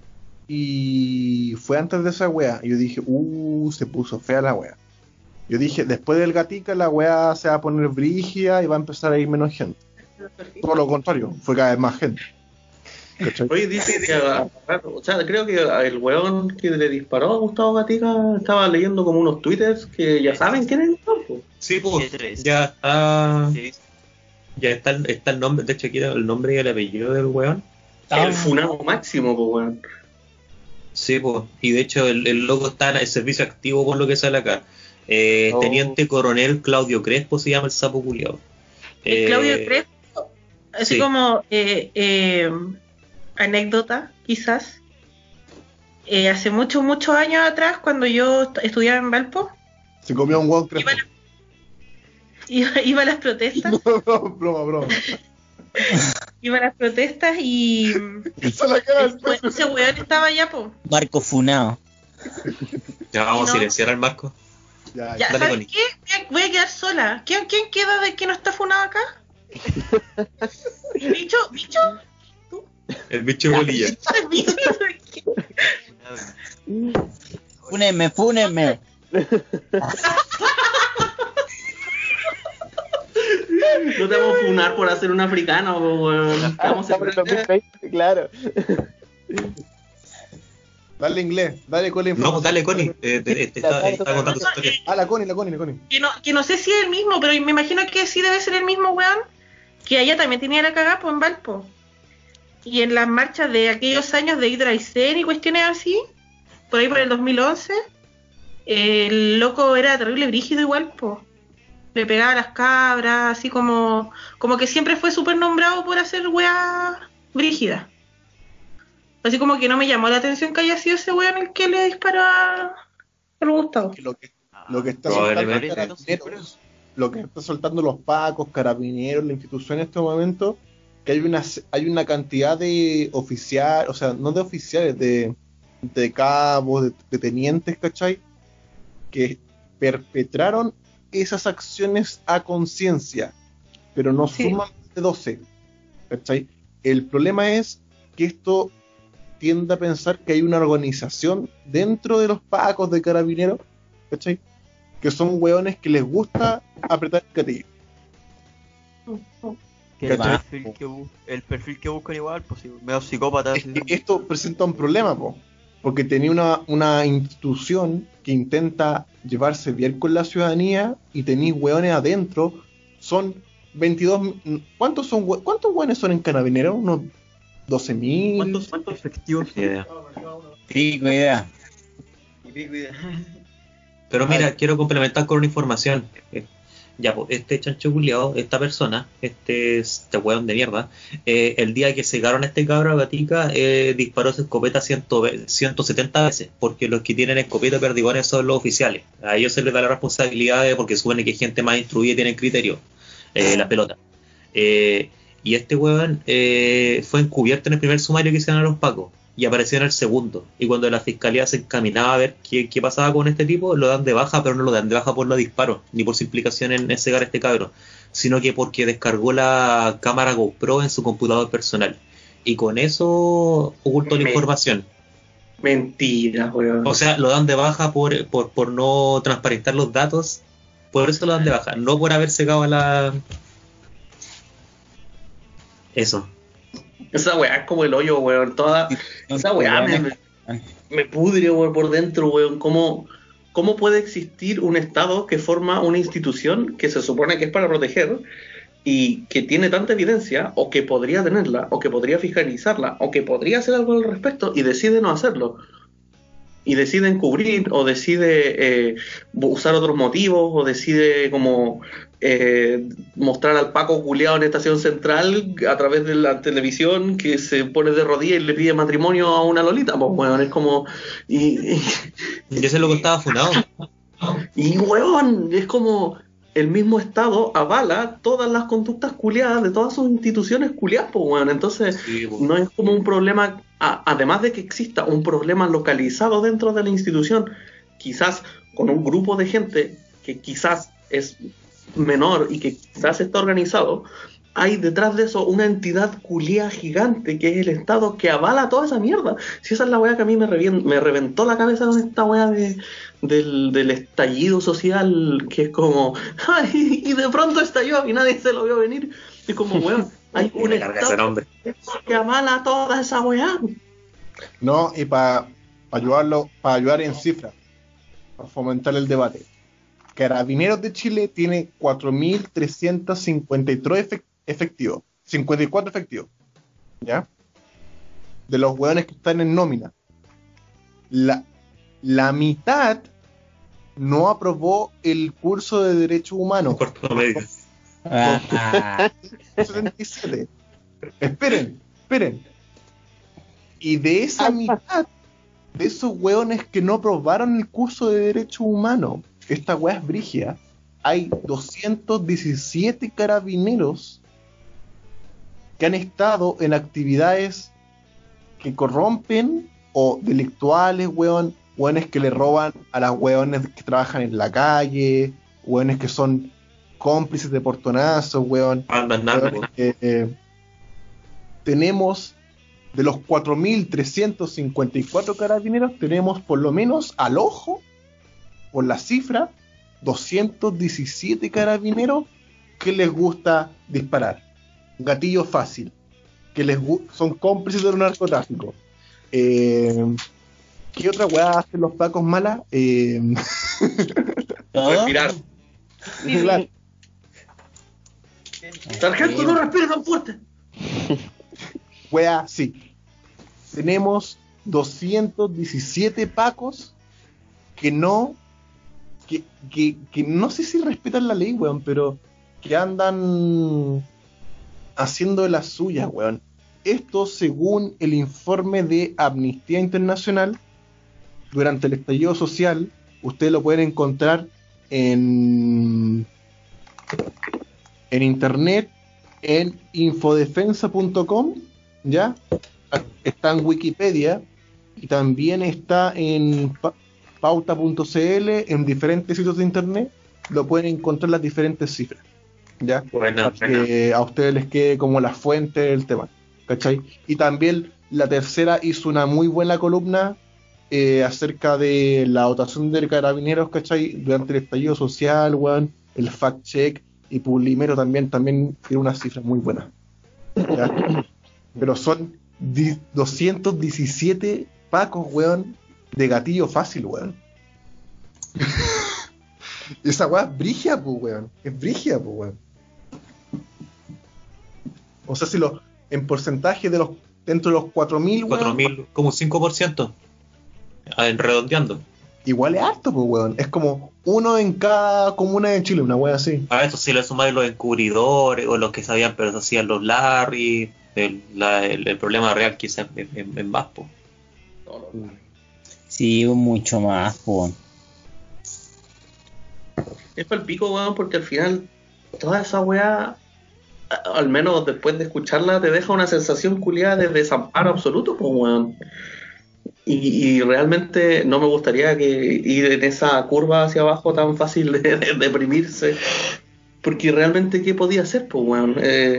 Y fue antes de esa wea. Y yo dije, se puso fea la wea. Yo dije, después del Gatica la wea se va a poner brígida y va a empezar a ir menos gente. Todo lo contrario, fue cada vez más gente. ¿Cachai? Oye, dice que, o sea, creo que el weón que le disparó a Gustavo Gatica estaba leyendo como unos twitters que ya saben quién es el campo. Sí, pues, G3. ya está. Sí. Ya está el nombre, de hecho aquí era el nombre y el apellido del weón. El funado máximo, pues, weón. Sí, pues, y de hecho el loco está en el servicio activo por lo que sale acá. Teniente Coronel Claudio Crespo se llama el sapo culiao. Claudio Crespo, así sí. como anécdota, quizás. Hace muchos años atrás, cuando yo estudiaba en Valpo, Se comió un hueón Crespo. iba a las protestas. Broma. Iba a las protestas y Esa la cara del Crespo. ese weón estaba allá, po. Marco Funao. Ya vamos No. a silenciar al Marco. Ya, Ya, Dale, ¿sabes Connie. qué? Voy a quedar sola. ¿Quién queda de que no está funado acá? ¿Bicho? El bicho bolilla. ¿Bicho? Fúnenme. No te vamos a funar por hacer un africano, po, weón. Vamos a Estamos en 2020, claro. Dale inglés, dale con la No, información. dale, Connie. Está contando su historia. Ah, la Connie. Que no sé si es el mismo, pero me imagino que sí debe ser el mismo weón. Que allá también tenía la cagada, pues, en Valpo. Y en las marchas de aquellos años de Hydraisen y cuestiones así, por ahí por el 2011, el loco era terrible brígido igual, pues. Le pegaba a las cabras, así como que siempre fue súper nombrado por hacer weas brígidas. Así como que no me llamó la atención que haya sido ese weón el que le disparó a Gustavo. Que lo que está Probablemente. soltando Carabineros, lo que está soltando los pacos, carabineros, la institución en este momento, que hay una cantidad de oficiales, o sea, no de oficiales, de cabos, de tenientes, ¿cachai? Que perpetraron esas acciones a conciencia, pero no Sí. suman de 12, ¿cachai? El problema es que esto tiende a pensar que hay una organización dentro de los pacos de carabineros, ¿cachai? Que son hueones que les gusta apretar el gatillo. Que el ¿Cachai? perfil que buscan igual, pues sí, medio psicópata. Es que esto presenta un problema, porque tenía una institución que intenta llevarse bien con la ciudadanía y tenéis hueones adentro. Son 22. ¿Cuántos hueones son en carabineros? ¿Unos 12.000? ¿Cuántos efectivos? Ni idea. Pico idea. Pero mira, quiero complementar con una información. Ya, pues, este chancho culiao, esta persona, este weón de mierda, el día que cegaron a este cabro a Gatica, disparó su escopeta 170 veces, porque los que tienen escopeta perdigones son los oficiales. A ellos se les da la responsabilidad porque supone que hay gente más instruida y tiene criterio, la pelota. Y este weón fue encubierto en el primer sumario que hicieron a los pacos y apareció en el segundo. Y cuando la fiscalía se encaminaba a ver qué pasaba con este tipo, lo dan de baja, pero no lo dan de baja por los disparos, ni por su implicación en cegar a este cabro, sino que porque descargó la cámara GoPro en su computador personal. Y con eso ocultó la información. Mentira, weón. O sea, lo dan de baja por no transparentar los datos. Por eso lo dan de baja, no por haber cegado a la... Eso. Esa weá es como el hoyo, weón. Esa weá me pudre, weón, por dentro, weón. ¿Cómo puede existir un Estado que forma una institución que se supone que es para proteger y que tiene tanta evidencia, o que podría tenerla, o que podría fiscalizarla, o que podría hacer algo al respecto, y decide no hacerlo? Y decide encubrir, o decide usar otros motivos, o decide como mostrar al Paco culiao en Estación Central a través de la televisión, que se pone de rodillas y le pide matrimonio a una lolita. Pues weón, es como... Y ese es lo que estaba fundado. Y weón, es como... El mismo Estado avala todas las conductas culiadas de todas sus instituciones culiadas, pues weón. Entonces, Sí, pues. no es como un problema, además de que exista un problema localizado dentro de la institución, quizás con un grupo de gente que quizás es menor y que quizás está organizado, hay detrás de eso una entidad culiada gigante que es el Estado, que avala toda esa mierda. Si esa es la weá que a mí me reventó la cabeza con esta weá del estallido social, que es como, ay, y de pronto estalló y nadie se lo vio venir. Es como, weón, hay un Me carga ese Estado nombre. que avala toda esa weá. No, y para ayudar en cifras, para fomentar el debate. Carabineros de Chile tiene 4.353 efectivos, 54 efectivos, ¿ya? De los hueones que están en nómina. La mitad no aprobó el curso de Derechos Humanos. Cuarto medio. 77. Esperen. Y de esa mitad, de esos hueones que no aprobaron el curso de Derechos Humanos, esta hueá es brígida, hay 217 carabineros que han estado en actividades que corrompen o delictuales, weón, hueones que le roban a las hueones que trabajan en la calle, hueones que son cómplices de portonazos, hueón. Tenemos de los 4.354 carabineros, tenemos por lo menos al ojo, por la cifra, 217 carabineros que les gusta disparar. Gatillo fácil. Que son cómplices del narcotráfico. ¿Qué otra weá hacen los pacos malas? Respirar. Claro. Sargento, no respire tan fuerte. Weá, sí. Tenemos 217 pacos que no sé si respetan la ley, weón, pero que andan haciendo de las suyas, weón. Esto según el informe de Amnistía Internacional durante el estallido social. Ustedes lo pueden encontrar en internet, en infodefensa.com, ¿ya? Está en Wikipedia y también está en pauta.cl, en diferentes sitios de internet lo pueden encontrar las diferentes cifras, ¿ya? Para que a ustedes les quede como la fuente del tema, ¿cachai? Y también La Tercera hizo una muy buena columna acerca de la dotación de carabineros, ¿cachai? Durante el estallido social, weón, el fact check, y Publimero también tiene unas cifras muy buenas, ¿ya? Pero son 217 pacos, weón, de gatillo fácil, weón. Esa weá es brígida, pues, weón. Es brígida, pues, weón. O sea, si en porcentaje dentro de los 4.000, weón. 4.000, como 5%. Redondeando. Igual es harto, pues, weón. Es como uno en cada comuna de Chile, una weá así. A eso sí le sumáis los encubridores o los que sabían pero se hacían los Larry. El problema real quizás en más, pues. Sí, mucho más, pues. Es para el pico, weón, porque al final toda esa weá, al menos después de escucharla, te deja una sensación culiada de desamparo absoluto, pues, weón. Y realmente no me gustaría ir en esa curva hacia abajo tan fácil de deprimirse, porque realmente ¿qué podía hacer, pues, weón?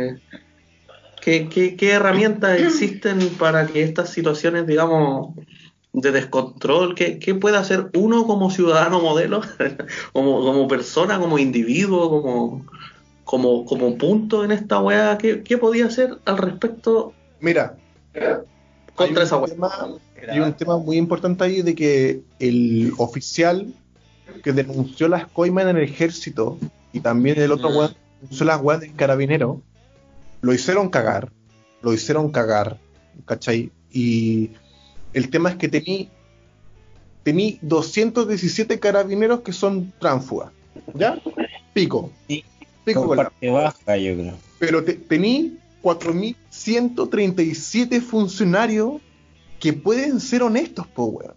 ¿Qué herramientas existen para que estas situaciones, digamos, de descontrol, qué puede hacer uno como ciudadano modelo, como persona, como individuo, como punto en esta weá? ¿Qué podía hacer al respecto? Mira, contra esa weá. Hay un tema muy importante ahí de que el oficial que denunció las coimas en el ejército y también el otro weón denunció las weas del carabinero, lo hicieron cagar, ¿cachai? Y el tema es que tení 217 carabineros que son tránsfugas, ¿ya? Pico con parte baja, yo creo. Pero tení 4.137 funcionarios que pueden ser honestos, po, weón.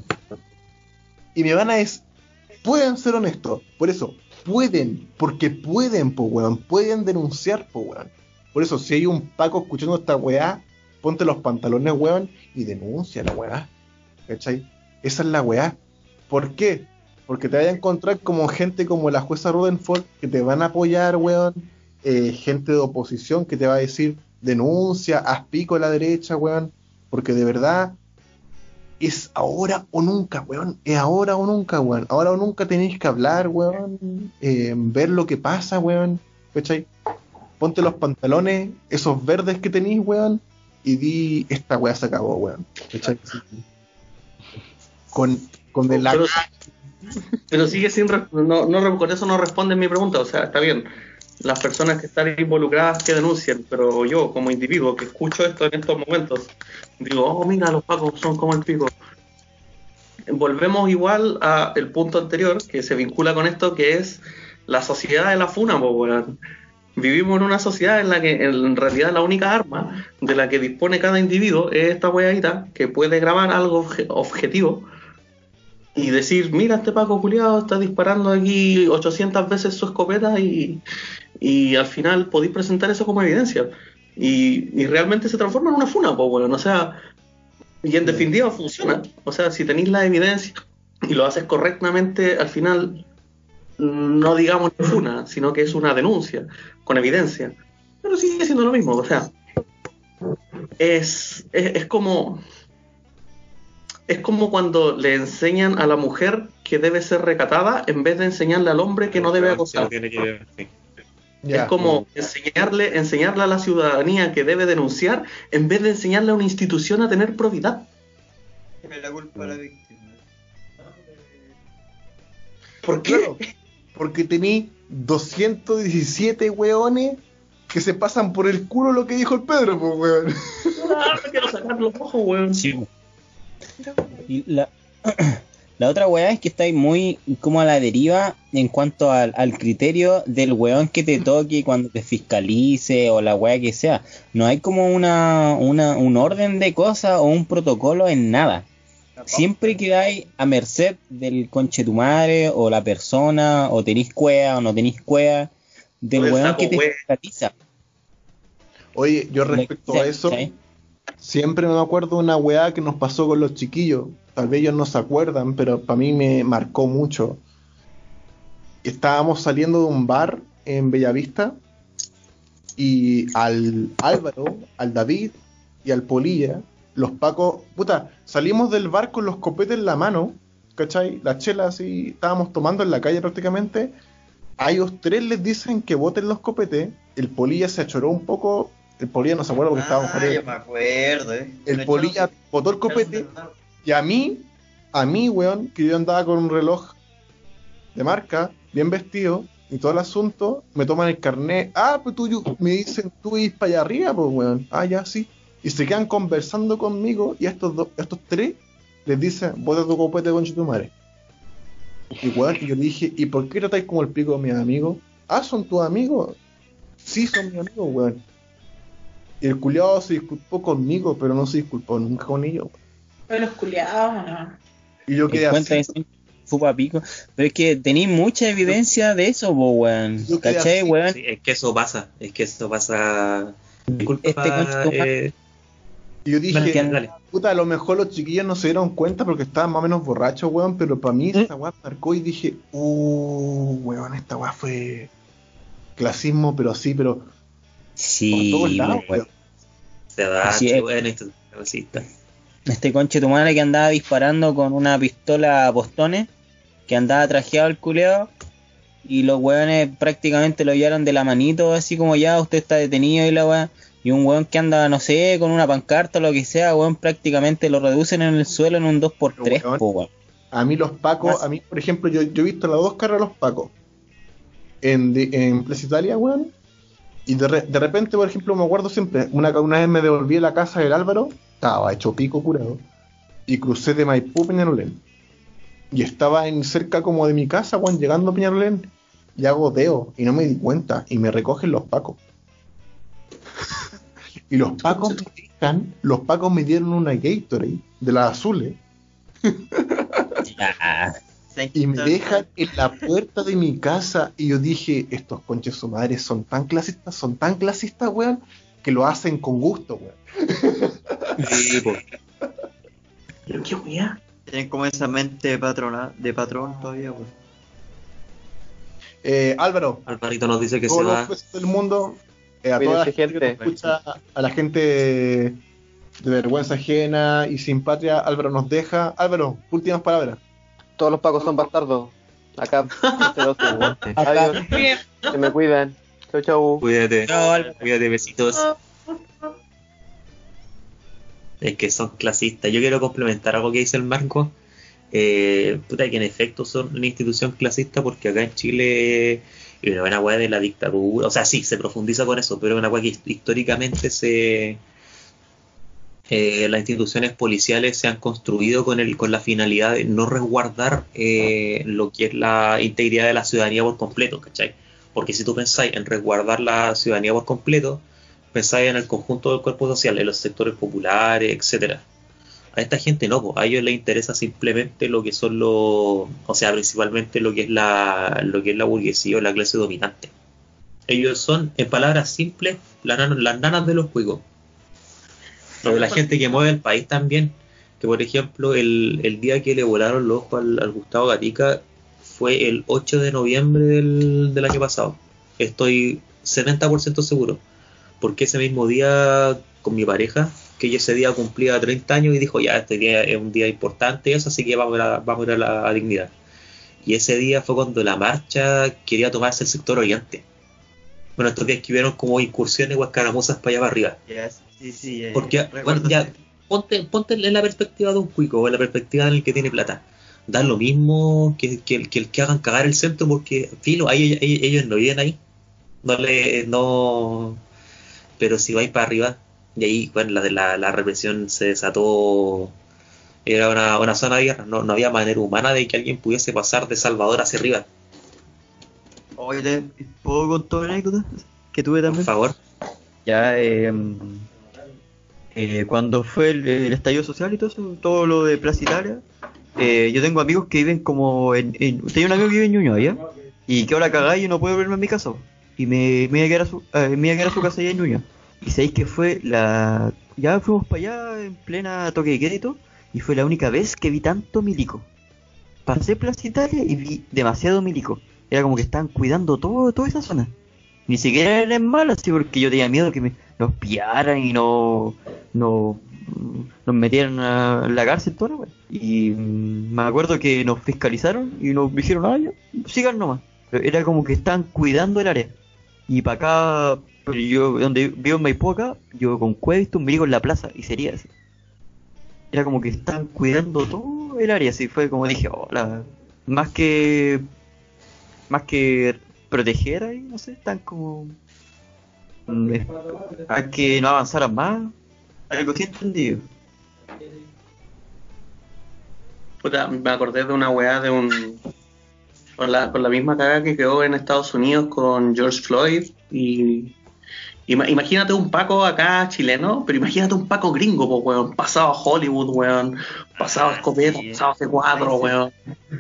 Y me van a decir, pueden ser honestos, por eso, porque pueden, po, weón, pueden denunciar, po, weón. Por eso, si hay un Paco escuchando esta weá, ponte los pantalones, weón, y denuncia la weá, ¿cachai? Esa es la weá. ¿Por qué? Porque te vas a encontrar como gente como la jueza Rudenford que te van a apoyar, weón, gente de oposición que te va a decir, denuncia, haz pico a la derecha, weón, porque de verdad es ahora o nunca, weón, es ahora o nunca, weón, ahora o nunca tenéis que hablar, weón, ver lo que pasa, weón, ¿cachai? Ponte los pantalones, esos verdes que tenéis, weón, y di, esta weá se acabó, weón, ¿cachai? Con el pero sigue sin con eso no responde mi pregunta. O sea, está bien, las personas que están involucradas que denuncien, pero yo como individuo que escucho esto en estos momentos digo, oh, mira, los pacos son como el pico. Volvemos igual a el punto anterior que se vincula con esto, que es la sociedad de la funa, po, weón. Vivimos en una sociedad en la que en realidad la única arma de la que dispone cada individuo es esta weadita que puede grabar algo objetivo y decir, mira, este Paco culiado está disparando aquí 800 veces su escopeta y al final podéis presentar eso como evidencia. Y realmente se transforma en una funa, pues bueno, o sea, Y en definitiva funciona. O sea, si tenéis la evidencia y lo haces correctamente, al final no digamos que es una, sino que es una denuncia con evidencia. Pero sigue siendo lo mismo. O sea, es como cuando le enseñan a la mujer que debe ser recatada en vez de enseñarle al hombre que no debe acosar. Tiene que ver, sí. Ya. Es como enseñarle a la ciudadanía que debe denunciar en vez de enseñarle a una institución a tener probidad. La culpa a la víctima. ¿Por qué? Claro, porque tení 217 weones que se pasan por el culo lo que dijo el Pedro, pues weón. No quiero sacar los ojos, weón. Sí. Y la otra weá es que estáis muy como a la deriva en cuanto al criterio del weón que te toque cuando te fiscalice o la weá que sea. No hay como un orden de cosas o un protocolo en nada. Siempre quedáis a merced del conchetumadre o la persona, o tenéis cueva o no tenéis cueva, del O el weón saco que te wea. fiscaliza. Oye, yo respecto a eso, ¿Sí? siempre me acuerdo de una weá que nos pasó con los chiquillos. Tal vez ellos no se acuerdan, pero para mí me marcó mucho. Estábamos saliendo de un bar en Bellavista y al Álvaro, al David y al Polilla, los pacos, puta, salimos del bar con los copetes en la mano, ¿cachai? La chela así, estábamos tomando en la calle prácticamente. A ellos tres les dicen que boten los copetes. El Polilla se achoró un poco. El Polilla no se acuerda porque estábamos con yo él. me acuerdo, El Polilla botó el copete. Y a mí, weón, que yo andaba con un reloj de marca, bien vestido, y todo el asunto, me toman el carnet. Ah, pues me dicen, tú ir para allá arriba, pues, weón. Ah, ya, sí. Y se quedan conversando conmigo, y a estos tres les dicen, bota tu copete con tu madre. Y, weón, y yo le dije, ¿y por qué tratáis como el pico de mis amigos? Ah, ¿son tus amigos? Sí, son mis amigos, weón. Y el culiado se disculpó conmigo, pero no se disculpó nunca con ellos, weón. Pero los culiados, no. Y yo quedé Cuenta así. eso, fue pa' pico. Pero es que tenéis mucha evidencia de eso, po, weón. Yo quedé ¿Cachai, así, weón? Sí, es que eso pasa. Disculpa, Este conchetumare. Y yo dije, Dale, dale. puta, a lo mejor los chiquillos no se dieron cuenta porque estaban más o menos borrachos, weón, pero para mí esta weá marcó y dije, weón, esta weá fue clasismo, pero así, pero Sí, por todos lados, weón. weón. Se da, Así qué es. bueno esto, racista. Este conche tu madre que andaba disparando con una pistola a postones, que andaba trajeado el culeado, y los weones prácticamente lo llevaron de la manito, así como ya, usted está detenido y la weá. Y un weón que anda, no sé, con una pancarta o lo que sea, weón, prácticamente lo reducen en el suelo en un 2x3, Pero, weón, po, weón. A mí los pacos, a mí, por ejemplo, yo he visto las dos caras de los pacos en Plaza Italia, weón. Y de repente, por ejemplo, me acuerdo siempre, una vez me devolví a la casa del Álvaro, estaba hecho pico curado, y crucé de Maipú a Peñalolén. Y estaba cerca como de mi casa, weón, llegando a Peñalolén, y hago deo, y no me di cuenta, y me recogen los pacos. Y los pacos me dieron una Gatorade de las azules, Ya. y me dejan en la puerta de mi casa, y yo dije, estos conches su madre son tan clasistas, weón, que lo hacen con gusto, weón. Sí, po. Pero qué weá. Tienen como esa mente de patrón todavía, weón. Álvaro, Alvarito nos dice que todos se los va. jueces del mundo, a Cuídense, toda la gente gente. que nos escucha, a la gente de vergüenza ajena y sin patria, Álvaro nos deja. Álvaro, últimas palabras. Todos los pacos son bastardos. Acá, adiós. Bien. Se me cuidan. Chau, chau. Cuídate. Chao, Álvaro. Cuídate, besitos. Es que son clasistas. Yo quiero complementar algo que dice el Marco. Puta, que en efecto son una institución clasista, porque acá en Chile es una weá de la dictadura. O sea, sí, se profundiza con eso, pero es una weá que históricamente las instituciones policiales se han construido con la finalidad de no resguardar lo que es la integridad de la ciudadanía por completo, ¿cachai? Porque si tú pensáis en resguardar la ciudadanía por completo, pensáis en el conjunto del cuerpo social, en los sectores populares, etcétera. A esta gente no, pues a ellos les interesa simplemente lo que son principalmente lo que es la burguesía o la clase dominante. Ellos son, en palabras simples, las nanas de los cuicos. Lo de la gente que mueve el país también, que por ejemplo el día que le volaron los ojos al Gustavo Gatica fue el 8 de noviembre del año pasado. Estoy 70% seguro, porque ese mismo día con mi pareja, que ella ese día cumplía 30 años y dijo, ya, este día es un día importante, eso, así que vamos a ir a la dignidad. Y ese día fue cuando la marcha quería tomarse el sector oriente. Bueno, estos días que hubieron como incursiones o escaramuzas para allá para arriba. Sí, porque, bueno, ya, ponte en la perspectiva de un cuico, o en la perspectiva del que tiene plata. Da lo mismo que el que hagan cagar el centro, porque, filo, ellos no viven ahí. No. Pero si vais para arriba, y ahí, bueno, la represión se desató. Era una zona de guerra, no había manera humana de que alguien pudiese pasar de Salvador hacia arriba. Oye, ¿puedo contar una anécdota que tuve también? Por favor. Ya, cuando fue el estallido social y todo lo de Plaza Italia, yo tengo amigos que viven como tenía un amigo que vive en Ñuñoa, ¿ya? Y que ahora cagá y yo no puedo verme en mi casa. Y me iba a quedar a su casa allá en Ñuñoa. Y sabéis que fue ya fuimos para allá en plena toque de queda y todo, y fue la única vez que vi tanto milico. Pasé Plaza Italia y vi demasiado milico. Era como que estaban cuidando toda esa zona. Ni siquiera eran malas, así, porque yo tenía miedo que nos pillaran y nos metieran a la cárcel toda la wea. Y me acuerdo que nos fiscalizaron y nos dijeron, ya, sigan nomás. Pero era como que estaban cuidando el área. Y para acá, pero yo donde vivo en Maipú acá, yo con cueva he visto un milico en la plaza y sería así. Era como que estaban cuidando todo el área, así fue como dije, más que proteger ahí, no sé, están como a que no avanzaran más, algo así entendido. Puta, me acordé de una weá con la misma caga que quedó en Estados Unidos con George Floyd. Y imagínate un Paco acá chileno, pero imagínate un Paco gringo, po, weón, pasado a Hollywood, weón, pasado a escopeta, pasado a C4, weón.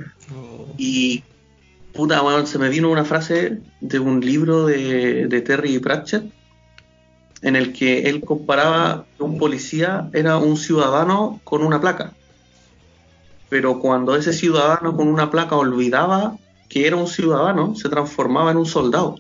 Y puta, weón, se me vino una frase de un libro de Terry Pratchett, en el que él comparaba que un policía era un ciudadano con una placa. Pero cuando ese ciudadano con una placa olvidaba que era un ciudadano, se transformaba en un soldado.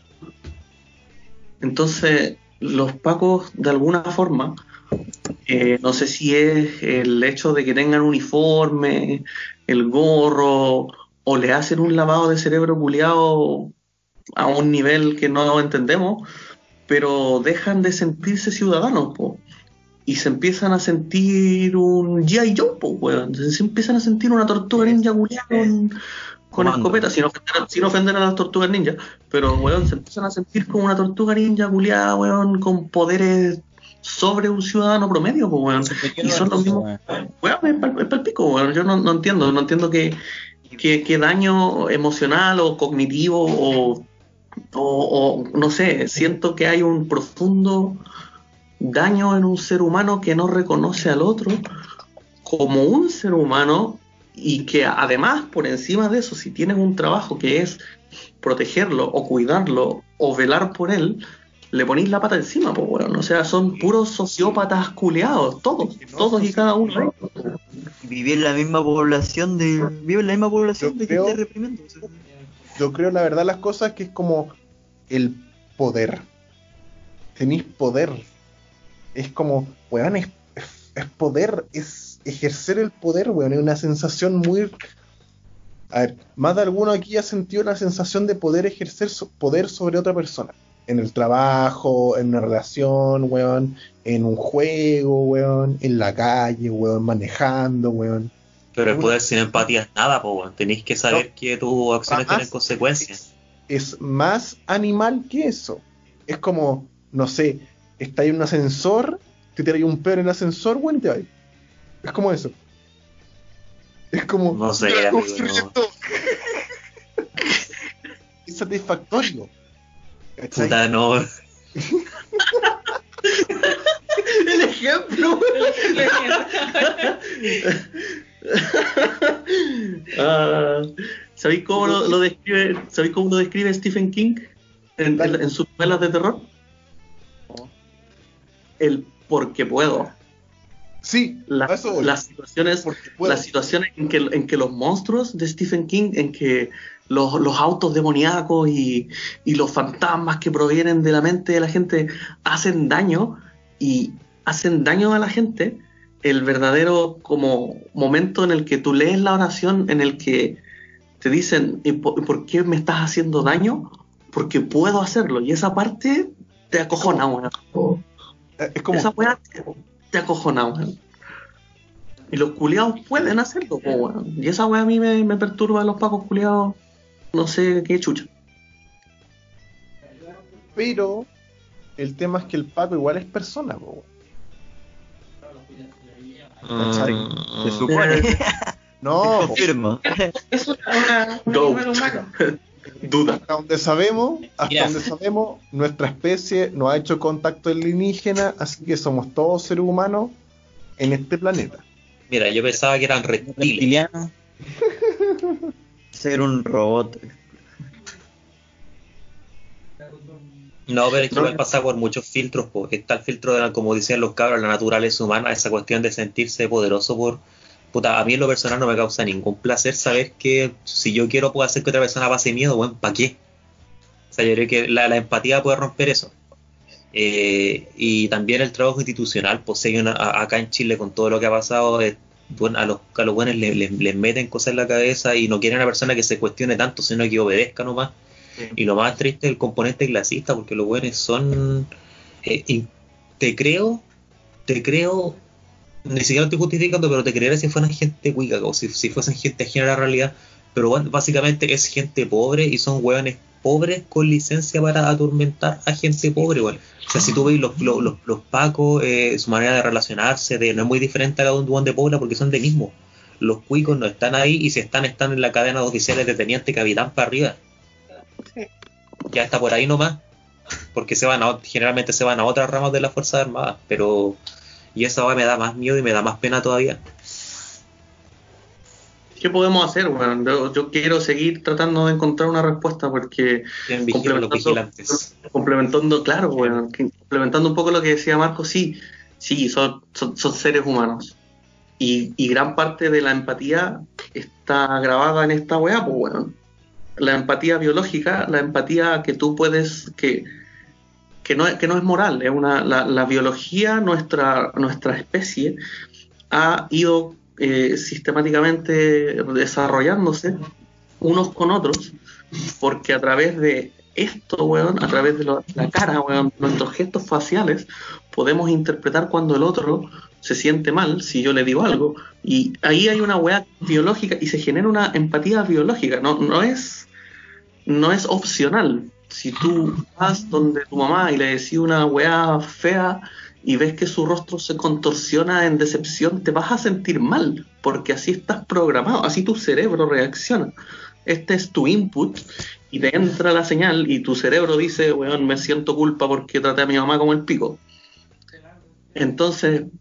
Entonces, los pacos, de alguna forma, no sé si es el hecho de que tengan uniforme, el gorro, o le hacen un lavado de cerebro culiado a un nivel que no entendemos, pero dejan de sentirse ciudadanos, po, y se empiezan a sentir un G.I. Joe, po, weón. Se empiezan a sentir una tortuga ninja culiada con escopeta, sin ofender a las tortugas ninja, pero weón, se empiezan a sentir como una tortuga ninja culiada, weón, con poderes sobre un ciudadano promedio, pues, weón. Y son los mismos, weón, es palpico, weón. Yo no entiendo qué daño emocional o cognitivo o no sé, siento que hay un profundo daño en un ser humano que no reconoce al otro como un ser humano. Y que además, por encima de eso, si tienes un trabajo que es protegerlo o cuidarlo o velar por él, le ponís la pata encima, pues, weón. O sea, son puros sociópatas culeados, todos y cada uno. Vive en la misma población de que esté reprimiendo. Yo creo, la verdad, las cosas que es como el poder. Tenéis poder. Es como, weón, es poder, es ejercer el poder, weón, es una sensación muy... A ver, más de alguno aquí ha sentido la sensación de poder ejercer poder sobre otra persona. En el trabajo, en una relación, weón, en un juego, weón, en la calle, weón, manejando, weón. Pero el poder sin empatía es nada, po, weón. Tenéis que saber que tus acciones tienen consecuencias. Es más animal que eso. Es como, no sé, está ahí en un ascensor, te tiras un pedo en el ascensor, weón, y te vas. Es como eso. Es como... No sé, amigo, no. Es satisfactorio. ¿Cachai? Puta, no. El ejemplo. ¿Sabéis cómo lo describe? ¿Sabéis cómo lo describe Stephen King en sus novelas de terror? El porque puedo. Sí, a eso voy. las situaciones en que los monstruos de Stephen King, en que los autos demoníacos y los fantasmas que provienen de la mente de la gente hacen daño a la gente. El verdadero como momento en el que tú lees la oración, en el que te dicen, ¿por qué me estás haciendo daño? Porque puedo hacerlo. Y esa parte te acojona, weón. Es como... Esa weá te acojona, weón. Y los culiados pueden hacerlo, weón. Y esa weá a mí me perturba, los pacos culiados. No sé qué chucha. Pero el tema es que el Paco igual es persona, po. ¿Cachai? Se supone. No, Confirmo. Es un animal humano. Duda. hasta donde sabemos, nuestra especie no ha hecho contacto alienígena, así que somos todos seres humanos en este planeta. Mira, yo pensaba que eran reptiles. Reptiliano. Ser un robot. No, pero es que igual pasa por muchos filtros, porque está el filtro de, como decían los cabros, la naturaleza humana, esa cuestión de sentirse poderoso por... Puta, a mí en lo personal no me causa ningún placer saber que si yo quiero puedo hacer que otra persona pase miedo, bueno, ¿para qué? O sea, yo creo que la empatía puede romper eso. Y también el trabajo institucional, pues acá en Chile con todo lo que ha pasado, bueno, a los buenos les meten cosas en la cabeza y no quieren a una persona que se cuestione tanto, sino que obedezca nomás. Y lo más triste es el componente clasista, porque los buenos son... te creo, ni siquiera lo estoy justificando, pero te creería si fueran gente cuica, o si fuesen gente ajena a la realidad, pero bueno, básicamente es gente pobre y son hueones pobres con licencia para atormentar a gente pobre, bueno. O sea, si tú veis los pacos, su manera de relacionarse, no es muy diferente a la de un duende de Pobla porque son de mismo. Los cuicos no están ahí y si están en la cadena de oficiales de teniente capitán para arriba. Sí. Ya está por ahí nomás, porque generalmente se van a otras ramas de las Fuerzas Armadas, pero y esa me da más miedo y me da más pena todavía. ¿Qué podemos hacer, weón? Yo quiero seguir tratando de encontrar una respuesta porque complementando, claro, weón, complementando un poco lo que decía Marco, sí, son seres humanos. Y gran parte de la empatía está grabada en esta weá, pues weón. La empatía biológica, la empatía que tú puedes, que no es moral, es la biología, nuestra especie ha ido sistemáticamente desarrollándose unos con otros, porque a través de esto, weón, a través de la cara, weón, nuestros gestos faciales, podemos interpretar cuando el otro se siente mal, si yo le digo algo, y ahí hay una weá biológica y se genera una empatía biológica, no es opcional. Si tú vas donde tu mamá y le decís una weá fea y ves que su rostro se contorsiona en decepción, te vas a sentir mal, porque así estás programado, así tu cerebro reacciona. Este es tu input y te entra la señal y tu cerebro dice, weón, me siento culpa porque traté a mi mamá como el pico. Entonces,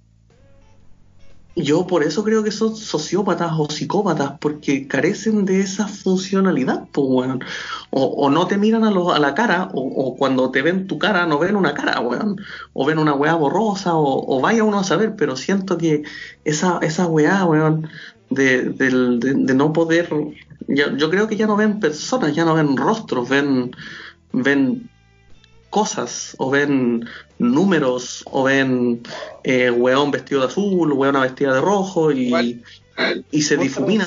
yo por eso creo que son sociópatas o psicópatas, porque carecen de esa funcionalidad, pues weón. O no te miran a la cara, o cuando te ven tu cara, no ven una cara, weón. O ven una weá borrosa, o vaya uno a saber, pero siento que esa weá, weón, de no poder... Yo creo que ya no ven personas, ya no ven rostros, ven cosas, o ven números, o ven weón vestido de azul, weona vestida de rojo, y se difumina.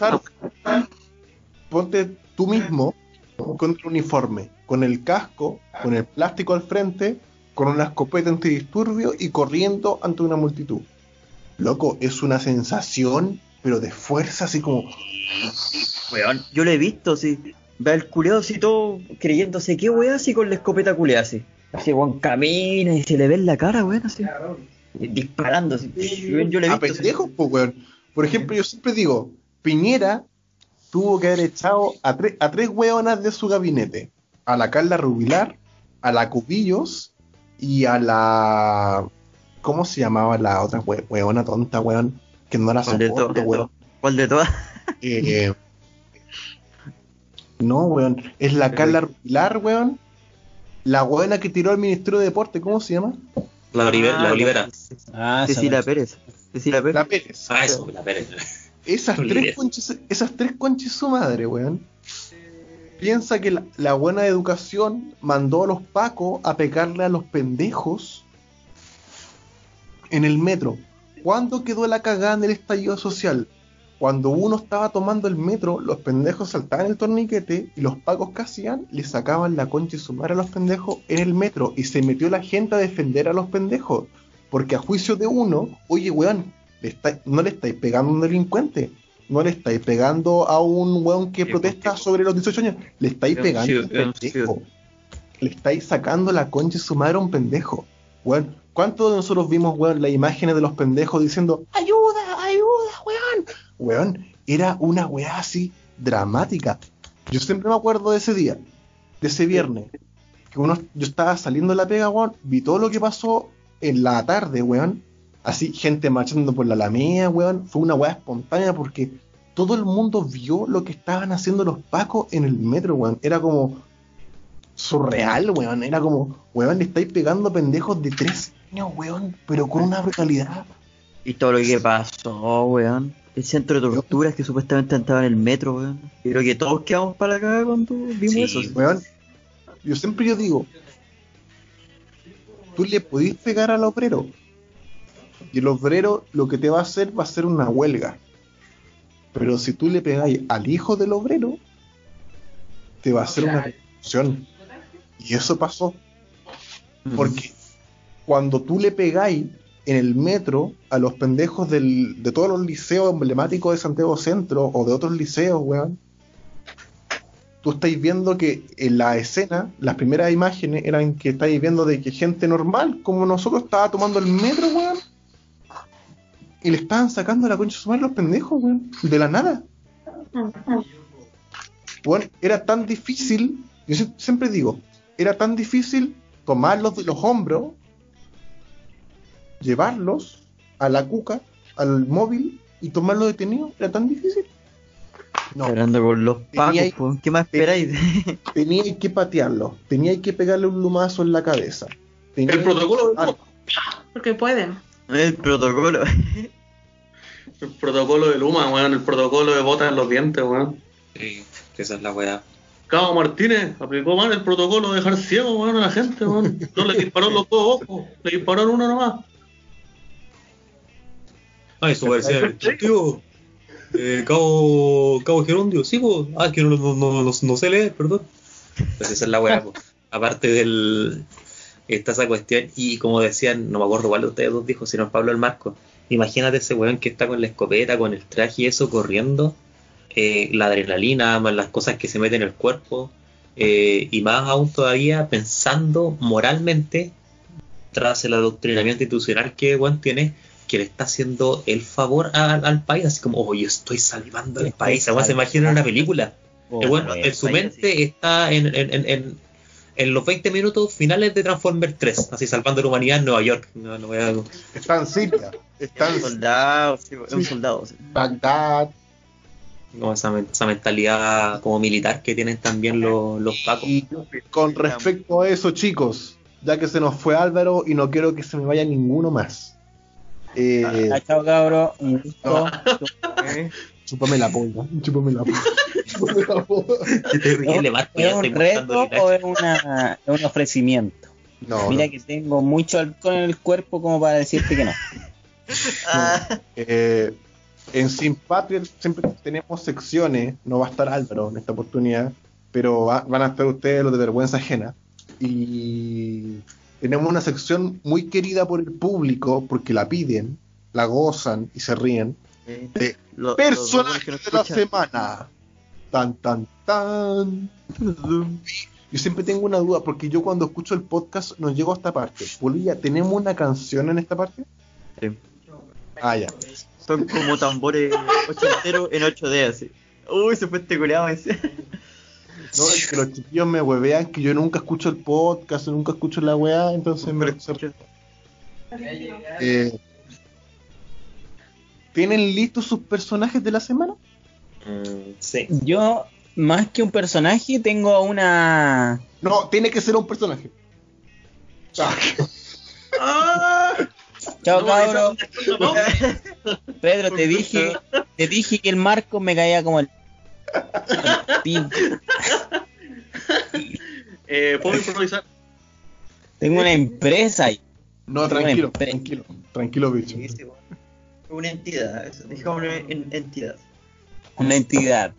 Ponte tú mismo con el uniforme, con el casco, con el plástico al frente, con una escopeta antidisturbio y corriendo ante una multitud. Loco, es una sensación, pero de fuerza, así como... Weón, yo lo he visto, sí. Ve al culeado así todo creyéndose qué weá, así con la escopeta culeada así. Así, weón, camina y se le ve en la cara, weón, así. Disparando, así. Yo lo he A visto. pendejos, pues, weón. Por ejemplo, yo siempre digo, Piñera tuvo que haber echado a tres weonas de su gabinete. A la Carla Rubilar, a la Cubillos y a la... ¿Cómo se llamaba la otra weona tonta, weón? Que no la soporto, weón. ¿Cuál de todas? No, weón. Es la Carla Rubilar, weón. La weona que tiró al Ministerio de Deporte, ¿cómo se llama? La Olivera. Ah, Cecilia Pérez. Decía la La Pérez. Ah, eso, la Pérez. Esas tres conchas su madre, weón. Piensa que la buena educación mandó a los pacos a pegarle a los pendejos en el metro. ¿Cuándo quedó la cagada en el estallido social? Cuando uno estaba tomando el metro, los pendejos saltaban el torniquete y los pacos que hacían, le sacaban la concha y su madre a los pendejos en el metro y se metió la gente a defender a los pendejos. Porque a juicio de uno, oye, weón, no le estáis pegando a un delincuente, no le estáis pegando a un weón que protesta sobre los 18 años, le estáis pegando a un pendejo. Le estáis sacando la concha y su madre a un pendejo. Weón, ¿cuántos de nosotros vimos, weón, las imágenes de los pendejos diciendo ¡ayuda, ayuda, weón! Weón, era una weá así dramática. Yo siempre me acuerdo de ese día, de ese viernes, que yo estaba saliendo de la pega, weón, vi todo lo que pasó en la tarde, weón, así, gente marchando por la Alameda, weón, fue una weá espontánea porque todo el mundo vio lo que estaban haciendo los pacos en el metro, weón, era como surreal, weón, era como, weón, le estáis pegando pendejos de 3 años, weón, pero con una brutalidad. Y todo lo que pasó, weón. El centro de torturas que supuestamente estaba en el metro, weón. Creo que todos quedamos para acá cuando vimos eso. Weón, yo digo, tú le podís pegar al obrero y el obrero lo que te va a hacer una huelga. Pero si tú le pegáis al hijo del obrero, te va a hacer una revolución. Y eso pasó. Porque cuando tú le pegáis en el metro a los pendejos de todos los liceos emblemáticos de Santiago Centro o de otros liceos, weón, tú estáis viendo que en la escena, las primeras imágenes eran que estáis viendo de que gente normal, como nosotros, estaba tomando el metro, weón, y le estaban sacando la concha de su madre a los pendejos, weón, de la nada. Weón, era tan difícil, yo siempre digo, era tan difícil tomarlos de los hombros, llevarlos a la cuca, al móvil y tomarlos detenidos, era tan difícil. No. Esperando con los pacos, pues, ¿qué más esperáis? Teníais que patearlo, teníais que pegarle un lumazo en la cabeza. El protocolo de Porque pueden. El protocolo. El protocolo de Luma, weón, el protocolo de botas en los dientes, weón. Sí, esa es la weá. Cabo Martínez aplicó mal el protocolo de dejar ciego, weón, a la gente, weón. No le disparó en los 2 ojos, le disparó en uno nomás. Ah, eso parecía el tío. Cabo Gerundio, sí, pues. Ah, que no sé leer, perdón. Pues esa es la weá, pues. Aparte está esa cuestión, y como decían, no me acuerdo cuál de ustedes dos dijo, sino Pablo el Marco. Imagínate ese weón que está con la escopeta, con el traje y eso, corriendo, la adrenalina, más las cosas que se meten en el cuerpo, y más aún todavía pensando moralmente, tras el adoctrinamiento institucional que weón tiene, que le está haciendo el favor al país, así como, oye, estoy salvando al país. Además, se imagina en una película. Bueno, en su mente está en los 20 minutos finales de Transformers 3, así salvando la humanidad en Nueva York. No voy a... Está en Siria, está en soldado, sí, es un soldado. Sí. Bagdad. Como esa mentalidad como militar que tienen también los pacos. Y con respecto a eso, chicos, ya que se nos fue Álvaro y no quiero que se me vaya ninguno más. Chao, cabrón. Un gusto. Chúpame la polla. Chúpame la polla. ¿Es un reto o es un ofrecimiento? No, mira no. que tengo mucho alcohol en el cuerpo como para decirte que no. En Sin Patria siempre tenemos secciones. No va a estar Álvaro en esta oportunidad, pero van a estar ustedes los de vergüenza ajena. Y tenemos una sección muy querida por el público porque la piden, la gozan y se ríen. De personajes de la semana. Tan, tan, tan. Yo siempre tengo una duda porque yo cuando escucho el podcast no llego a esta parte. Polilla, ¿tenemos una canción en esta parte? Sí. Ah, ya. Son como tambores ochenteros en 8D, así. Uy, se fue este culiado ese. No, es que los chiquillos me huevean que yo nunca escucho el podcast, nunca escucho la weá, entonces me... ¿Tienen listos sus personajes de la semana? Sí. Yo, más que un personaje, tengo una... No, tiene que ser un personaje. Chao, No, cabrón. no. Pedro, te dije que el Marco me caía como el pico. ¿Puedo improvisar? Tengo una empresa ahí. No, Bueno, tranquilo, bicho. Sí, sí, bueno. Una entidad, eso, digamos una entidad. Una entidad.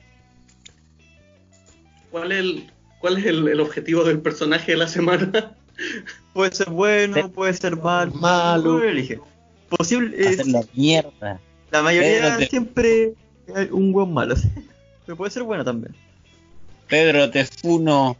¿Cuál es el objetivo del personaje de la semana? Puede ser bueno, puede ser malo. Uno elige. Posible, Hacer la mierda. la mayoría Pedro, siempre hay un buen malo. Pero puede ser bueno también. Pedro, te funo.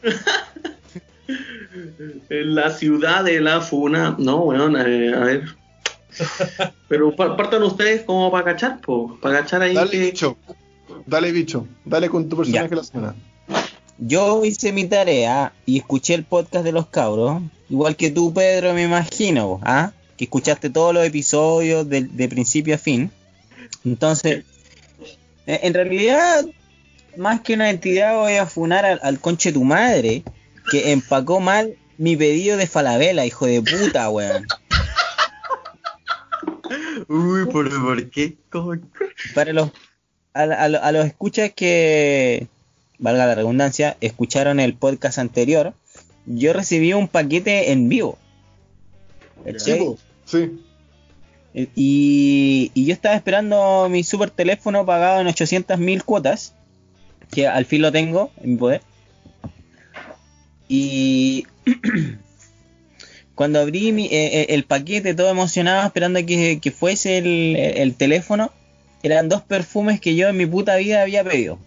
En la ciudad de la Funa. No, weón, a ver. Pero partan ustedes como para cachar, po. Para cachar ahí Dale, que... bicho. Dale con tu personaje de la semana. Yo hice mi tarea y escuché el podcast de los cabros. Igual que tú, Pedro, me imagino. ¿Ah? Que escuchaste todos los episodios de principio a fin. Entonces, en realidad, más que una entidad, voy a funar al conche tu madre, que empacó mal mi pedido de Falabella, hijo de puta, weón. Uy, ¿por qué? ¿Cómo? Para a los escuchas que, valga la redundancia, escucharon el podcast anterior, yo recibí un paquete en vivo. ¿Cachai? Sí. Y yo estaba esperando mi super teléfono pagado en 800.000 cuotas, que al fin lo tengo en mi poder. Y cuando abrí el paquete todo emocionado esperando que fuese el teléfono, eran 2 perfumes que yo en mi puta vida había pedido.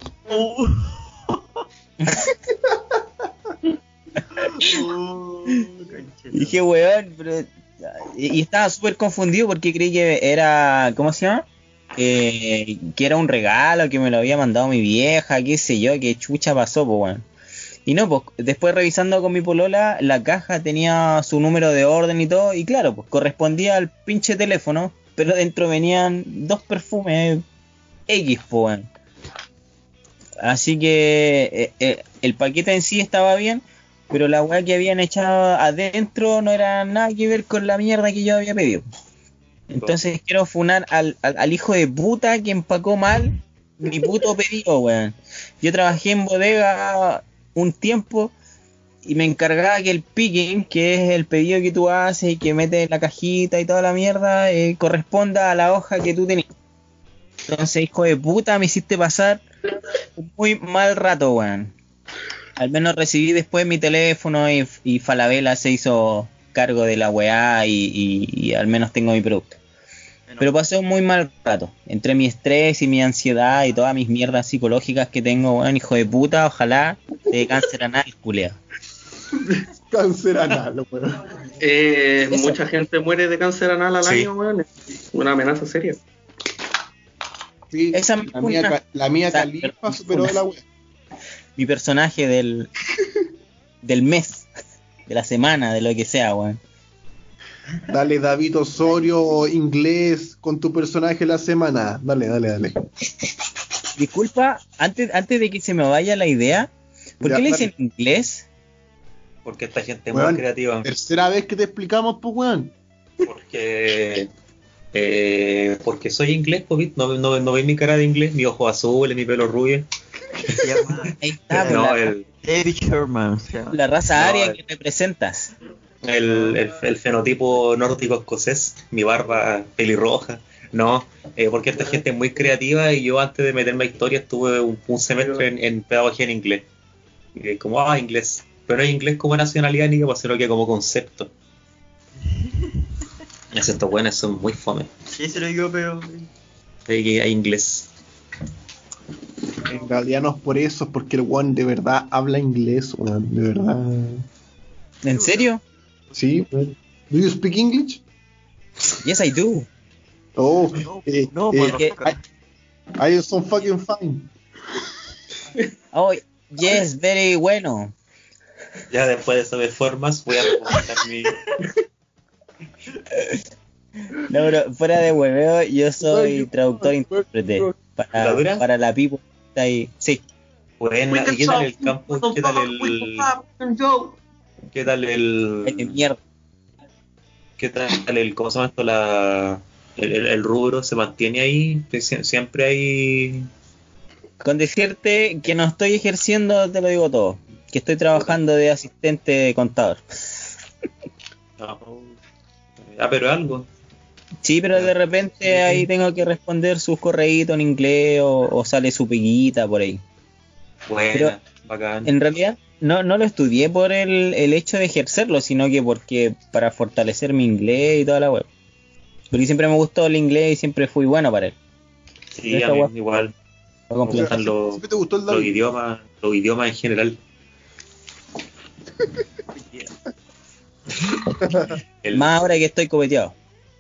Y dije, weón, pero... Y estaba súper confundido porque creí que era, ¿cómo se llama? Que era un regalo, que me lo había mandado mi vieja, qué sé yo, qué chucha pasó, pues weón. Y no, pues después revisando con mi polola, la caja tenía su número de orden y todo, y claro, pues correspondía al pinche teléfono, pero dentro venían 2 perfumes X, pues weón. Así que el paquete en sí estaba bien, pero la weá que habían echado adentro no era nada que ver con la mierda que yo había pedido. Entonces quiero funar al hijo de puta que empacó mal mi puto pedido, weón. Yo trabajé en bodega un tiempo y me encargaba que el picking, que es el pedido que tú haces y que metes en la cajita y toda la mierda, corresponda a la hoja que tú tenías. Entonces, hijo de puta, me hiciste pasar un muy mal rato, weón. Al menos recibí después mi teléfono y Falabella se hizo cargo de la weá y al menos tengo mi producto. Pero pasé un muy mal rato. Entre mi estrés y mi ansiedad y todas mis mierdas psicológicas que tengo, weón, hijo de puta, ojalá te dé cáncer anal, culea. Cáncer anal, weón. Mucha gente muere de cáncer anal al Sí. año, weón. Es una amenaza seria. Sí, Esa la mía o sea, Califa superó de la wea. Mi personaje del mes, de la semana, de lo que sea, weón. Dale, David Osorio, inglés, con tu personaje de la semana. Dale. Disculpa, antes de que se me vaya la idea, ¿por Ya, qué le dale. dicen inglés? Porque esta gente es Weón, muy creativa. Tercera vez que te explicamos, pues, weón. Porque soy inglés, pues, no ves mi cara de inglés, mi ojo azul, mi pelo rubio. Se llama Ahí está, No, pues, David Sherman. Se llama. la raza No, aria que representas. el fenotipo nórdico escocés, mi barba pelirroja. No, porque esta gente es muy creativa y yo antes de meterme a historia estuve un semestre en pedagogía en inglés. Y como, inglés. Pero no es inglés como nacionalidad ni como, sino que como concepto. Estos buenos son muy fome. Sí, se lo digo, pero... De que hay inglés. En realidad no es por eso, es porque el weón de verdad habla inglés, weón. De verdad. ¿En serio? Sí, weón. ¿Do you speak English? Yes, I do. Oh, No, porque- I so fucking fine. Oh, yes, very bueno. Ya después de saber formas voy a recomendar mi... No, pero fuera de hueveo, yo soy traductor e intérprete ¿La dura? para la people que está ahí. Sí, Buena, ¿y qué tal el campus? ¿Qué tal el... es de mierda. ¿Qué tal cómo se llama esto? El rubro se mantiene ahí, siempre hay... Con decirte que no estoy ejerciendo, te lo digo todo. Que estoy trabajando de asistente de contador. Pero algo. Sí, pero de repente ahí tengo que responder sus correitos en inglés o sale su piquita por ahí. Bueno, pero bacán. En realidad no lo estudié por el hecho de ejercerlo, sino que porque para fortalecer mi inglés y toda la web. Porque siempre me gustó el inglés y siempre fui bueno para él. Sí, a mí igual. Me gustan los idiomas en general. Más ahora que estoy copeteado.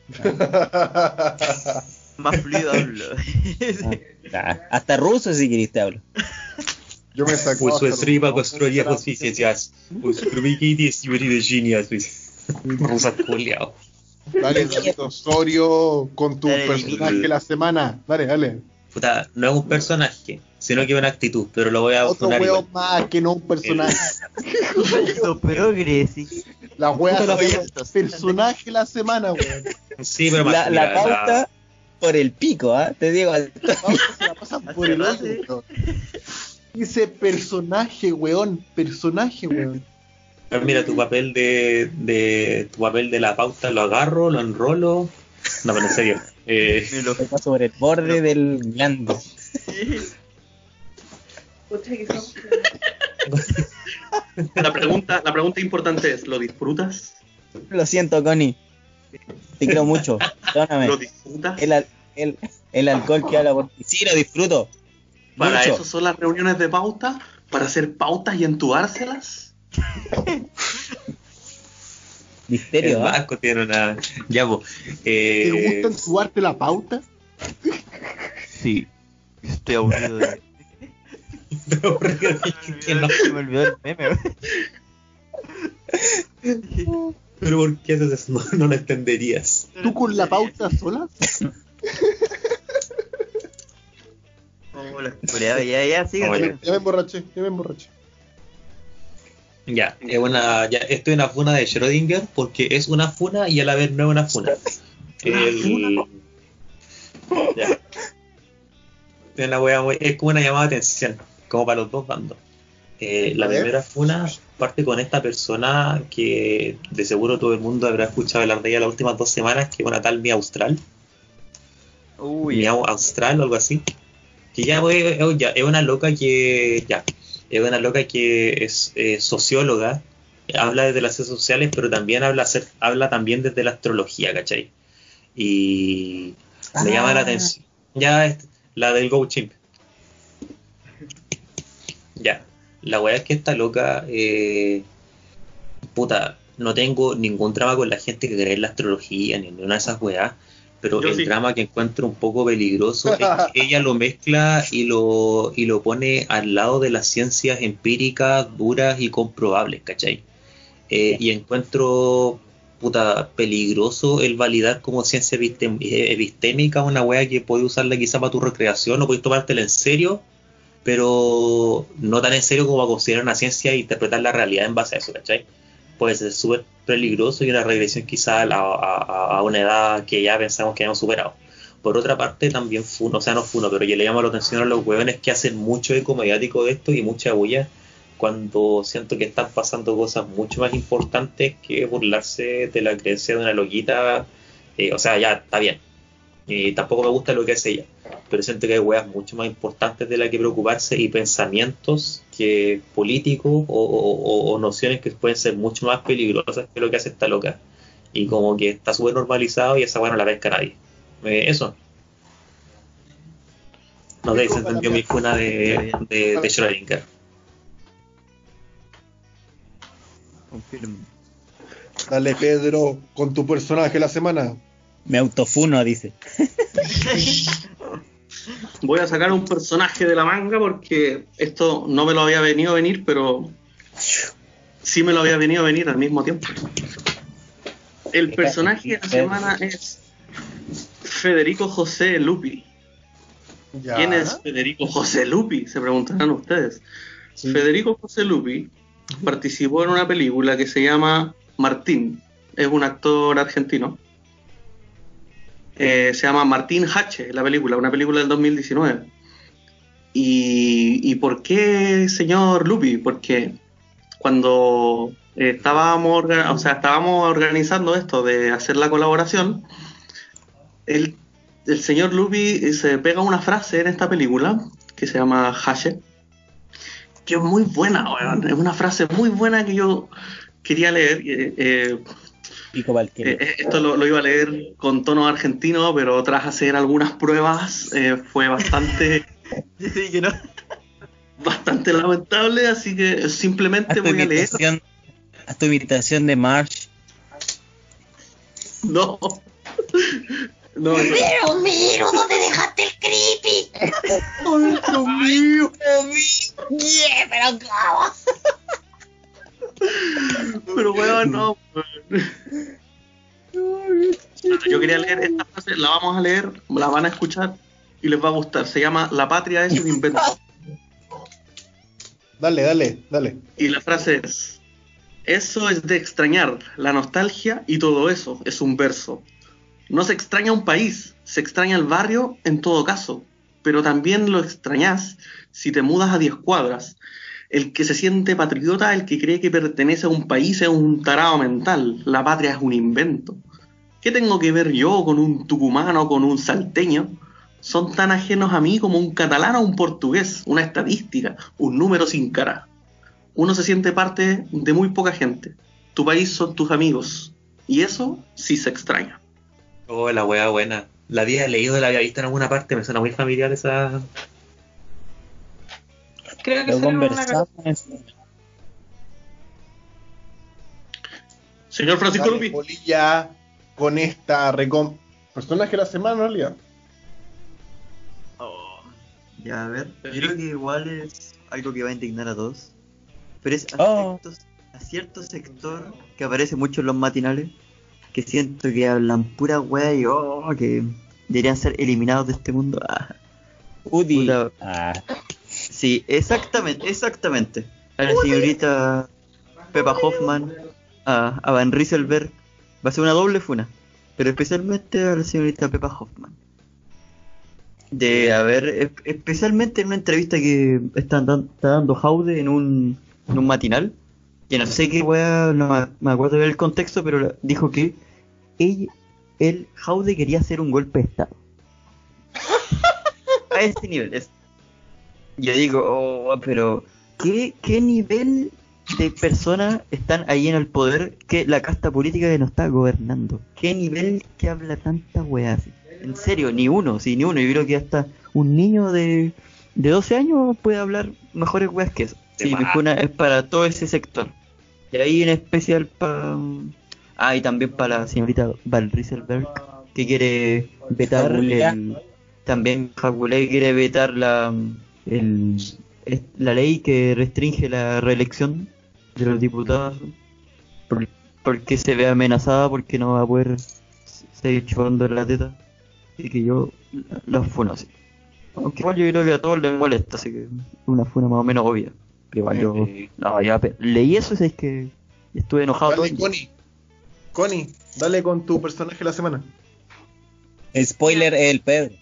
Más fluido hablo. Hasta ruso si querés te hablo. Yo me saco. Pues su estriba construye justicias. Pues su rubiquiti es de genias. Rusa culiao. Dale, David Osorio, con tu personaje de la semana. Dale. Puta, no es un personaje, sino que es una actitud, pero lo voy a otro poner huevo igual. Más que no un personaje. La wea es personaje de la semana, weón. Sí, pero más la pauta por el pico, te digo. La pauta se la pasan por el hoyo, weón. Dice personaje, weón. Pero mira, tu papel de la pauta lo agarro, lo enrolo. No, pero en serio. Me lo paso sobre el borde del glande. La pregunta importante es, ¿lo disfrutas? Lo siento, Connie. Te quiero mucho. Perdóname. ¿Lo disfrutas? El alcohol que habla por ti. Sí, lo disfruto. ¿Para mucho. eso son las reuniones de pauta? ¿Para hacer pautas y entubárselas? Misterio, el Vasco tiene una... Ya, pues. ¿Te gusta entubarte la pauta? Sí. Estoy aburrido de... que no. Se me olvidó el meme. Pero ¿por qué haces eso? No lo entenderías. ¿Tú con la pauta sola? Ya, sigue. Ya me emborraché. Ya, estoy en una funa de Schrödinger porque es una funa y a la vez no es una funa. Ya. Es como una llamada de atención, como para los dos bandos. La primera funa parte con esta persona que de seguro todo el mundo habrá escuchado hablar de ella las últimas 2 semanas, que es una tal Mia Austral. Mia Austral o algo así. Que es una loca que es socióloga, habla desde las ciencias sociales, pero también habla también desde la astrología, ¿cachai? Y me llama la atención. Ya, la del Go Chimp. Ya, la weá es que esta loca, no tengo ningún drama con la gente que cree en la astrología, ni en una de esas weas. Pero Yo el sí. drama que encuentro un poco peligroso es que ella lo mezcla y lo pone al lado de las ciencias empíricas, duras y comprobables, ¿cachai? Y encuentro peligroso el validar como ciencia epistémica una wea que puedes usarla quizá para tu recreación o puedes tomártela en serio, pero no tan en serio como a considerar una ciencia e interpretar la realidad en base a eso, ¿cachai? Puede ser súper peligroso y una regresión quizá a una edad que ya pensamos que hemos superado. Por otra parte, también pero yo le llamo la atención a los hueones que hacen mucho eco mediático de esto y mucha bulla cuando siento que están pasando cosas mucho más importantes que burlarse de la creencia de una loquita. Ya, está bien. Tampoco me gusta lo que hace ella, pero siento que hay weas mucho más importantes de las que preocuparse y pensamientos que políticos o nociones que pueden ser mucho más peligrosas que lo que hace esta loca, y como que está súper normalizado y esa wea no la pesca nadie. Eso no sé si se entendió mi funa de Schrödinger. Confirmo. Dale, Pedro, con tu personaje de la semana. Me autofuno, dice. Voy a sacar un personaje de la manga porque esto no me lo había venido a venir, pero sí me lo había venido a venir al mismo tiempo. El personaje de la semana es Federico José Lupi. Ya. ¿Quién es Federico José Lupi? Se preguntarán ustedes. Sí. Federico José Lupi participó en una película que se llama Martín, es un actor argentino. Se llama Martín H, la película, una película del 2019. ¿Y por qué, señor Lupi? Porque cuando estábamos organizando esto de hacer la colaboración, el señor Lupi se pega una frase en esta película que se llama Hache, que es muy buena, weón. Es una frase muy buena que yo quería leer. Esto lo iba a leer con tono argentino, pero tras hacer algunas pruebas fue bastante Sí, que no. bastante lamentable, así que simplemente voy a leer. Haz tu imitación de Marge. No. No, Miro, ¿dónde dejaste el creepy? Dios mío. Yeah, pero clavo. Pero weón, no. Yo quería leer esta frase, la vamos a leer, la van a escuchar y les va a gustar. Se llama La patria es un invento. Dale. Y la frase es: eso es de extrañar, la nostalgia y todo eso es un verso. No se extraña un país, se extraña el barrio en todo caso, pero también lo extrañas si te mudas a 10 cuadras. El que se siente patriota, el que cree que pertenece a un país es un tarado mental. La patria es un invento. ¿Qué tengo que ver yo con un tucumano, con un salteño? Son tan ajenos a mí como un catalán o un portugués, una estadística, un número sin cara. Uno se siente parte de muy poca gente. Tu país son tus amigos. Y eso sí se extraña. Oh, la wea buena. La había leído, la había visto en alguna parte, me suena muy familiar esa. Creo que Lo salió en una conversamos. Señor Francisco Dale, Lupi. Polilla, con esta personaje de la semana, en realidad. Ya, a ver. Yo creo que igual es algo que va a indignar a todos. Pero es a cierto sector que aparece mucho en los matinales, que siento que hablan pura wea y que deberían ser eliminados de este mundo. Udi. Puta. Sí, exactamente. A la señorita Peppa Hoffman, a Van Rieselberg, va a ser una doble funa, pero especialmente a la señorita Peppa Hoffman. Especialmente en una entrevista que está dando Jaude en un matinal, que no sé qué wea, no me acuerdo del contexto, pero dijo que Jaude quería hacer un golpe de estado. A ese nivel. Yo digo, pero ¿qué nivel de personas están ahí en el poder que la casta política que nos está gobernando? ¿Qué nivel que habla tanta weá así? En serio, ni uno. Yo creo que hasta un niño de 12 años puede hablar mejores weas que eso. Sí, mi funa es para todo ese sector. Y ahí en especial para... y también para la señorita Van Rieselberg, que quiere vetar también Jaculé quiere vetar la ley que restringe la reelección de los diputados porque se ve amenazada, porque no va a poder seguir chupando la teta, y que yo la funo así. Aunque igual yo creo que a todos les molesta, así que es una funa más o menos obvia. Pero igual leí eso y es que estuve enojado. Dale, todo el día. Connie, dale con tu personaje de la semana. Spoiler, el Pedro.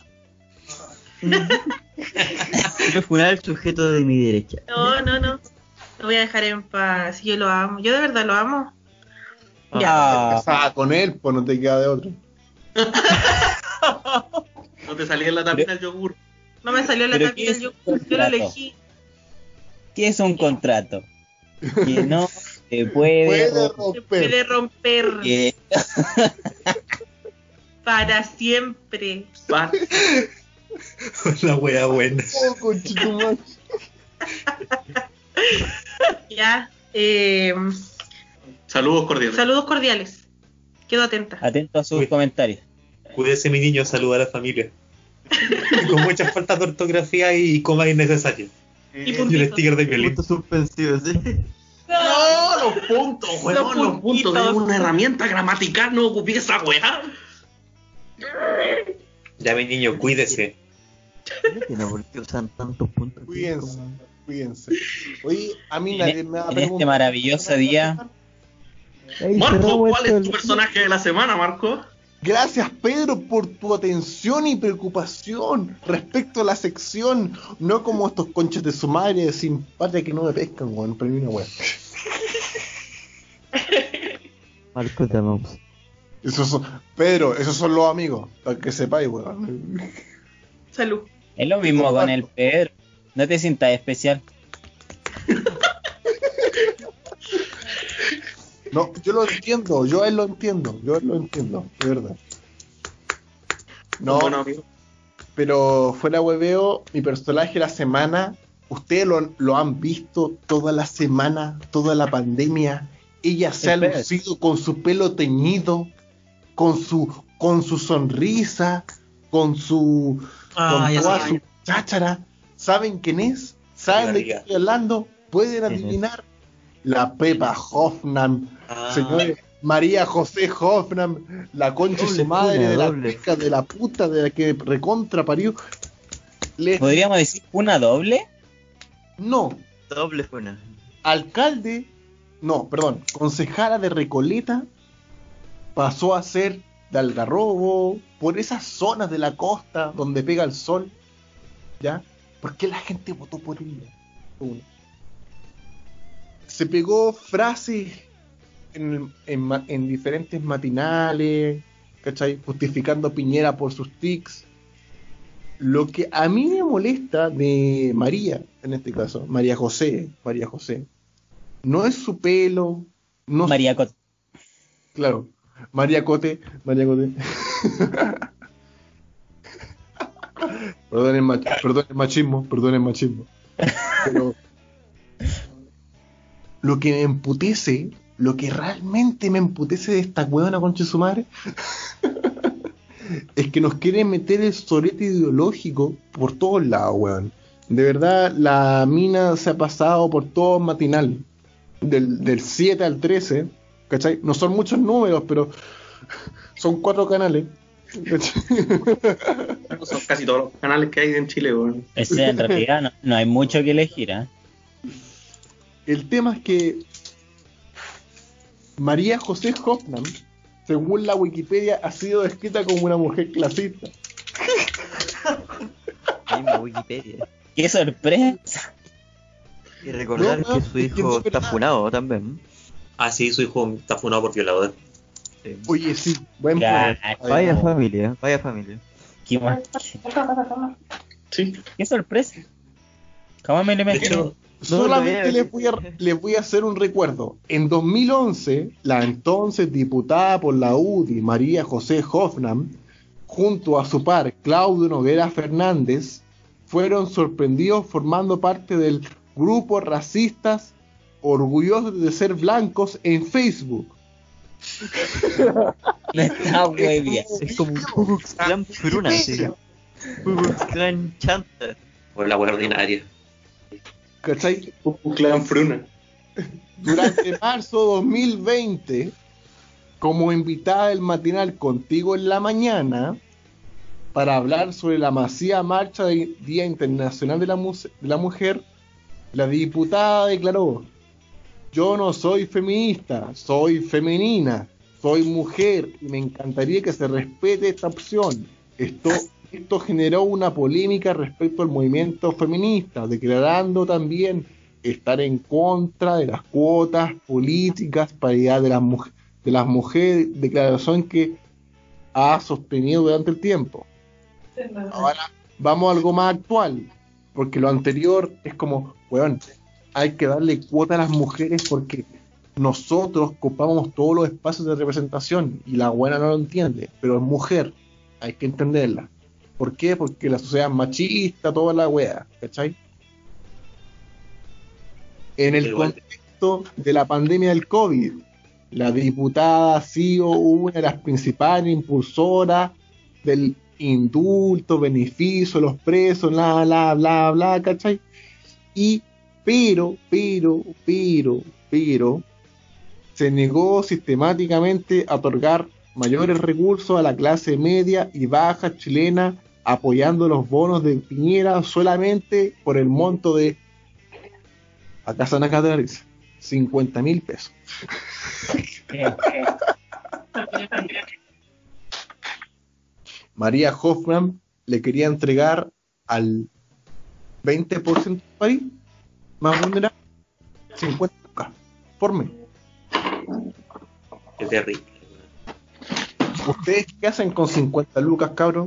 Quiero funar al sujeto de mi derecha. No. Lo voy a dejar en paz. Yo lo amo. Yo de verdad lo amo. Casada con él, pues no te queda de otro. No te salía en la tapita del yogur. No me salió la tapita del yogur. Yo lo elegí. ¿Qué es un contrato? Que no se puede romper. Que... Para siempre. La wea buena. Ya. Saludos cordiales. Quedo atenta. Atento a sus comentarios. Cuídese, mi niño, saluda a la familia. Con muchas faltas de ortografía y comas innecesarias. Y el sticker de violín. Puntos suspensivos, ¿sí? No, los puntos, weón, los puntos. Es una herramienta gramatical, no ocupé esa weá. Ya, mi niño, cuídese. ¿Por qué usan tantos puntos? Cuídense. Oye, a mí nadie me va a En preguntar. este maravilloso día, Ey, Marco, cerramos ¿cuál esto es tu personaje de la semana, Marco? Gracias, Pedro, por tu atención y preocupación respecto a la sección. No como estos conches de su madre sin patria que no me pescan, weón. Pero una weón. Marco, te amamos. Pedro, esos son los amigos, para que sepáis, weón. Salud. Es lo mismo con el Pedro. No te sientas especial. No, yo lo entiendo, yo a él lo entiendo, de verdad. No, Bueno, amigo. pero fuera hueveo, mi personaje de la semana, ustedes lo han visto toda la semana, toda la pandemia. Ella se ha Espera. lucido con su pelo teñido, con su sonrisa, con Ya toda sé. su cháchara. ¿Saben quién es? ¿Saben de qué estoy hablando? ¿Pueden adivinar? La Pepa Hoffman, señores, María José Hoffman, la concha de su Doble madre, cuna, de la doble. hija de la puta, de la que recontra parió. ¿Podríamos decir una doble? No, Doble funa. concejala de Recoleta, pasó a ser de Algarrobo, por esas zonas de la costa donde pega el sol, ¿ya? ¿Por qué la gente votó por ella? Uno. Se pegó frases en diferentes matinales, ¿cachai? Justificando a Piñera por sus tics. Lo que a mí me molesta de María, en este caso, María José, no es su pelo, no María Cot. claro, María Cote. Perdón el machismo. Pero lo que me emputece, lo que realmente me emputece de esta huevona concha de su madre, es que nos quieren meter el sorete ideológico por todos lados, weón. De verdad, la mina se ha pasado por todo matinal, del 7 al 13, ¿cachai? No son muchos números, pero son 4 canales. ¿Cachai? Son casi todos los canales que hay en Chile, weón. O sea, en realidad no hay mucho que elegir, ¿eh? El tema es que María José Hoffman, según la Wikipedia, ha sido descrita como una mujer clasista. Misma Wikipedia. ¡Qué sorpresa! Y recordar No, que su es que hijo es está verdad. funado también. Ah, sí, su hijo está funado por violador. Oye, sí, buen Ya, punto. Vaya familia. ¿Qué más? Sí. ¡Qué sorpresa! ¿Cómo me le metieron? Solamente les voy a hacer un recuerdo. En 2011, la entonces diputada por la UDI, María José Hoffman, junto a su par, Claudio Noguera Fernández, fueron sorprendidos formando parte del grupo racistas orgullosos de ser blancos en Facebook. No está muy bien. Es como un Ku Klux Klan fruna, sí. Ku Klux Klan chanta. Por la wea ordinaria. ¿Cachai? Un clan fruna. Durante marzo 2020, como invitada del matinal Contigo en la Mañana, para hablar sobre la masiva marcha del Día Internacional de la Mujer, la diputada declaró: yo no soy feminista, soy femenina, soy mujer y me encantaría que se respete esta opción. Esto generó una polémica respecto al movimiento feminista, declarando también estar en contra de las cuotas políticas, paridad de las mujeres, declaración que ha sostenido durante el tiempo. Ahora vamos a algo más actual, porque lo anterior es como, weón, hay que darle cuota a las mujeres porque nosotros ocupamos todos los espacios de representación y la buena no lo entiende, pero es mujer, hay que entenderla. ¿Por qué? Porque la sociedad es machista, toda la wea, ¿cachai? En el Igual. contexto de la pandemia del COVID, la diputada ha sido una de las principales impulsoras del indulto, beneficio de los presos, bla, bla, bla, bla, ¿cachai? Pero, se negó sistemáticamente a otorgar mayores recursos a la clase media y baja chilena, apoyando los bonos de Piñera solamente por el monto de, acá están acá, 50.000 pesos. María Hoffman le quería entregar al 20% del país más vulnerable 50 lucas por mes. Qué terrible. ¿Ustedes qué hacen con 50 lucas, cabros?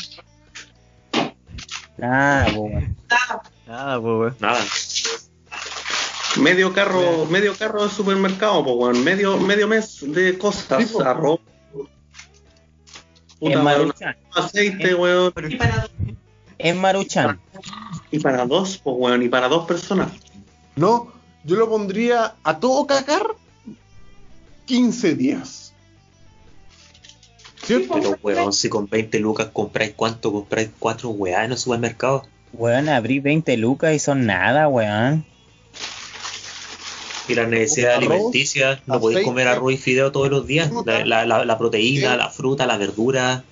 Ah, weón. Nada, pues, weón. Nada. Medio carro de supermercado, pues, weón. Medio mes de cosas. Sí, po. Arroz. Es Puta, weón, Maruchan. aceite, weón. Y para Es Maruchan. Y para dos, pues, weón. Y para dos personas. No, yo lo pondría a todo cagar 15 días. ¿Cierto? Pero weón, si con 20 lucas compráis cuánto, compráis 4 weá en el supermercado. Weón, abrí 20 lucas y son nada, weón. Y las necesidades Arroz, alimenticias, no podéis aceite, comer arroz y fideo todos los días. fruta, La proteína, ¿qué? la fruta, la verdura.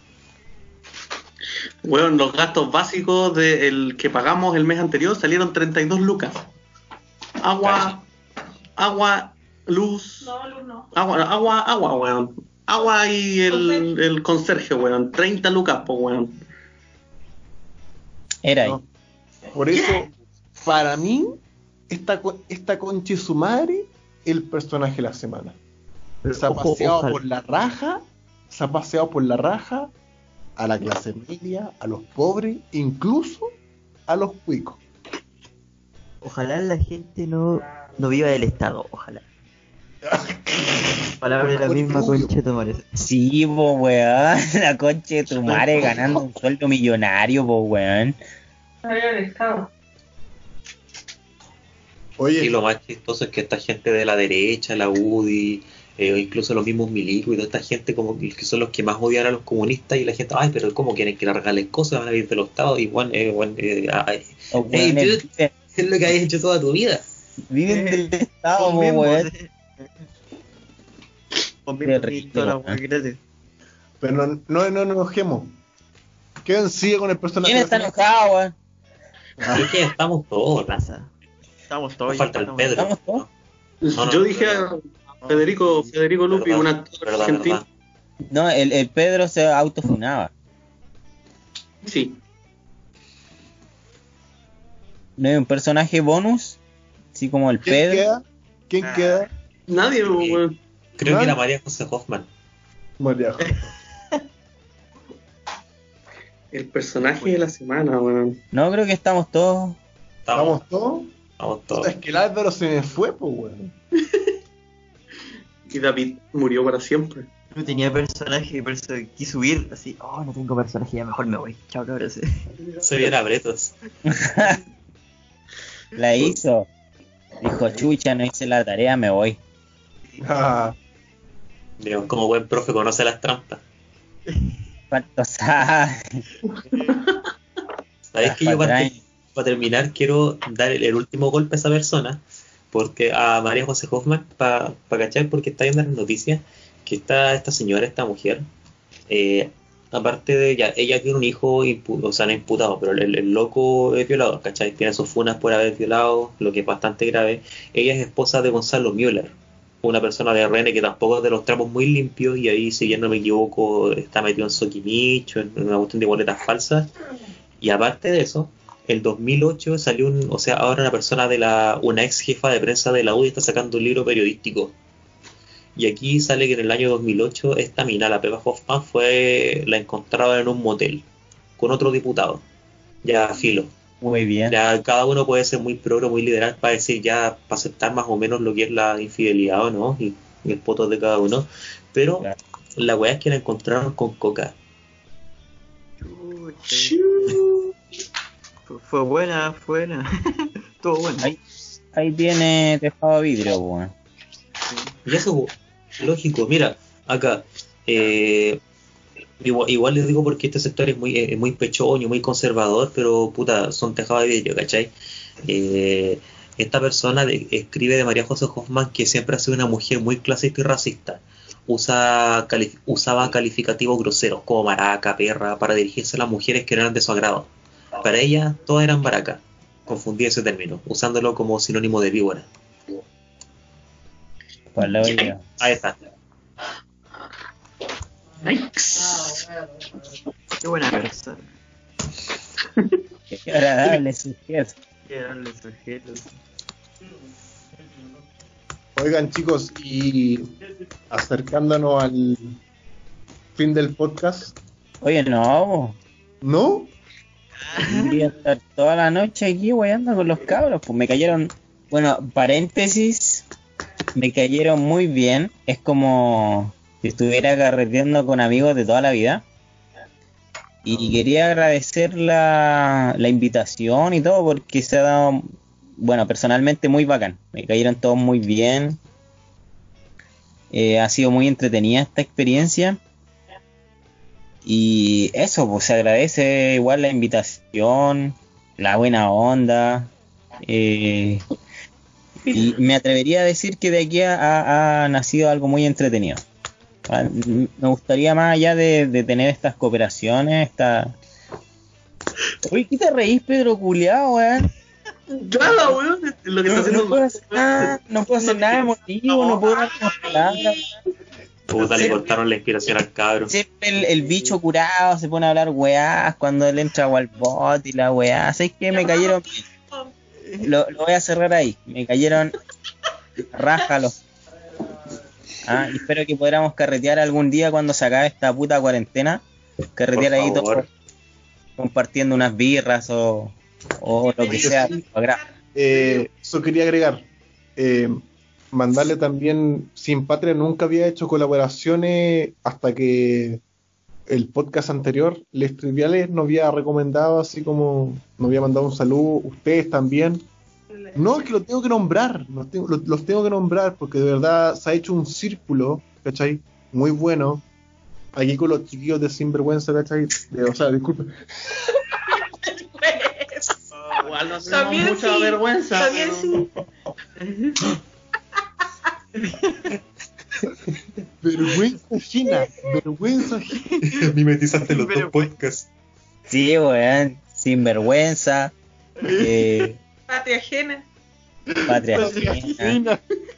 Weón, los gastos básicos del que pagamos el mes anterior salieron 32 lucas. Agua, luz, No, Luz, no. agua, weón. Agua y el conserje, weón. 30 lucas, pues, weón. Era ahí. No. Por eso, para mí, esta concha y su madre, el personaje de la semana. Pero Se ha ojo, paseado ojalá. por la raja a la clase media, a los pobres, incluso a los cuicos. Ojalá la gente no viva del Estado, ojalá. Palabra de la misma concha de madre. Sí, po, weón. La concha de tu madre ganando un sueldo millonario, po, weón. Había el Estado. Oye, Y lo más chistoso es que esta gente de la derecha, la UDI, incluso los mismos milicos y toda esta gente como que son los que más odian a los comunistas y la gente, ay, pero ¿cómo quieren que le regalen cosas? Van a vivir de los estados y bueno, Los hey, weones dude, es lo que has hecho toda tu vida. viven del Estado, po, Mismos, weón. Con Qué mismos rico, toda la weón. weá gratis. pero no nos enojemos. Quédense con el personaje. ¿Quién está enojado, weón? Creo que estamos todos. ¿no? Pasa. Estamos Nos todos. falta el estamos- Pedro. ¿Estamos todos? No, Yo dije a Federico Lupi, Verdad, un actor verdad, argentino. verdad. No, el Pedro se autofunaba. Sí. ¿No hay un personaje bonus? Así como el ¿Quién Pedro. queda? ¿Quién queda? Nadie, weón. Creo ¿No? que era María José Hoffman. María. El personaje de la semana, weón. No, creo que estamos todos. ¿Estamos todos? Estamos todos. Es que el Álvaro se me fue, pues, weón. Y David murió para siempre. No tenía personaje, por eso quise subir así. Oh, no tengo personaje, ya mejor me voy. Chao, cabros. Se viene a Bretos. La hizo. Dijo, chucha, no hice la tarea, me voy. Ah, Digo, como buen profe conoce las trampas. ¿Cuánto sabe? ¿Sabes que yo para terminar quiero dar el último golpe a esa persona? Porque a María José Hoffman, para cachar, porque está viendo las noticias que esta señora, esta mujer, aparte de ella tiene un hijo, o sea, no imputado, pero el loco es violador, ¿cachai? Tiene sus funas por haber violado, lo que es bastante grave. Ella es esposa de Gonzalo Müller, una persona de RN que tampoco es de los trapos muy limpios, y ahí, si bien no me equivoco, está metido en Soquimicho, en una cuestión de boletas falsas. Y aparte de eso, el 2008 salió ahora una ex jefa de prensa de la UDI está sacando un libro periodístico. Y aquí sale que en el año 2008 esta mina, la Pepa Hoffman, la encontraron en un motel con otro diputado. Ya filo. Muy bien. Ya cada uno puede ser muy progre, muy liberal para decir ya, para aceptar más o menos lo que es la infidelidad o no, y el poto de cada uno. Pero Claro. la weá es que la encontraron con coca. Fue buena. Estuvo bueno. Ahí tiene tejado de vidrio, weón. Y eso, lógico, mira, acá, igual les digo porque este sector es muy pechoño, muy conservador, pero puta, son tejados de vidrio, ¿cachai? Esta persona escribe de María José Hoffman que siempre ha sido una mujer muy clasista y racista. Usaba calificativos groseros como maraca, perra, para dirigirse a las mujeres que no eran de su agrado. Para ella, todas eran maraca. Confundí ese término, usándolo como sinónimo de víbora. ¿Cuál la oiga? Ahí está. Qué buena persona. Qué agradable sujeto. Qué agradable sujeto. Oigan, chicos, y acercándonos al fin del podcast, Oye, no, ¿no? voy a estar toda la noche aquí weyando con los cabros. Pues me cayeron, bueno, paréntesis, me cayeron muy bien. Es como si estuviera carreteando con amigos de toda la vida. Y quería agradecer la invitación y todo porque se ha dado, bueno, personalmente muy bacán. Me cayeron todos muy bien. Ha sido muy entretenida esta experiencia. Y eso, pues se agradece igual la invitación, la buena onda. Y me atrevería a decir que de aquí ha nacido algo muy entretenido. Me gustaría más allá de tener estas cooperaciones, Uy, ¿qué te reís, Pedro culiao, weón? Nada, weón. Lo que está haciendo. No puedo hacer nada emotivo, no puedo dar unas palabras. Puta, le cortaron la inspiración al cabro. Siempre el bicho curado se pone a hablar weás cuando él entra al bot y la weá. ¿Sabes qué? Me cayeron. Lo voy a cerrar ahí. Me cayeron. Rájalos. Y espero que podamos carretear algún día cuando se acabe esta puta cuarentena. Carretear ahí todos compartiendo unas birras o lo que sea. Eso quería agregar. Mandarle también, Sin Patria nunca había hecho colaboraciones hasta que el podcast anterior, Les Triviales, nos había recomendado, así como nos había mandado un saludo. Ustedes también. No, es que los tengo que nombrar, los tengo que nombrar porque de verdad se ha hecho un círculo, ¿cachai? Muy bueno. Aquí con los chiquillos de Sinvergüenza, ¿cachai? O sea, disculpe. Igual no tenemos mucha vergüenza. También sí. Vergüenza ajena, vergüenza ajena. Mimetizaste los dos podcasts. Sí, weón, Sinvergüenza. Patria ajena. Patria ajena.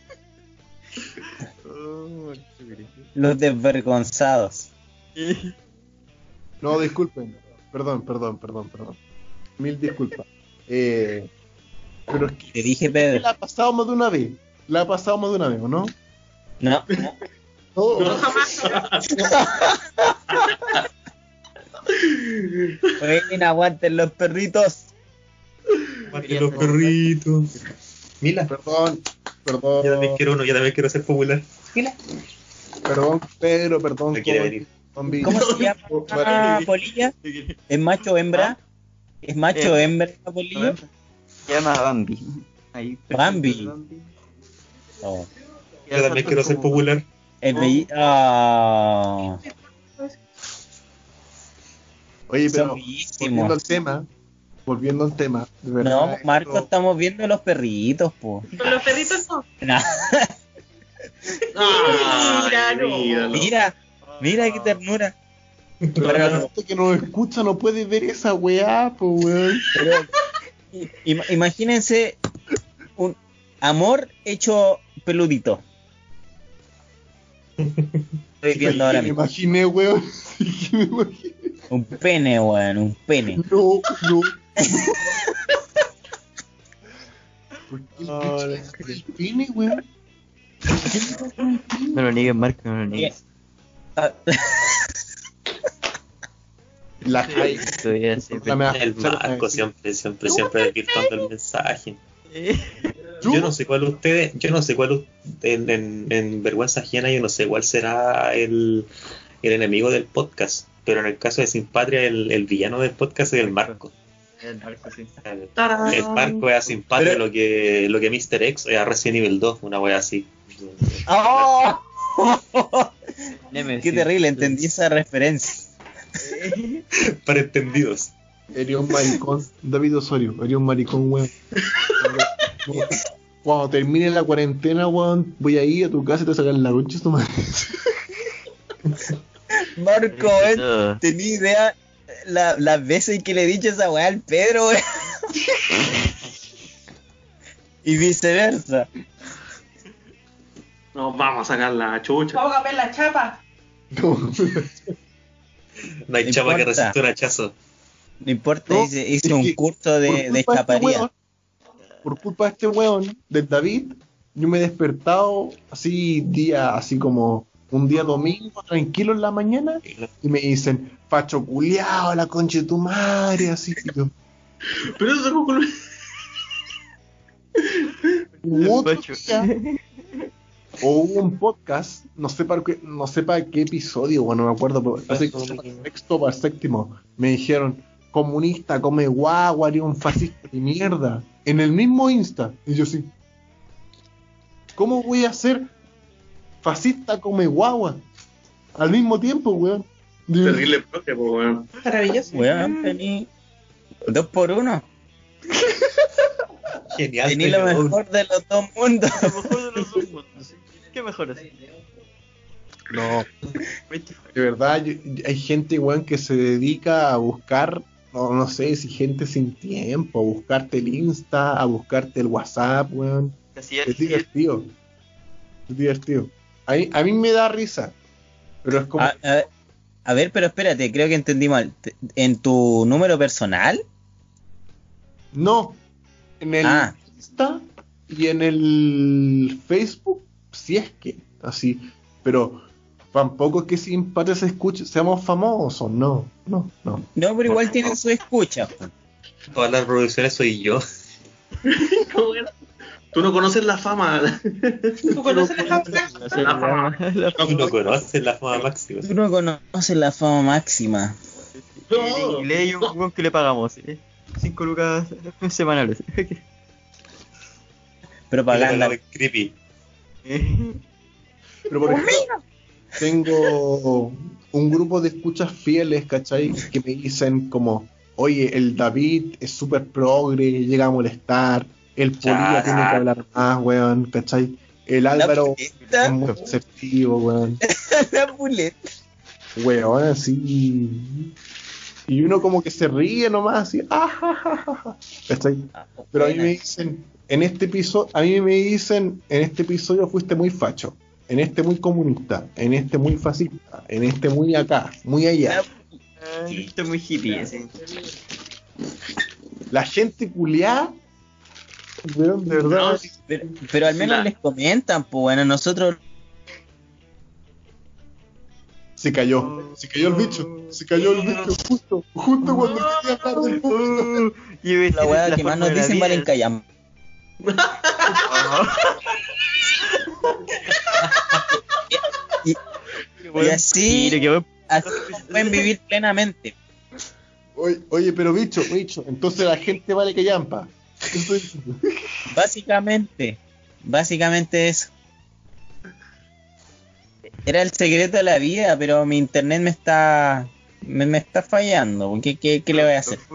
Los desvergonzados. No, disculpen. Perdón. Mil disculpas. Pero es que Te dije, Pedro. la ha pasado más de una vez. ¿O no? No. No jamás. Oigan, aguanten los perritos. Mate los perritos. Mila. Perdón. Yo también quiero uno, yo también quiero ser popular. Perdón, Pedro, perdón. No quiere venir. ¿Cómo se llama, Polilla? ¿Es macho o hembra? ¿Es macho o hembra, Polilla? Se llama Bambi. Ahí, Bambi. Oh. Yo también quiero ser popular. El Oye, pero Son bellísimos. volviendo al tema, de verdad, No, Marco, estamos viendo los perritos, po. Con los perritos no. No. Mira, no. Mira qué ternura. Pero la gente que nos escucha no puede ver esa weá, pues weón. Imagínense un amor hecho peludito. Estoy viendo ahora Me mismo. imaginé, weón. Sí, me imaginé. Un pene, weón, un pene. No. ¿Por qué el pene, weón? No lo niegues, Marco, no lo niegues. La hype. El Marco siempre desvirtuando el mensaje. Yo no sé cuál en Vergüenza Ajena, yo no sé cuál será el enemigo del podcast, pero en el caso de Sin Patria, el villano del podcast es el Marco. El Marco, sí. El Marco es a Sin Patria lo que Mr. X es a Resident Evil 2, una wea así. ¡Oh! Qué terrible, entendí esa referencia. Para entendidos. Eres un maricón, David Osorio, eres un maricón, weón. Cuando termine la cuarentena, weón, voy a ir a tu casa y te sacan la concha de tu madre. Marco, tenía idea las veces que le he dicho esa weá al Pedro, weón. Y viceversa. Nos vamos a sacar la chucha. Vamos a cambiar la chapa. No. No hay No chapa que importa. resista un hachazo. No importa, No, hice es un que curso de chaparía. Por culpa de este weón, del David, yo me he despertado así día, así como un día domingo, tranquilo en la mañana, y me dicen, facho culiao, la concha de tu madre, así. Y yo, Pero eso es como... otro Facho. día, o hubo un podcast, no sé para qué episodio, bueno, no me acuerdo, pero parece que fue para el sexto o para el séptimo, me dijeron, comunista, come guagua, eres un fascista de mierda, en el mismo Insta, y yo sí, ¿cómo voy a ser fascista come guagua al mismo tiempo, weón? Terrible propio, po, weón. Maravilloso. Weón, tení 2 por 1. Genial. Tení lo pero- mejor de los dos mundos. Lo mejor de los dos mundos, sí. ¿Qué mejor así? No, de verdad, hay gente, weón, que se dedica a buscar, no sé si gente sin tiempo, a buscarte el Insta, a buscarte el WhatsApp, weón. Así Es divertido. Es divertido. A mí me da risa, pero es como... A ver, pero espérate, creo que entendí mal. ¿En tu número personal? No, en el Insta y en el Facebook, si es que, así, pero tampoco es que sin parte se escuche, seamos famosos, no. No, pero igual tienen su escucha. Todas las reproducciones soy yo. Tú no conoces la fama. ¿Tú conoces la fama? La fama. Tú no conoces la fama máxima. Tú no conoces la fama máxima. Y le hay un weón que le pagamos, 5 lucas semanales. Propaganda. Creepy. Pero por ejemplo, tengo un grupo de escuchas fieles, ¿cachai? Que me dicen como, oye, el David es súper progre, llega a molestar, el Polilla tiene que hablar más, weón, ¿cachai? El Álvaro es muy receptivo, weón. La puleta. Weón, así. Y uno como que se ríe nomás, así, ¿cachai? Pero a mí me dicen, en este episodio fuiste muy facho, en este muy comunista, en este muy fascista, en este muy acá, muy allá. Esto es muy hippie, sí. La gente culiada, weón, de verdad. Pero al menos les comentan, pues bueno, nosotros... Se cayó el bicho, justo cuando quería hablar del podcast. Y La weá que más nos dicen vale en Cayam. Y así pueden vivir plenamente. Oye, pero bicho, entonces la gente vale que llampa. Básicamente eso. Era el secreto de la vida, pero mi internet me está fallando. ¿Qué le voy a hacer?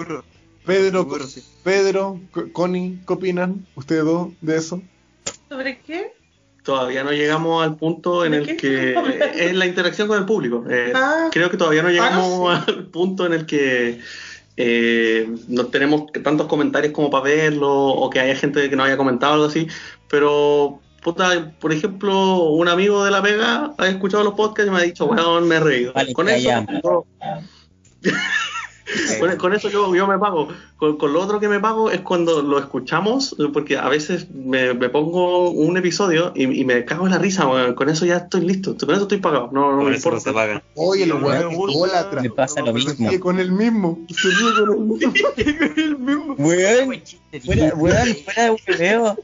Pedro, Connie, ¿qué opinan ustedes dos de eso? ¿Sobre qué? Todavía no llegamos al punto en el que es la interacción con el público. Creo que todavía no llegamos al punto en el que no tenemos tantos comentarios como para verlo, o que haya gente que no haya comentado algo así, pero puta, por ejemplo, un amigo de La Pega ha escuchado los podcasts y me ha dicho, weón, me he reído. Vale, Con eso con eso yo me pago. Con lo otro que me pago es cuando lo escuchamos, porque a veces me pongo un episodio y me cago en la risa, weón. Con eso ya estoy listo, con eso estoy pagado, no me importa. Se paga. Oye, los weones idólatras. Me pasa lo mismo. Se ríe con el mismo. Weón, fuera de hueveo.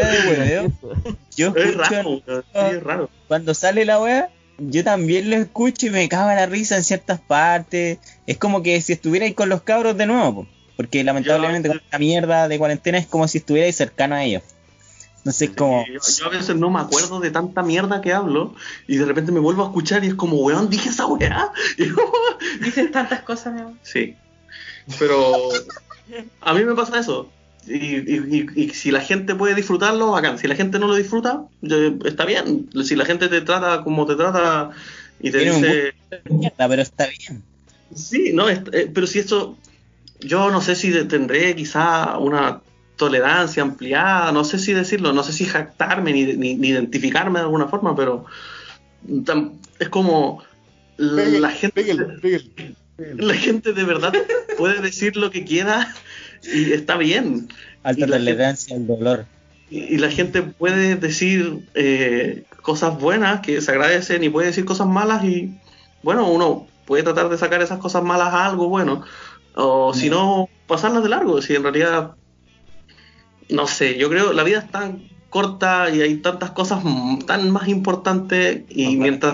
Yo Es escucho, raro, weón, sí, es raro. cuando sale la wea, yo también lo escucho y me cago en la risa en ciertas partes. Es como que si estuvierais con los cabros de nuevo, po. Porque lamentablemente con esta mierda de cuarentena es como si estuvierais cercano a ellos. Entonces como... Yo a veces no me acuerdo de tanta mierda que hablo y de repente me vuelvo a escuchar y es como, weón, dije esa weá. Dices tantas cosas, mi amor. Sí, pero a mí me pasa eso. Y si la gente puede disfrutarlo, bacán. Si la gente no lo disfruta, está bien. Si la gente te trata como te trata y te Tiene un dice... mierda, pero está bien. Sí, no, pero si esto... Yo no sé si tendré quizá una tolerancia ampliada, no sé si decirlo, no sé si jactarme ni identificarme de alguna forma, pero es como la gente de verdad puede decir lo que quiera y está bien. Alta tolerancia al dolor. Y la gente puede decir cosas buenas que se agradecen y puede decir cosas malas y bueno, uno puede tratar de sacar esas cosas malas a algo bueno o si no, pasarlas de largo. Si en realidad, no sé, yo creo la vida es tan corta y hay tantas cosas tan más importantes y mientras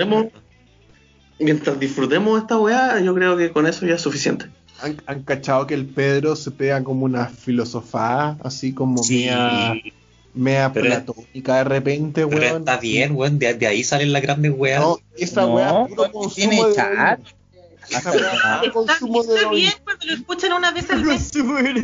disfrutemos esta weá, yo creo que con eso ya es suficiente. ¿Han cachado que el Pedro se pega como una filosofada, así como mea platónica de repente, weón? Pero está bien, weón, de ahí salen las grandes weas. No, esa weá es puro consumo de chat. Esa weá es consumo de Está bien cuando lo escuchan una vez al mes.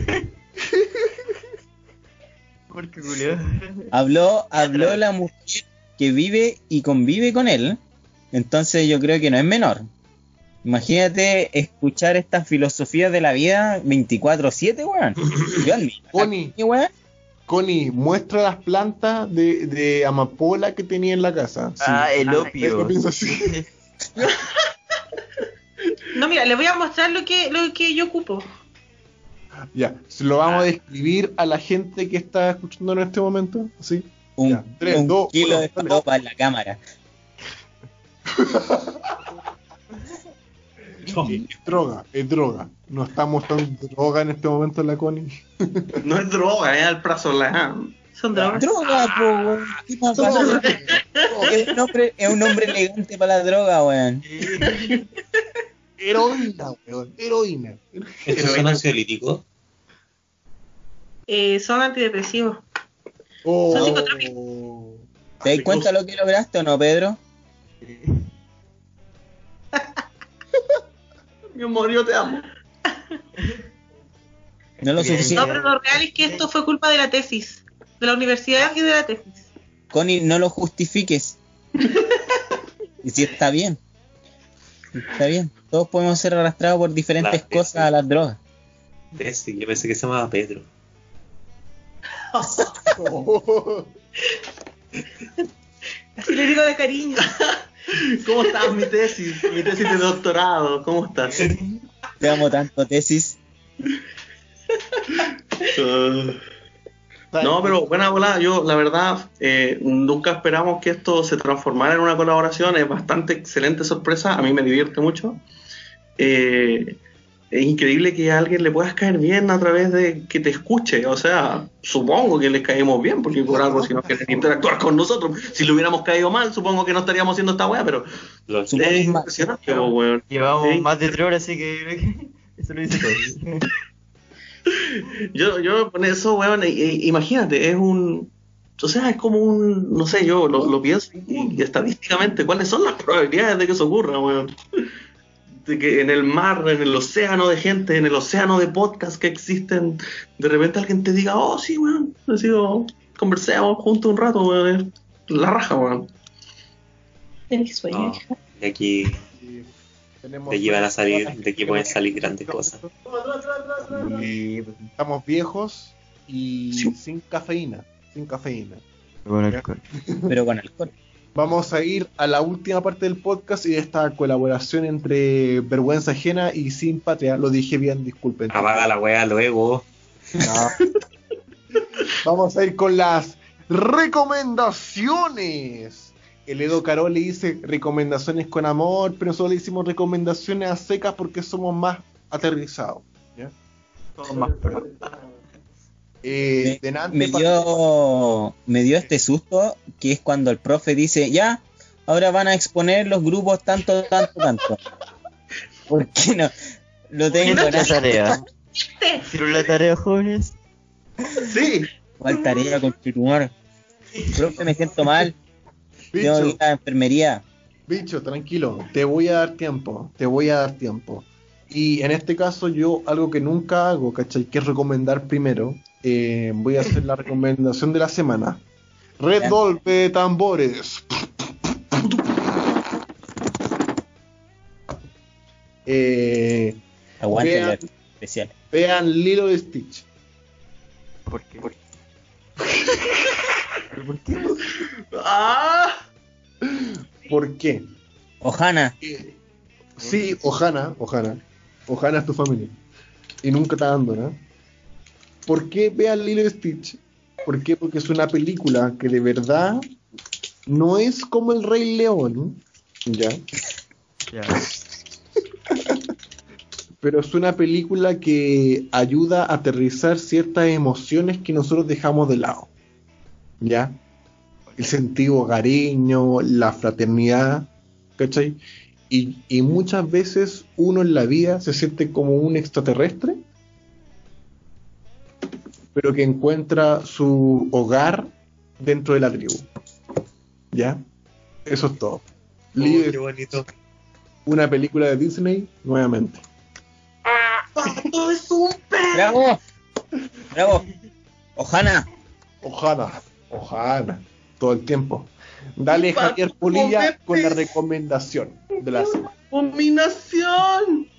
Porque culiao. Habló la mujer que vive y convive con él, entonces yo creo que no es menor. Imagínate escuchar estas filosofías de la vida 24/7, weón. Yo admiro, Connie, muestra las plantas de amapola que tenía en la casa. El opio. No, mira, le voy a mostrar lo que yo ocupo. Ya, se lo vamos a describir a la gente que está escuchando en este momento. ¿Sí? Un 3, 2, kilo 1, de falopa en la cámara. Es droga. No estamos tan droga en este momento en la Connie. No es droga, es alprazolam. Son drogas. Droga, po, ¿qué pasa? Es un nombre elegante para la droga, weón. Heroína, weón. Heroína. ¿Estos son ansiolíticos? Son antidepresivos. Son psicotrópicos. ¿Te das cuenta lo que lograste o no, Pedro? Mi amor, yo te amo. No lo suficiente. No, pero lo real es que esto fue culpa de la tesis, de la universidad y de la tesis. Connie, no lo justifiques. Y si está bien. Está bien. Todos podemos ser arrastrados por diferentes cosas a las drogas. Sí, yo pensé que se llamaba Pedro. Así le digo de cariño. ¿Cómo estás, mi tesis? Mi tesis de doctorado, ¿cómo estás? Te amo tanto, tesis. No, pero buena volada. Yo, la verdad, nunca esperamos que esto se transformara en una colaboración. Es bastante excelente sorpresa. A mí me divierte mucho. Es increíble que a alguien le puedas caer bien a través de que te escuche. O sea, supongo que les caemos bien, porque por algo si no quieren interactuar con nosotros. Si le hubiéramos caído mal, supongo que no estaríamos haciendo esta weá, pero es impresionante, weón. Llevamos más de 3 horas, así que eso lo dice todo. Yo con eso, weón, imagínate, es un... O sea, es como un... No sé, yo lo pienso y estadísticamente, ¿cuáles son las probabilidades de que eso ocurra, weón? De que en el mar, en el océano de gente, en el océano de podcasts que existen, de repente alguien te diga, oh, sí, weón, conversemos juntos un rato, weón, la raja, weón. ¿Tenés sueño, hija? De aquí van a salir, de aquí pueden salir grandes cosas. Estamos viejos y sin cafeína. Pero con alcohol. Vamos a ir a la última parte del podcast y de esta colaboración entre Vergüenza Ajena y Sin Patria. Lo dije bien, disculpen. Apaga la weá luego. No. Vamos a ir con las recomendaciones. El Edo Carol le dice recomendaciones con amor, pero nosotros le hicimos recomendaciones a secas porque somos más aterrizados. ¿Ya? Somos más pro. Me dio este susto que es cuando el profe dice ya, ahora van a exponer los grupos tanto. ¿Por qué no? Lo tengo la tarea. ¿Hicieron la tarea, jóvenes? Sí. ¿Cuál tarea, conchetumar? Profe, me siento mal. Tengo que ir a la enfermería. Bicho, tranquilo, te voy a dar tiempo. Y en este caso yo algo que nunca hago, ¿cachai? Que es recomendar primero. Voy a hacer la recomendación de la semana. Redolve tambores. Aguante la especial. Vean Lilo y Stitch. ¿Por qué? ¿Pero por qué? ¡Ah! ¿Por qué? Ohana. Sí, Ohana es tu familia. Y nunca te abandona. ¿Por qué vean Lilo y Stitch? ¿Por qué? Porque es una película que de verdad no es como El Rey León, ¿ya? Ya. Pero es una película que ayuda a aterrizar ciertas emociones que nosotros dejamos de lado, ¿ya? El sentido hogareño, la fraternidad, ¿cachai? Y muchas veces uno en la vida se siente como un extraterrestre, pero que encuentra su hogar dentro de la tribu, ¿ya? Eso es todo. Lilo, qué bonito. una película de Disney, nuevamente. ¡Pato es un perro! ¡Bravo! ¡Bravo! ¡Ohana! Ohana, todo el tiempo. Dale, Javier Polilla, con la recomendación de la semana. ¡Abominación!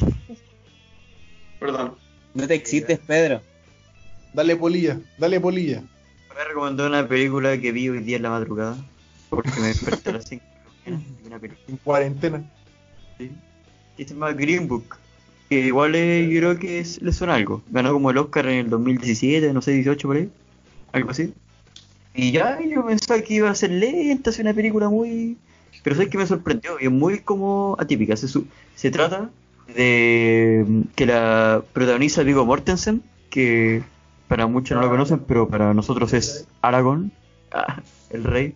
Perdón. No te excites, Pedro. Dale, Polilla. Me recomendó una película que vi hoy día en la madrugada. Porque me desperté a las 5 de la mañana. Una película. En cuarentena. Sí. Que se llama Green Book. Que igual yo creo que le suena algo. Ganó como el Oscar en el 2017, no sé, 18 por ahí. Algo así. Y ya yo pensaba que iba a ser lenta, es una película muy... Pero sabes que me sorprendió, y es muy como atípica. Se trata de que la protagoniza Viggo Mortensen, que para muchos no lo conocen, pero para nosotros es Aragorn, el rey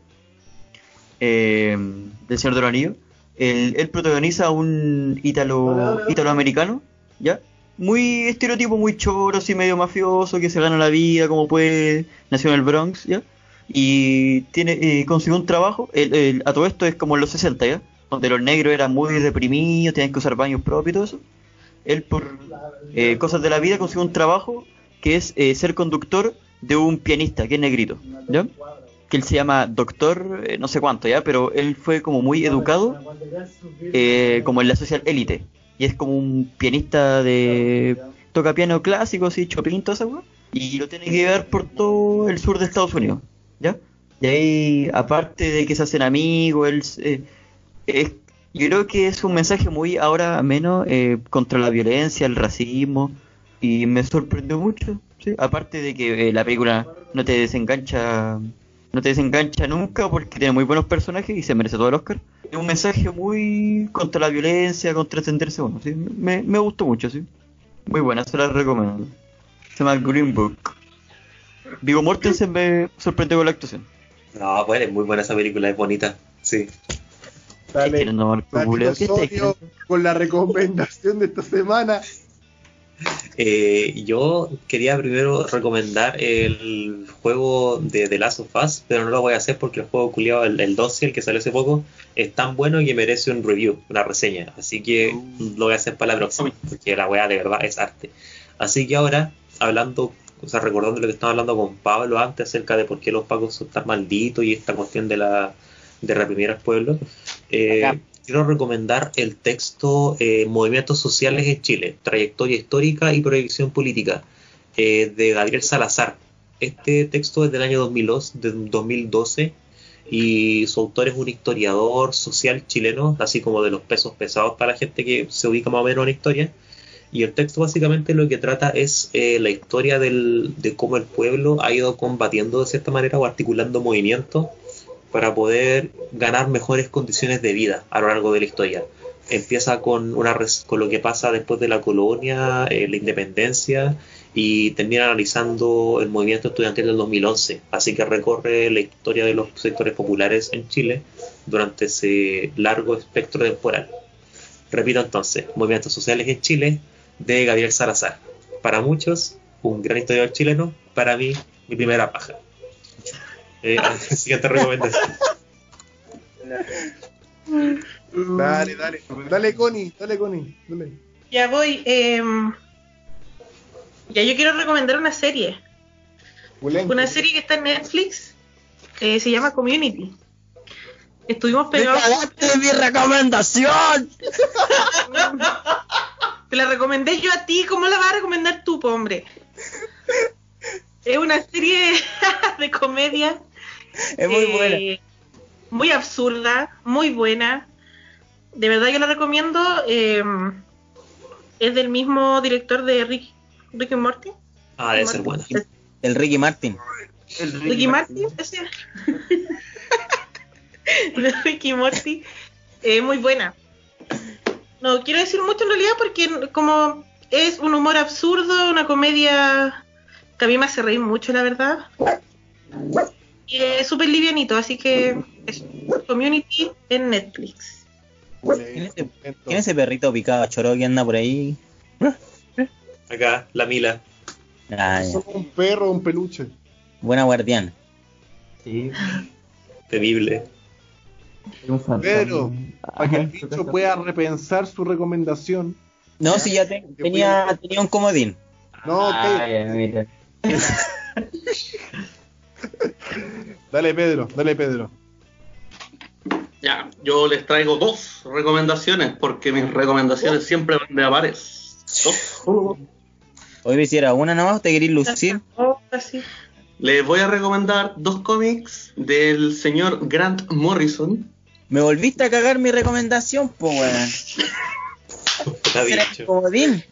del Señor de los Anillos. Él protagoniza a un italoamericano, ¿ya? Muy estereotipo, muy choro, así medio mafioso, que se gana la vida como puede, nació en el Bronx, ¿ya? Y consiguió un trabajo, a todo esto es como en los 60, ¿ya? Donde los negros eran muy reprimidos, tenían que usar baños propios y todo eso. Él por cosas de la vida consiguió un trabajo que es ser conductor de un pianista, que es negrito, ¿ya? Que él se llama doctor, no sé cuánto, ¿ya? Pero él fue como muy educado, como en la social élite. Y es como un pianista toca piano clásico, así, Chopin, toda esa weá. Y lo tiene que llevar por todo el sur de Estados Unidos, ¿ya? Y ahí, aparte de que se hacen amigos, yo creo que es un mensaje muy ahora menos contra la violencia, el racismo. Y me sorprendió mucho, ¿sí? Aparte de que la película no te desengancha nunca porque tiene muy buenos personajes y se merece todo el Oscar. Es un mensaje muy contra la violencia, contra extenderse uno, ¿sí? Me gustó mucho, sí. Muy buena, se la recomiendo. Se llama Green Book. Viggo Mortensen me sorprendió con la actuación. No, pues es muy buena esa película, es bonita, sí. Dale, ¿Qué Osorio, con la recomendación de esta semana. Yo quería primero recomendar el juego de The Last of Us, pero no lo voy a hacer porque el juego culiado, el 12, el que salió hace poco, es tan bueno que merece un review, una reseña. Así que lo voy a hacer para la próxima, porque la weá de verdad es arte. Así que ahora, recordando lo que estaba hablando con Pablo antes acerca de por qué los pacos son tan malditos y esta cuestión de reprimir al pueblo, quiero recomendar el texto Movimientos Sociales en Chile, Trayectoria Histórica y Proyección Política, de Gabriel Salazar. Este texto es del año 2012 y su autor es un historiador social chileno, así como de los pesos pesados para la gente que se ubica más o menos en la historia. Y el texto básicamente lo que trata es la historia de cómo el pueblo ha ido combatiendo de cierta manera o articulando movimientos para poder ganar mejores condiciones de vida a lo largo de la historia. Empieza con lo que pasa después de la colonia, la independencia, y termina analizando el movimiento estudiantil del 2011. Así que recorre la historia de los sectores populares en Chile durante ese largo espectro temporal. Repito entonces, Movimientos Sociales en Chile, de Gabriel Salazar. Para muchos, un gran historiador chileno. Para mí, mi primera paja. Siguiente recomendación. Dale, Connie. Dale. Ya voy. Ya yo quiero recomendar una serie. Una serie que está en Netflix. Se llama Community. Estuvimos pegados. ¡Me mi recomendación! Te la recomendé yo a ti. ¿Cómo la vas a recomendar tú, po, hombre? Es una serie de comedia. Es muy buena. Muy absurda, muy buena. De verdad yo la recomiendo. Es del mismo director de Rick and Morty. Ah, debe ser buena. El Ricky Martin. Ricky Martin, ese. De Ricky Morty. Muy buena. No quiero decir mucho en realidad porque como es un humor absurdo, una comedia que a mí me hace reír mucho, la verdad. Y es súper livianito, así que es Community en Netflix. ¿Quién es ese perrito picado choro que anda por ahí? Acá, la Mila. Ah, Es un perro, un peluche. buena guardiana. Sí. Temible. Un fantasma. Pero, para que el Ajá, bicho pueda repensar su recomendación. No, si ya tenía un comodín. No, Ay, mira. Dale, Pedro. Ya, yo les traigo 2 recomendaciones, porque mis recomendaciones siempre van de a pares. 2. Hoy me hiciera una nomás, ¿te querís lucir? Así. Les voy a recomendar 2 cómics del señor Grant Morrison. Me volviste a cagar mi recomendación, po weón. Está ¿Será dicho. el comodín?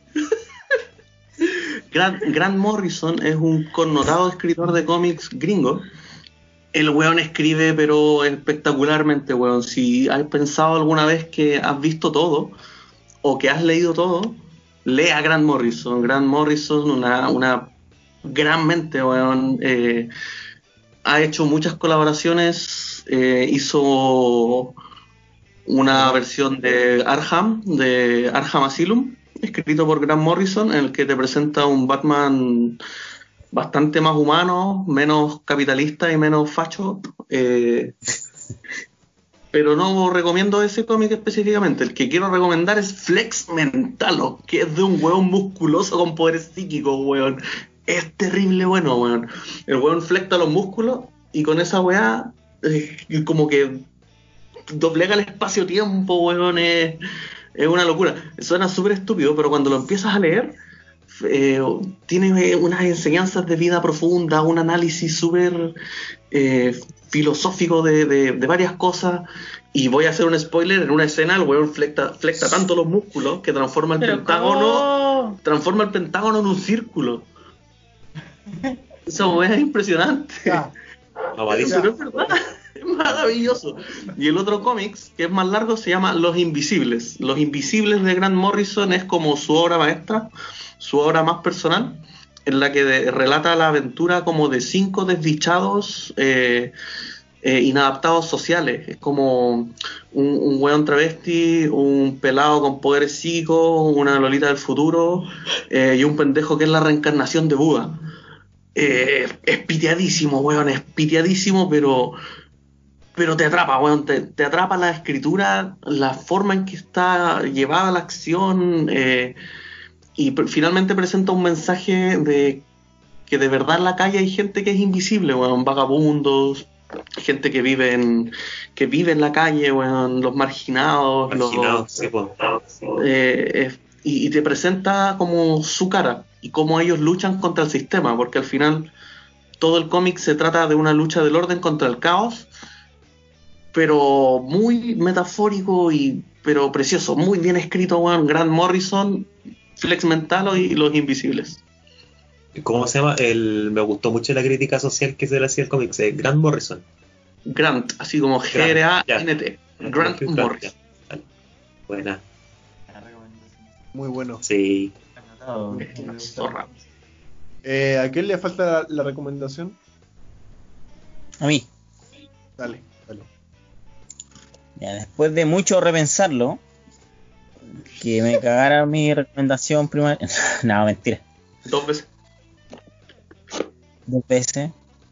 Grant Morrison es un connotado escritor de cómics gringo. El weón escribe, pero espectacularmente, weón. Si has pensado alguna vez que has visto todo, o que has leído todo, lea a Grant Morrison. Grant Morrison, una gran mente, weón. Ha hecho muchas colaboraciones. Hizo una versión de Arkham Asylum, escrito por Grant Morrison, en el que te presenta un Batman bastante más humano, menos capitalista y menos facho. Pero no recomiendo ese cómic específicamente. El que quiero recomendar es Flex Mentalo, que es de un weón musculoso con poderes psíquicos, weón. Es terrible bueno, weón. El weón flecta los músculos y con esa weá como que doblega el espacio-tiempo, weón. Es una locura. Suena súper estúpido, pero cuando lo empiezas a leer, tiene unas enseñanzas de vida profunda, un análisis súper filosófico de varias cosas. Y voy a hacer un spoiler: en una escena el weón flecta tanto los músculos que transforma el Pentágono en un círculo. Esa weá es impresionante. Pero es verdad, es maravilloso. Y el otro cómics, que es más largo, se llama Los Invisibles. Los Invisibles de Grant Morrison es como su obra maestra, su obra más personal, en la que relata la aventura como de 5 desdichados inadaptados sociales. Es como un weón travesti, un pelado con poderes psíquicos, una lolita del futuro y un pendejo que es la reencarnación de Buda. Es piteadísimo, weón, es piteadísimo, pero te atrapa, weón, te atrapa la escritura, la forma en que está llevada la acción, y finalmente presenta un mensaje de que de verdad en la calle hay gente que es invisible, weón, vagabundos, gente que vive en la calle, weón, los marginados, sí, pues. Y te presenta como su cara y cómo ellos luchan contra el sistema, porque al final todo el cómic se trata de una lucha del orden contra el caos, pero muy metafórico pero precioso, muy bien escrito, weón. Grant Morrison, Flex Mentalo y Los Invisibles. ¿Cómo se llama? Me gustó mucho la crítica social que se le hacía al cómic. Grant Morrison. Grant, así como G-R-A-N-T. Grant Morrison. Vale. Buena. Muy bueno. Sí. Zorra. ¿A quién le falta la recomendación? A mí. Dale. Ya, después de mucho repensarlo, que me cagara mi recomendación primaria. No, mentira. 2 veces. 2 veces.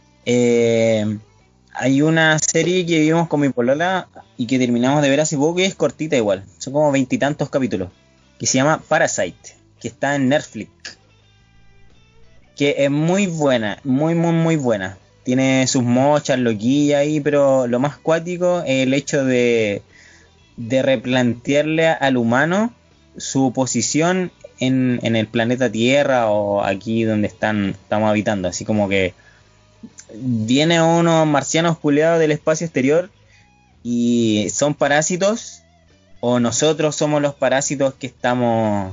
Hay una serie que vimos con mi polola y que terminamos de ver hace poco, que es cortita igual. Son como 20 y tantos capítulos. Que se llama Parasite, que está en Netflix. Que es muy buena, muy buena. Tiene sus mochas, loquillas ahí, pero lo más cuático es el hecho de replantearle al humano su posición en el planeta Tierra o aquí donde estamos habitando. Así como que vienen unos marcianos culeados del espacio exterior y son parásitos, o nosotros somos los parásitos que estamos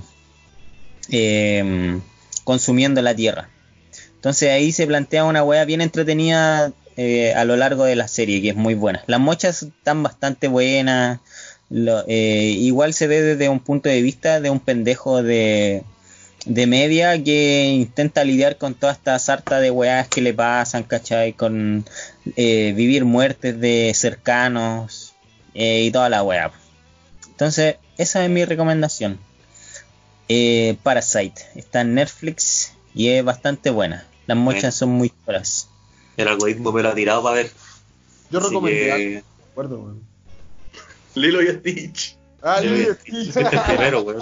consumiendo la Tierra. Entonces ahí se plantea una weá bien entretenida a lo largo de la serie, que es muy buena. Las mochas están bastante buenas. Igual se ve desde un punto de vista de un pendejo de media que intenta lidiar con toda esta sarta de weas que le pasan, ¿cachai? Con vivir muertes de cercanos y toda la wea. Entonces esa es mi recomendación. Parasite está en Netflix y es bastante buena. Las mochas son muy choras. El algoritmo me lo ha tirado para ver. Yo Así recomendé que- algo, recuerdo, weón. Lilo y Stitch. Ah, Lilo y Lilo y Stitch. Stitch. Este es primero, weón.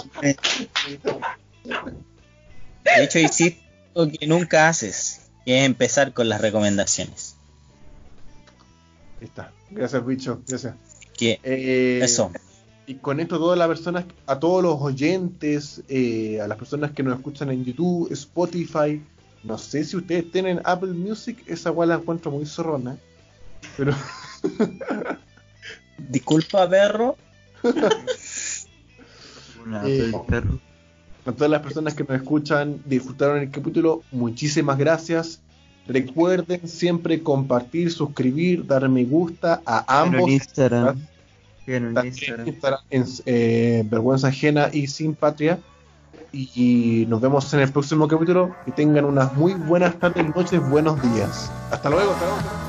De hecho hiciste lo que nunca haces, que es empezar con las recomendaciones. Ahí está. Gracias, bicho. Gracias. Que eso. Y con esto todas las personas, a todos los oyentes, a las personas que nos escuchan en YouTube, Spotify, no sé si ustedes tienen Apple Music, esa weá la encuentro muy zorrona, pero Disculpa, perro. Perro. a todas las personas que nos escuchan, disfrutaron el capítulo, muchísimas gracias. Recuerden siempre compartir, suscribir, dar me gusta a ambos. En Instagram. En También Instagram. estará en Vergüenza Ajena y Sin Patria. Y nos vemos en el próximo capítulo. Que tengan unas muy buenas tardes, noches, buenos días. Hasta luego.